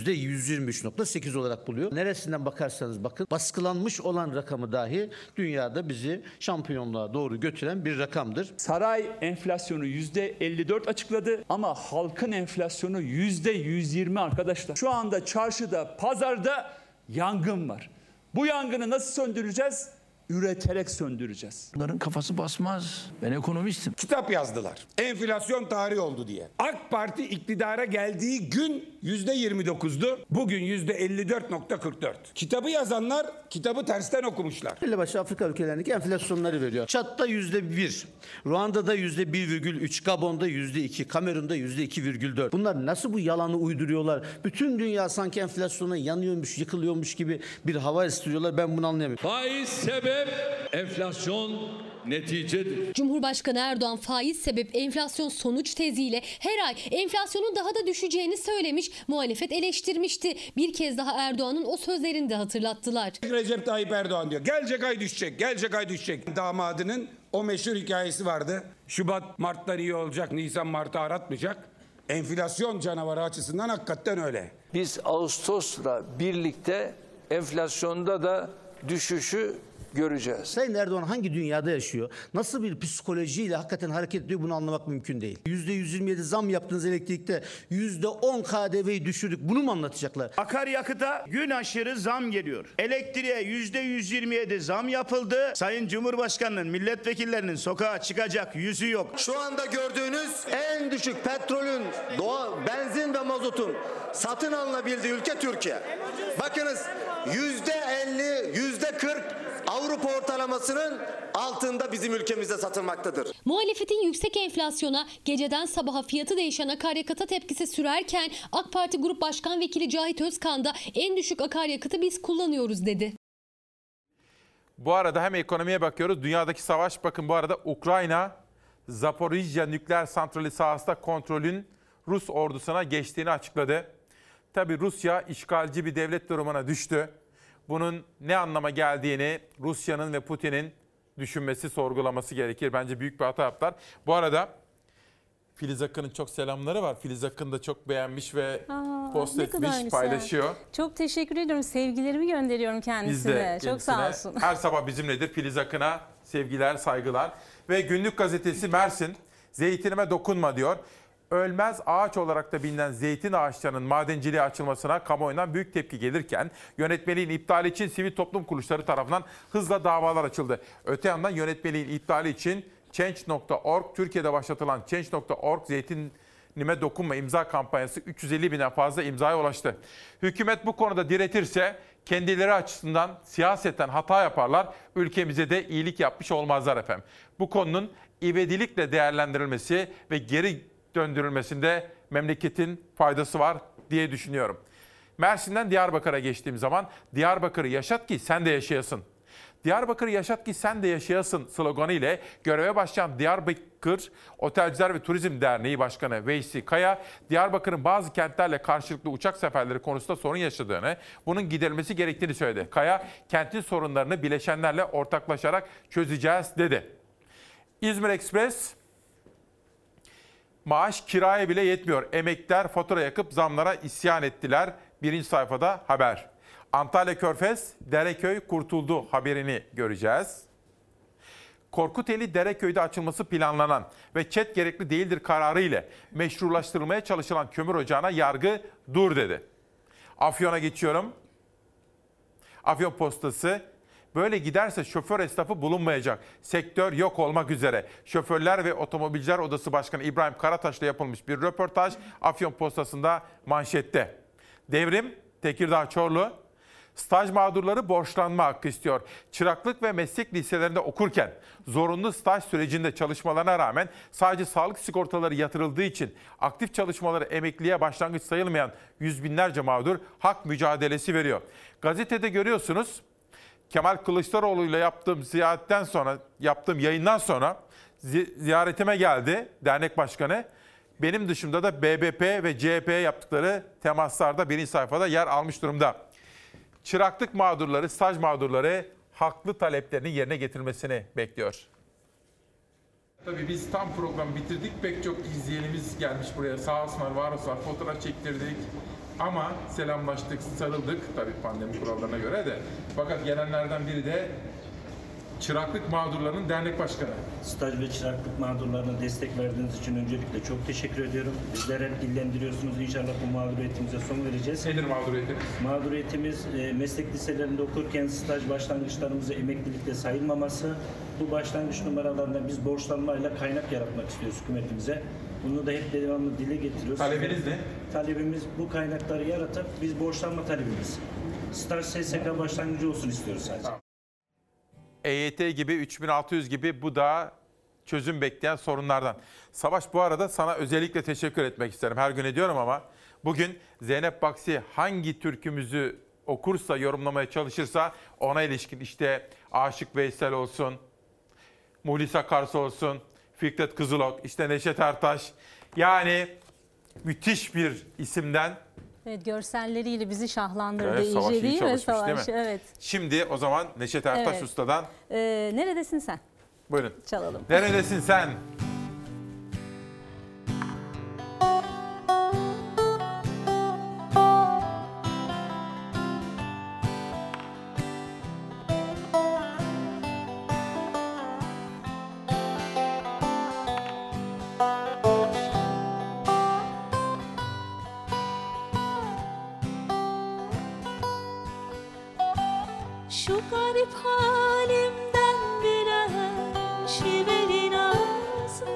%123,8 olarak buluyor. Neresinden bakarsanız bakın baskılanmış olan rakamı dahi dünyada bizi şampiyonluğa doğru götüren bir rakamdır. Saray enflasyonu %54 açıkladı ama halkın enflasyonu %120 arkadaşlar. Şu anda çarşıda, pazarda yangın var. Bu yangını nasıl söndüreceğiz? Üreterek söndüreceğiz. Bunların kafası basmaz. Ben ekonomistim. Kitap yazdılar. Enflasyon tarihi oldu diye. AK Parti iktidara geldiği gün %29'du. Bugün %54,44. Kitabı yazanlar kitabı tersten okumuşlar. Belli Afrika ülkelerindeki enflasyonları veriyor. Çad'da %1, Ruanda'da %1,3, Gabon'da %2, Kamerun'da %2,4. Bunlar nasıl bu yalanı uyduruyorlar? Bütün dünya sanki enflasyona yanıyormuş, yıkılıyormuş gibi bir hava estiriyorlar. Ben bunu anlayamıyorum. Faiz sebep, enflasyon neticedir. Cumhurbaşkanı Erdoğan faiz sebep enflasyon sonuç teziyle her ay enflasyonun daha da düşeceğini söylemiş, muhalefet eleştirmişti. Bir kez daha Erdoğan'ın o sözlerini de hatırlattılar. Recep Tayyip Erdoğan diyor. Gelecek ay düşecek, gelecek ay düşecek. Damadının o meşhur hikayesi vardı. Şubat, Mart'tan iyi olacak, Nisan, Mart'ı aratmayacak. Enflasyon canavarı açısından hakikaten öyle. Biz Ağustos'la birlikte enflasyonda da düşüşü göreceğiz. Sayın Erdoğan hangi dünyada yaşıyor? Nasıl bir psikolojiyle hakikaten hareket ediyor bunu anlamak mümkün değil. %127 zam yaptığınız elektrikte %10 KDV'yi düşürdük. Bunu mu anlatacaklar? Akaryakıta gün aşırı zam geliyor. Elektriğe %127 zam yapıldı. Sayın Cumhurbaşkanı'nın, milletvekillerinin sokağa çıkacak yüzü yok. Şu anda gördüğünüz en düşük petrolün, benzin ve mazotun satın alınabildiği ülke Türkiye. Bakınız %50, %40 Avrupa ortalamasının altında bizim ülkemizde satılmaktadır. Muhalefetin yüksek enflasyona geceden sabaha fiyatı değişen akaryakıta tepkisi sürerken AK Parti Grup Başkan Vekili Cahit Özkan da en düşük akaryakıtı biz kullanıyoruz dedi. Bu arada hem ekonomiye bakıyoruz. Dünyadaki savaş bakın bu arada Ukrayna Zaporijya nükleer santrali sahasında kontrolün Rus ordusuna geçtiğini açıkladı. Tabii Rusya işgalci bir devlet durumuna düştü. Bunun ne anlama geldiğini Rusya'nın ve Putin'in düşünmesi, sorgulaması gerekir. Bence büyük bir hata yaptılar. Bu arada Filiz Akın'ın çok selamları var. Filiz Akın da çok beğenmiş ve post etmiş, paylaşıyor. Çok teşekkür ediyorum. Sevgilerimi gönderiyorum kendisine. Biz de çok sağ olsun. Her sabah bizimledir. Filiz Akın'a sevgiler, saygılar. Ve Günlük Gazetesi Mersin, zeytinime dokunma diyor. Ölmez ağaç olarak da bilinen zeytin ağaçlarının madenciliğe açılmasına kamuoyundan büyük tepki gelirken yönetmeliğin iptali için sivil toplum kuruluşları tarafından hızla davalar açıldı. Öte yandan yönetmeliğin iptali için Change.org, Türkiye'de başlatılan Change.org zeytinime dokunma imza kampanyası 350 binden fazla imzaya ulaştı. Hükümet bu konuda diretirse kendileri açısından siyaseten hata yaparlar, ülkemize de iyilik yapmış olmazlar efendim. Bu konunun ivedilikle değerlendirilmesi ve geri döndürülmesinde memleketin faydası var diye düşünüyorum. Mersin'den Diyarbakır'a geçtiğim zaman Diyarbakır'ı yaşat ki sen de yaşayasın. Diyarbakır'ı yaşat ki sen de yaşayasın sloganı ile göreve başlayan Diyarbakır Otelciler ve Turizm Derneği Başkanı Veysi Kaya, Diyarbakır'ın bazı kentlerle karşılıklı uçak seferleri konusunda sorun yaşadığını, bunun giderilmesi gerektiğini söyledi. Kaya, kentin sorunlarını bileşenlerle ortaklaşarak çözeceğiz dedi. İzmir Ekspres, maaş kiraya bile yetmiyor. Emekliler fatura yakıp zamlara isyan ettiler. Birinci sayfada haber. Antalya Körfez, Dereköy kurtuldu haberini göreceğiz. Korkuteli Dereköy'de açılması planlanan ve ÇED gerekli değildir kararı ile meşrulaştırılmaya çalışılan kömür ocağına yargı dur dedi. Afyon'a geçiyorum. Afyon Postası, böyle giderse şoför esnafı bulunmayacak. Sektör yok olmak üzere. Şoförler ve Otomobilciler Odası Başkanı İbrahim Karataş'la yapılmış bir röportaj Afyon Postası'nda manşette. Devrim, Tekirdağ Çorlu, staj mağdurları borçlanma hakkı istiyor. Çıraklık ve meslek liselerinde okurken zorunlu staj sürecinde çalışmalarına rağmen sadece sağlık sigortaları yatırıldığı için aktif çalışmaları emekliye başlangıç sayılmayan yüz binlerce mağdur hak mücadelesi veriyor. Gazetede görüyorsunuz, Kemal Kılıçdaroğlu ile yaptığım yayından sonra ziyaretime geldi dernek başkanı. Benim dışımda da BBP ve CHP'ye yaptıkları temaslarda birinci sayfada yer almış durumda. Çıraklık mağdurları, staj mağdurları haklı taleplerinin yerine getirilmesini bekliyor. Tabii biz tam programı bitirdik. Pek çok izleyenimiz gelmiş buraya. Sağ olsunlar, var olsunlar. Fotoğraf çektirdik. Ama selamlaştık, sarıldık. Tabii pandemi kurallarına göre de. Fakat gelenlerden biri de Çıraklık Mağdurları'nın dernek başkanı. Staj ve çıraklık mağdurlarına destek verdiğiniz için öncelikle çok teşekkür ediyorum. Bizler hep dillendiriyorsunuz. İnşallah bu mağduriyetimize son vereceğiz. Nedir mağduriyetimiz? Mağduriyetimiz meslek liselerinde okurken staj başlangıçlarımızı emeklilikte sayılmaması. Bu başlangıç numaralarında biz borçlanmayla kaynak yaratmak istiyoruz hükümetimize. Bunu da hep devamlı dile getiriyoruz. Talebiniz ne? Talebimiz bu kaynakları yaratıp biz borçlanma talebimiz. Staj SSK başlangıcı olsun istiyoruz sadece. Tamam. EYT gibi, 3600 gibi bu da çözüm bekleyen sorunlardan. Savaş, bu arada sana özellikle teşekkür etmek isterim. Her gün ediyorum ama bugün Zeynep Baksi hangi türkümüzü okursa, yorumlamaya çalışırsa ona ilişkin işte Aşık Veysel olsun, Muhlis Akarsu olsun, Fikret Kızılok, işte Neşet Ertaş. Yani müthiş bir isimden. Evet, görselleriyle bizi şahlandırdı Evet, Savaş iyice, değil mi Savaş? Savaş? Değil mi? Evet. Şimdi o zaman Neşet Ertaş Evet. Usta'dan. Neredesin sen? Buyurun. Çalalım. Neredesin sen? Şu garip halimden bilen şiveli nazım,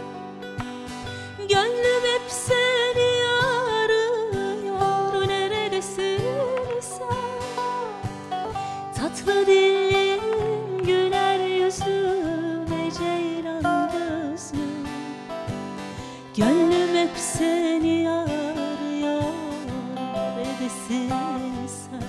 gönlüm hep seni arıyor. Neredesin sen? Tatlı dilin, güler yüzün, ceylan gözlüm, gönlüm hep seni arıyor. Neredesin sen?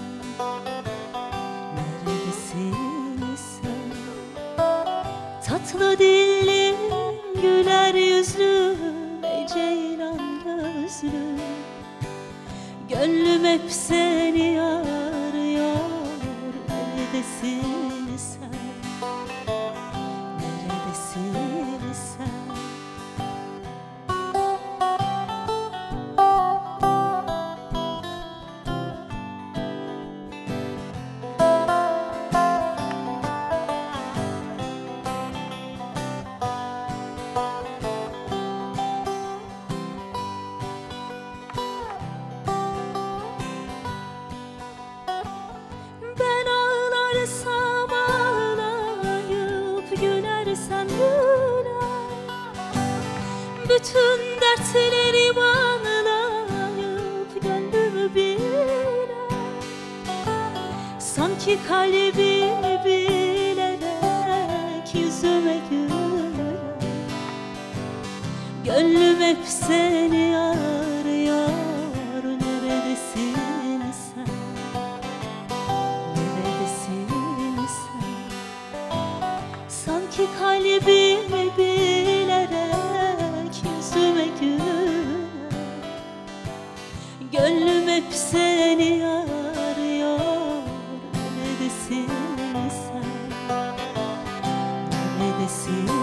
Tatlı dillim, güler yüzlüm, ceylan gözlüm, gönlüm hep seni arıyor. Neredesin sen? Neredesin sen? Ben ağlarsam ağlayıp gülersem güler, bütün dertleri anlayıp gönlümü biler. Sanki kalbimi bilerek yüzüme güler, gönlüm hep seni arıyor. Neredesin sen? Neredesin sen? Sanki kalbimi bilerek yüzüme güler, gönlüm hep seni arıyor. Neredesin sen? Neredesin sen?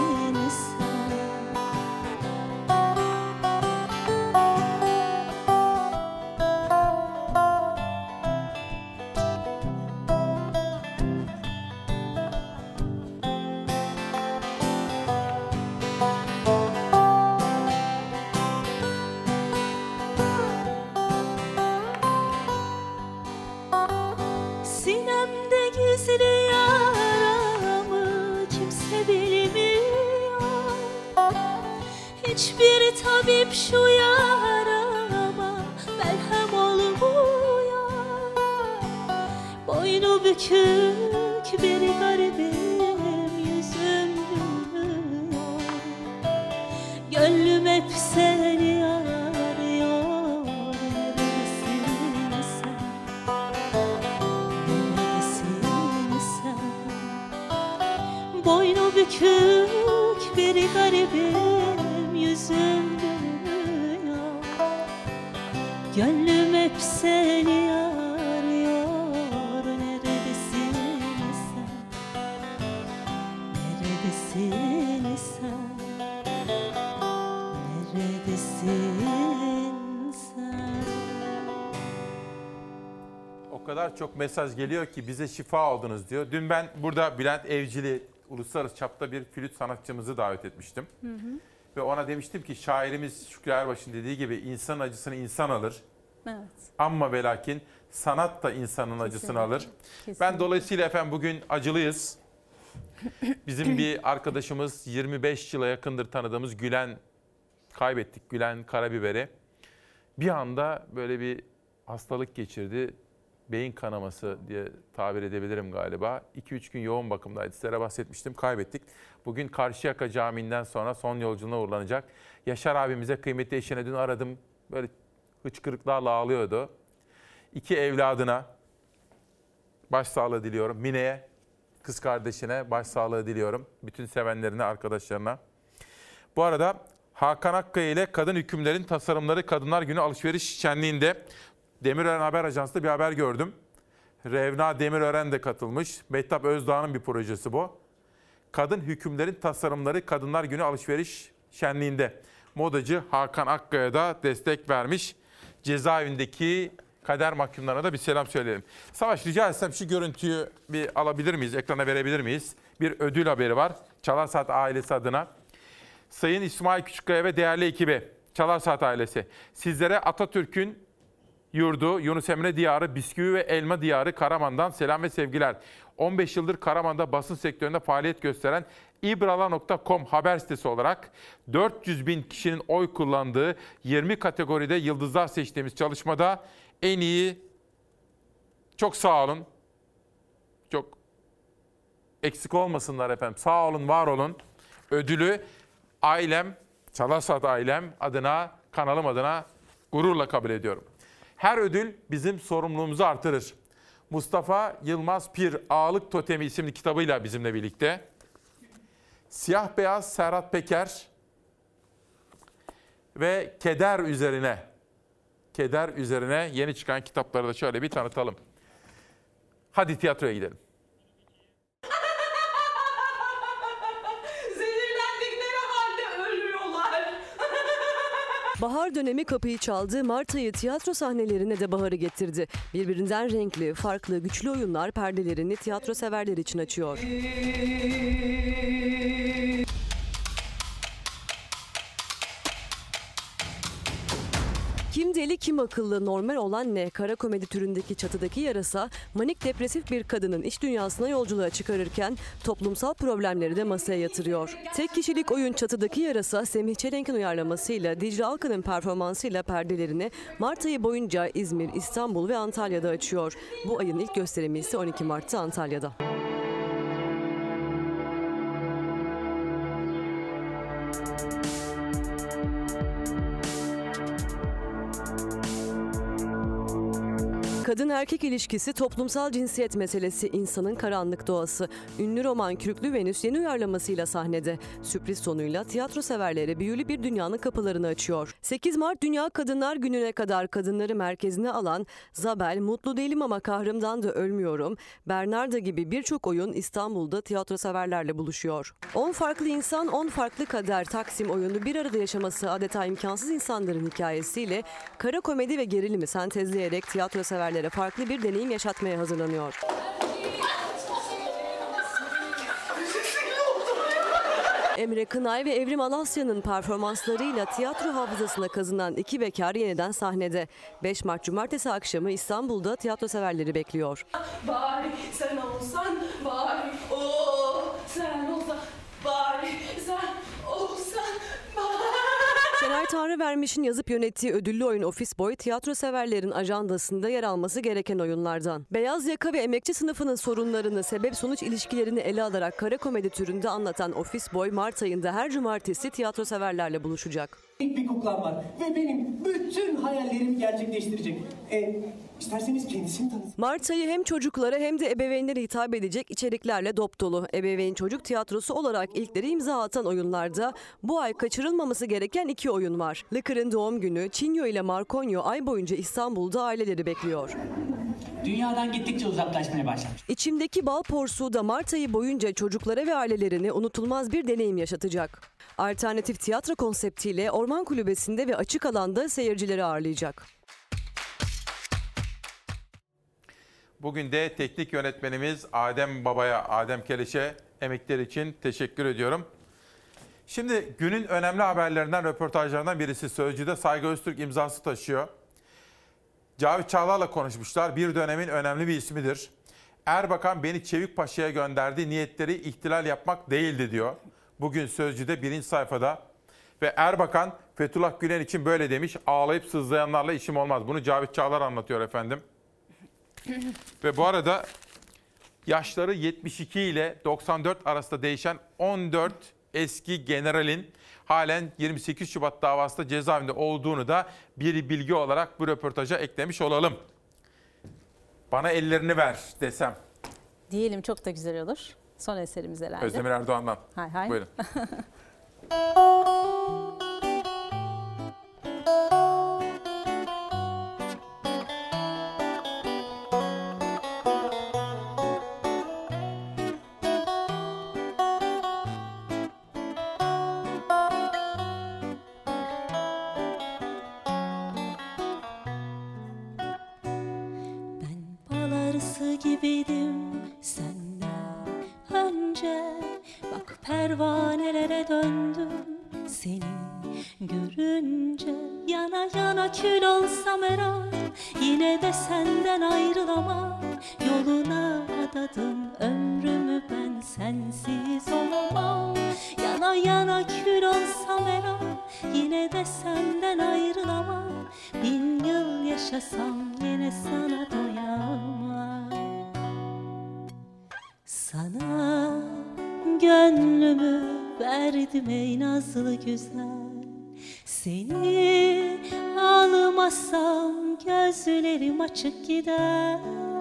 bükük bir garibim, yüzüm gülüyor. Gönlüm hep seni arıyor. Neredesin sen? Neredesin sen? Boynu bükük bir garibim, yüzüm gülüyor. Gönlüm hep seni arıyor. Neredesin sen? Neredesin sen? Neredesin sen? O kadar çok mesaj geliyor ki bize şifa oldunuz diyor. Dün ben burada Bülent Evcili uluslararası çapta bir flüt sanatçımızı davet etmiştim. Hı hı. Ve ona demiştim ki şairimiz Şükrü Erbaş'ın dediği gibi insan acısını insan alır. Evet. Ama ve lakin sanat da insanın acısını alır. Kesinlikle. Ben dolayısıyla efendim bugün acılıyız. Bizim bir arkadaşımız 25 yıla yakındır tanıdığımız Gülen, kaybettik Gülen Karabiber'i. Bir anda böyle bir hastalık geçirdi. Beyin kanaması diye tabir edebilirim galiba. 2-3 gün yoğun bakımdaydı. Sizlere bahsetmiştim. Kaybettik. Bugün Karşıyaka Camii'nden sonra son yolculuğuna uğurlanacak. Yaşar abimize, kıymetli eşine dün aradım. Böyle hıçkırıklarla ağlıyordu. 2 evladına başsağlığı diliyorum. Mine'ye, kız kardeşine başsağlığı diliyorum. Bütün sevenlerine, arkadaşlarına. Bu arada Hakan Akkaya ile Kadın Hükümlerin Tasarımları Kadınlar Günü Alışveriş Şenliği'nde Demirören Haber Ajansı'nda bir haber gördüm. Revna Demirören de katılmış. Mehtap Özdağ'ın bir projesi bu. Kadın Hükümlerin Tasarımları Kadınlar Günü Alışveriş Şenliği'nde modacı Hakan Akkaya da destek vermiş. Cezaevindeki kader mahkumlarına da bir selam söyleyelim. Savaş, rica etsem şu görüntüyü bir alabilir miyiz? Ekrana verebilir miyiz? Bir ödül haberi var. Çalar Saat ailesi adına. Sayın İsmail Küçükkaya ve değerli ekibi, Çalar Saat ailesi, sizlere Atatürk'ün yurdu, Yunus Emre Diyarı, bisküvi ve elma diyarı Karaman'dan selam ve sevgiler. 15 yıldır Karaman'da basın sektöründe faaliyet gösteren ibrala.com haber sitesi olarak 400 bin kişinin oy kullandığı 20 kategoride yıldızlar seçtiğimiz çalışmada en iyi, çok sağ olun, çok eksik olmasınlar efendim, sağ olun, var olun, ödülü ailem, Çalar Saat ailem adına, kanalım adına gururla kabul ediyorum. Her ödül bizim sorumluluğumuzu artırır. Mustafa Yılmaz Pir, Ağalık Totemi isimli kitabıyla bizimle birlikte. Siyah Beyaz Serhat Peker ve Keder üzerine yeni çıkan kitapları da şöyle bir tanıtalım. Hadi tiyatroya gidelim. Bahar dönemi kapıyı çaldı, Mart ayı tiyatro sahnelerine de baharı getirdi. Birbirinden renkli, farklı, güçlü oyunlar perdelerini tiyatro severler için açıyor. Kim deli kim akıllı, normal olan ne? Kara komedi türündeki Çatıdaki Yarasa, manik depresif bir kadının iç dünyasına yolculuğa çıkarırken toplumsal problemleri de masaya yatırıyor. Tek kişilik oyun Çatıdaki Yarasa, Semih Çelenk'in uyarlamasıyla Dicle Alkan'ın performansıyla perdelerini Mart ayı boyunca İzmir, İstanbul ve Antalya'da açıyor. Bu ayın ilk gösterimi ise 12 Mart'ta Antalya'da. Kadın erkek ilişkisi, toplumsal cinsiyet meselesi, insanın karanlık doğası. Ünlü roman Kürklü Venüs yeni uyarlamasıyla sahnede. Sürpriz sonuyla tiyatro severlere büyülü bir dünyanın kapılarını açıyor. 8 Mart Dünya Kadınlar Günü'ne kadar kadınları merkezine alan Zabel, Mutlu Değilim Ama Kahrımdan da Ölmüyorum, Bernarda gibi birçok oyun İstanbul'da tiyatro severlerle buluşuyor. 10 farklı insan, 10 farklı kader, Taksim oyunu bir arada yaşaması adeta imkansız insanların hikayesiyle kara komedi ve gerilimi sentezleyerek tiyatro severlere farklı bir deneyim yaşatmaya hazırlanıyor. Emre Kınay ve Evrim Alasya'nın performanslarıyla tiyatro hafızasına kazınan iki bekar yeniden sahnede. 5 Mart Cumartesi akşamı İstanbul'da tiyatro severleri bekliyor. Bari sen olsan, bari sen olsan, bari sen olsan, bari. Şener Tanrıvermiş'in yazıp yönettiği ödüllü oyun Office Boy, tiyatro severlerin ajandasında yer alması gereken oyunlardan. Beyaz yaka ve emekçi sınıfının sorunlarını, sebep-sonuç ilişkilerini ele alarak kara komedi türünde anlatan Office Boy, Mart ayında her cumartesi tiyatro severlerle buluşacak. Bir kuklam var ve benim bütün hayallerimi gerçekleştirecek. İsterseniz kendisini tanısın. Mart ayı hem çocuklara hem de ebeveynlere hitap edecek içeriklerle dop dolu. Ebeveyn çocuk tiyatrosu olarak ilkleri imza atan oyunlarda bu ay kaçırılmaması gereken 2 oyun var. Lıkır'ın doğum günü, Çinyo ile Markonyo ay boyunca İstanbul'da aileleri bekliyor. Dünyadan gittikçe uzaklaşmaya başlamış. İçimdeki bal porsuğu da Mart ayı boyunca çocuklara ve ailelerine unutulmaz bir deneyim yaşatacak. Alternatif tiyatro konseptiyle Orman Kulübesi'nde ve açık alanda seyircileri ağırlayacak. Bugün de teknik yönetmenimiz Adem Baba'ya, Adem Keleş'e emekleri için teşekkür ediyorum. Şimdi günün önemli haberlerinden, röportajlarından birisi Sözcü'de Saygı Öztürk imzası taşıyor. Cavit Çağlar'la konuşmuşlar. Bir dönemin önemli bir ismidir. Erbakan beni Çevikpaşa'ya gönderdi. Niyetleri ihtilal yapmak değildi diyor. Bugün Sözcü'de 1. sayfada. Ve Erbakan Fethullah Gülen için böyle demiş. Ağlayıp sızlayanlarla işim olmaz. Bunu Cavit Çağlar anlatıyor efendim. Ve bu arada yaşları 72 ile 94 arasında değişen 14 eski generalin halen 28 Şubat davasında cezaevinde olduğunu da bir bilgi olarak bu röportaja eklemiş olalım. Bana ellerini ver desem. Diyelim, çok da güzel olur. Son eserimiz herhalde. Özdemir Erdoğan'dan. Hay hay. Buyurun. Gibiydim senden önce, bak pervanelere döndüm seni görünce. Yana yana kül olsam her an, yine de senden ayrılamam. Yoluna adadım ömrümü, ben sensiz olamam. Yana yana kül olsam her an, yine de senden ayrılamam. 1000 yıl yaşasam yine sana doyamam. Sana gönlümü verdim ey nazlı güzel. Seni almasam gözlerim açık gider.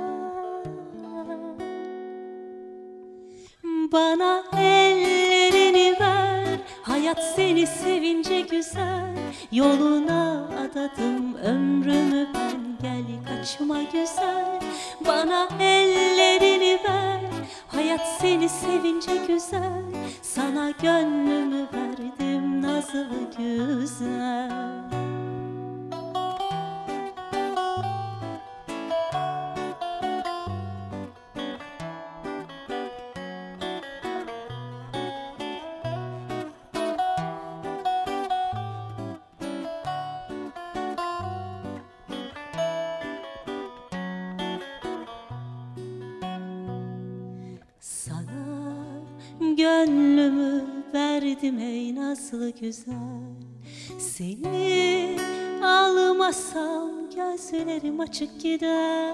Bana ellerini ver, hayat seni sevince güzel. Yoluna adadım ömrümü ben, gel kaçma güzel. Bana ellerini ver, hayat seni sevince güzel. Sana gönlümü verdim nazlı güzel. Gönlümü verdim ey nazlı güzel. Seni almasam gözlerim açık gider.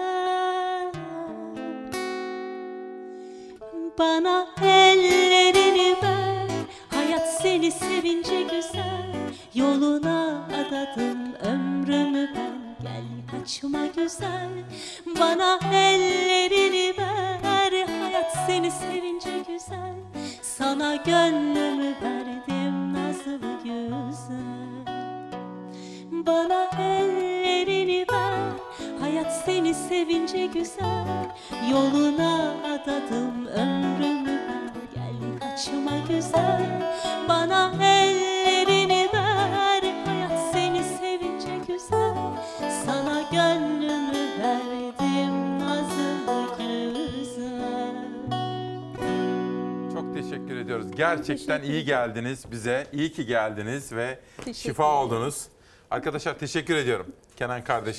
Bana ellerini ver, hayat seni sevince güzel. Yoluna adadım ömrümü ben, gel kaçma güzel. Bana ellerini ver, hayat seni sevince güzel. Sana gönlümü verdim nazlı güzel. Bana ellerini ver, hayat seni sevince güzel. Yoluna adadım ömrümü ben, gel kaçma güzel. Bana ellerini ver, hayat seni sevince güzel. Sana gönlümü verdim nazlı güzel. Çok teşekkür ediyoruz. Gerçekten iyi geldiniz bize. İyi ki geldiniz ve şifa oldunuz. Arkadaşlar teşekkür ediyorum. Kenan kardeşim,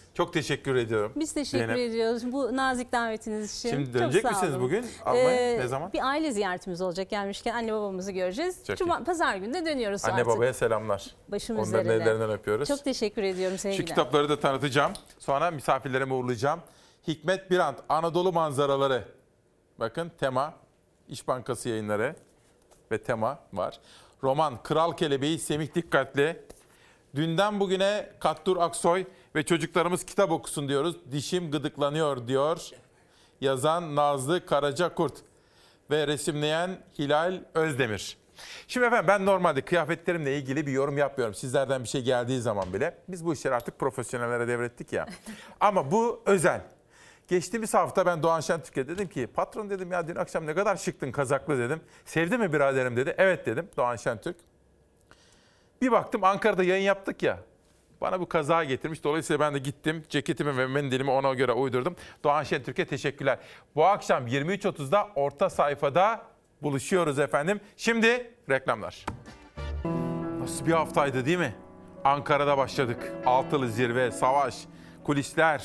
Çok teşekkür ediyorum. Biz teşekkür Zeynep. ediyoruz bu nazik davetiniz için. Şimdi Çok dönecek sağ misiniz olun. bugün Almanya? Ne zaman? Bir aile ziyaretimiz olacak. Gelmişken anne babamızı göreceğiz. Çok Pazar günü de dönüyoruz Anne artık. babaya selamlar. Başım Onların üzerine. ellerinden öpüyoruz. Çok teşekkür ediyorum sevgiler. Şu kitapları da tanıtacağım. Sonra misafirlerimi uğurlayacağım. Hikmet Birant, Anadolu Manzaraları. Bakın tema, İş Bankası Yayınları ve tema var. Roman Kral Kelebeği, Semih Dikkatli. Dünden bugüne Kattur Aksoy ve çocuklarımız kitap okusun diyoruz. Dişim gıdıklanıyor diyor. Yazan Nazlı Karacakurt ve resimleyen Hilal Özdemir. Şimdi efendim ben normalde kıyafetlerimle ilgili bir yorum yapmıyorum. Sizlerden bir şey geldiği zaman bile. Biz bu işleri artık profesyonellere devrettik ya. Ama bu özel. Geçtiğimiz hafta ben Doğan Şentürk'e dedim ki patron dedim ya dün akşam ne kadar şıktın kazaklı dedim. Sevdi mi biraderim dedi. Evet dedim Doğan Şentürk. Bir baktım Ankara'da yayın yaptık ya. Bana bu kazağı getirmiş. Dolayısıyla ben de gittim. Ceketimi ve mendilimi ona göre uydurdum. Doğan Şentürk'e teşekkürler. Bu akşam 23.30'da orta sayfada buluşuyoruz efendim. Şimdi reklamlar. Nasıl bir haftaydı değil mi? Ankara'da başladık. Altılı zirve, savaş, kulisler.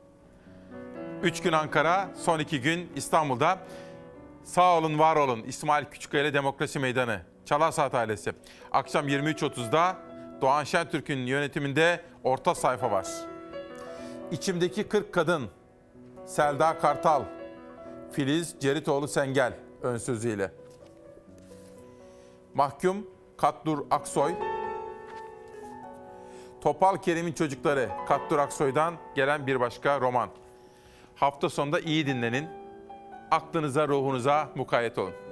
3 gün Ankara, son 2 gün İstanbul'da. Sağ olun, var olun. İsmail Küçükkaya Demokrasi Meydanı. Çalar ailesi. Akşam 23.30'da Doğan Şentürk'ün yönetiminde orta sayfa var. İçimdeki 40 kadın. Selda Kartal, Filiz Ceritoğlu Sengel ön sözüyle. Mahkum Kattur Aksoy. Topal Kerim'in çocukları Kattur Aksoy'dan gelen bir başka roman. Hafta sonunda iyi dinlenin. Aklınıza, ruhunuza mukayyet olun.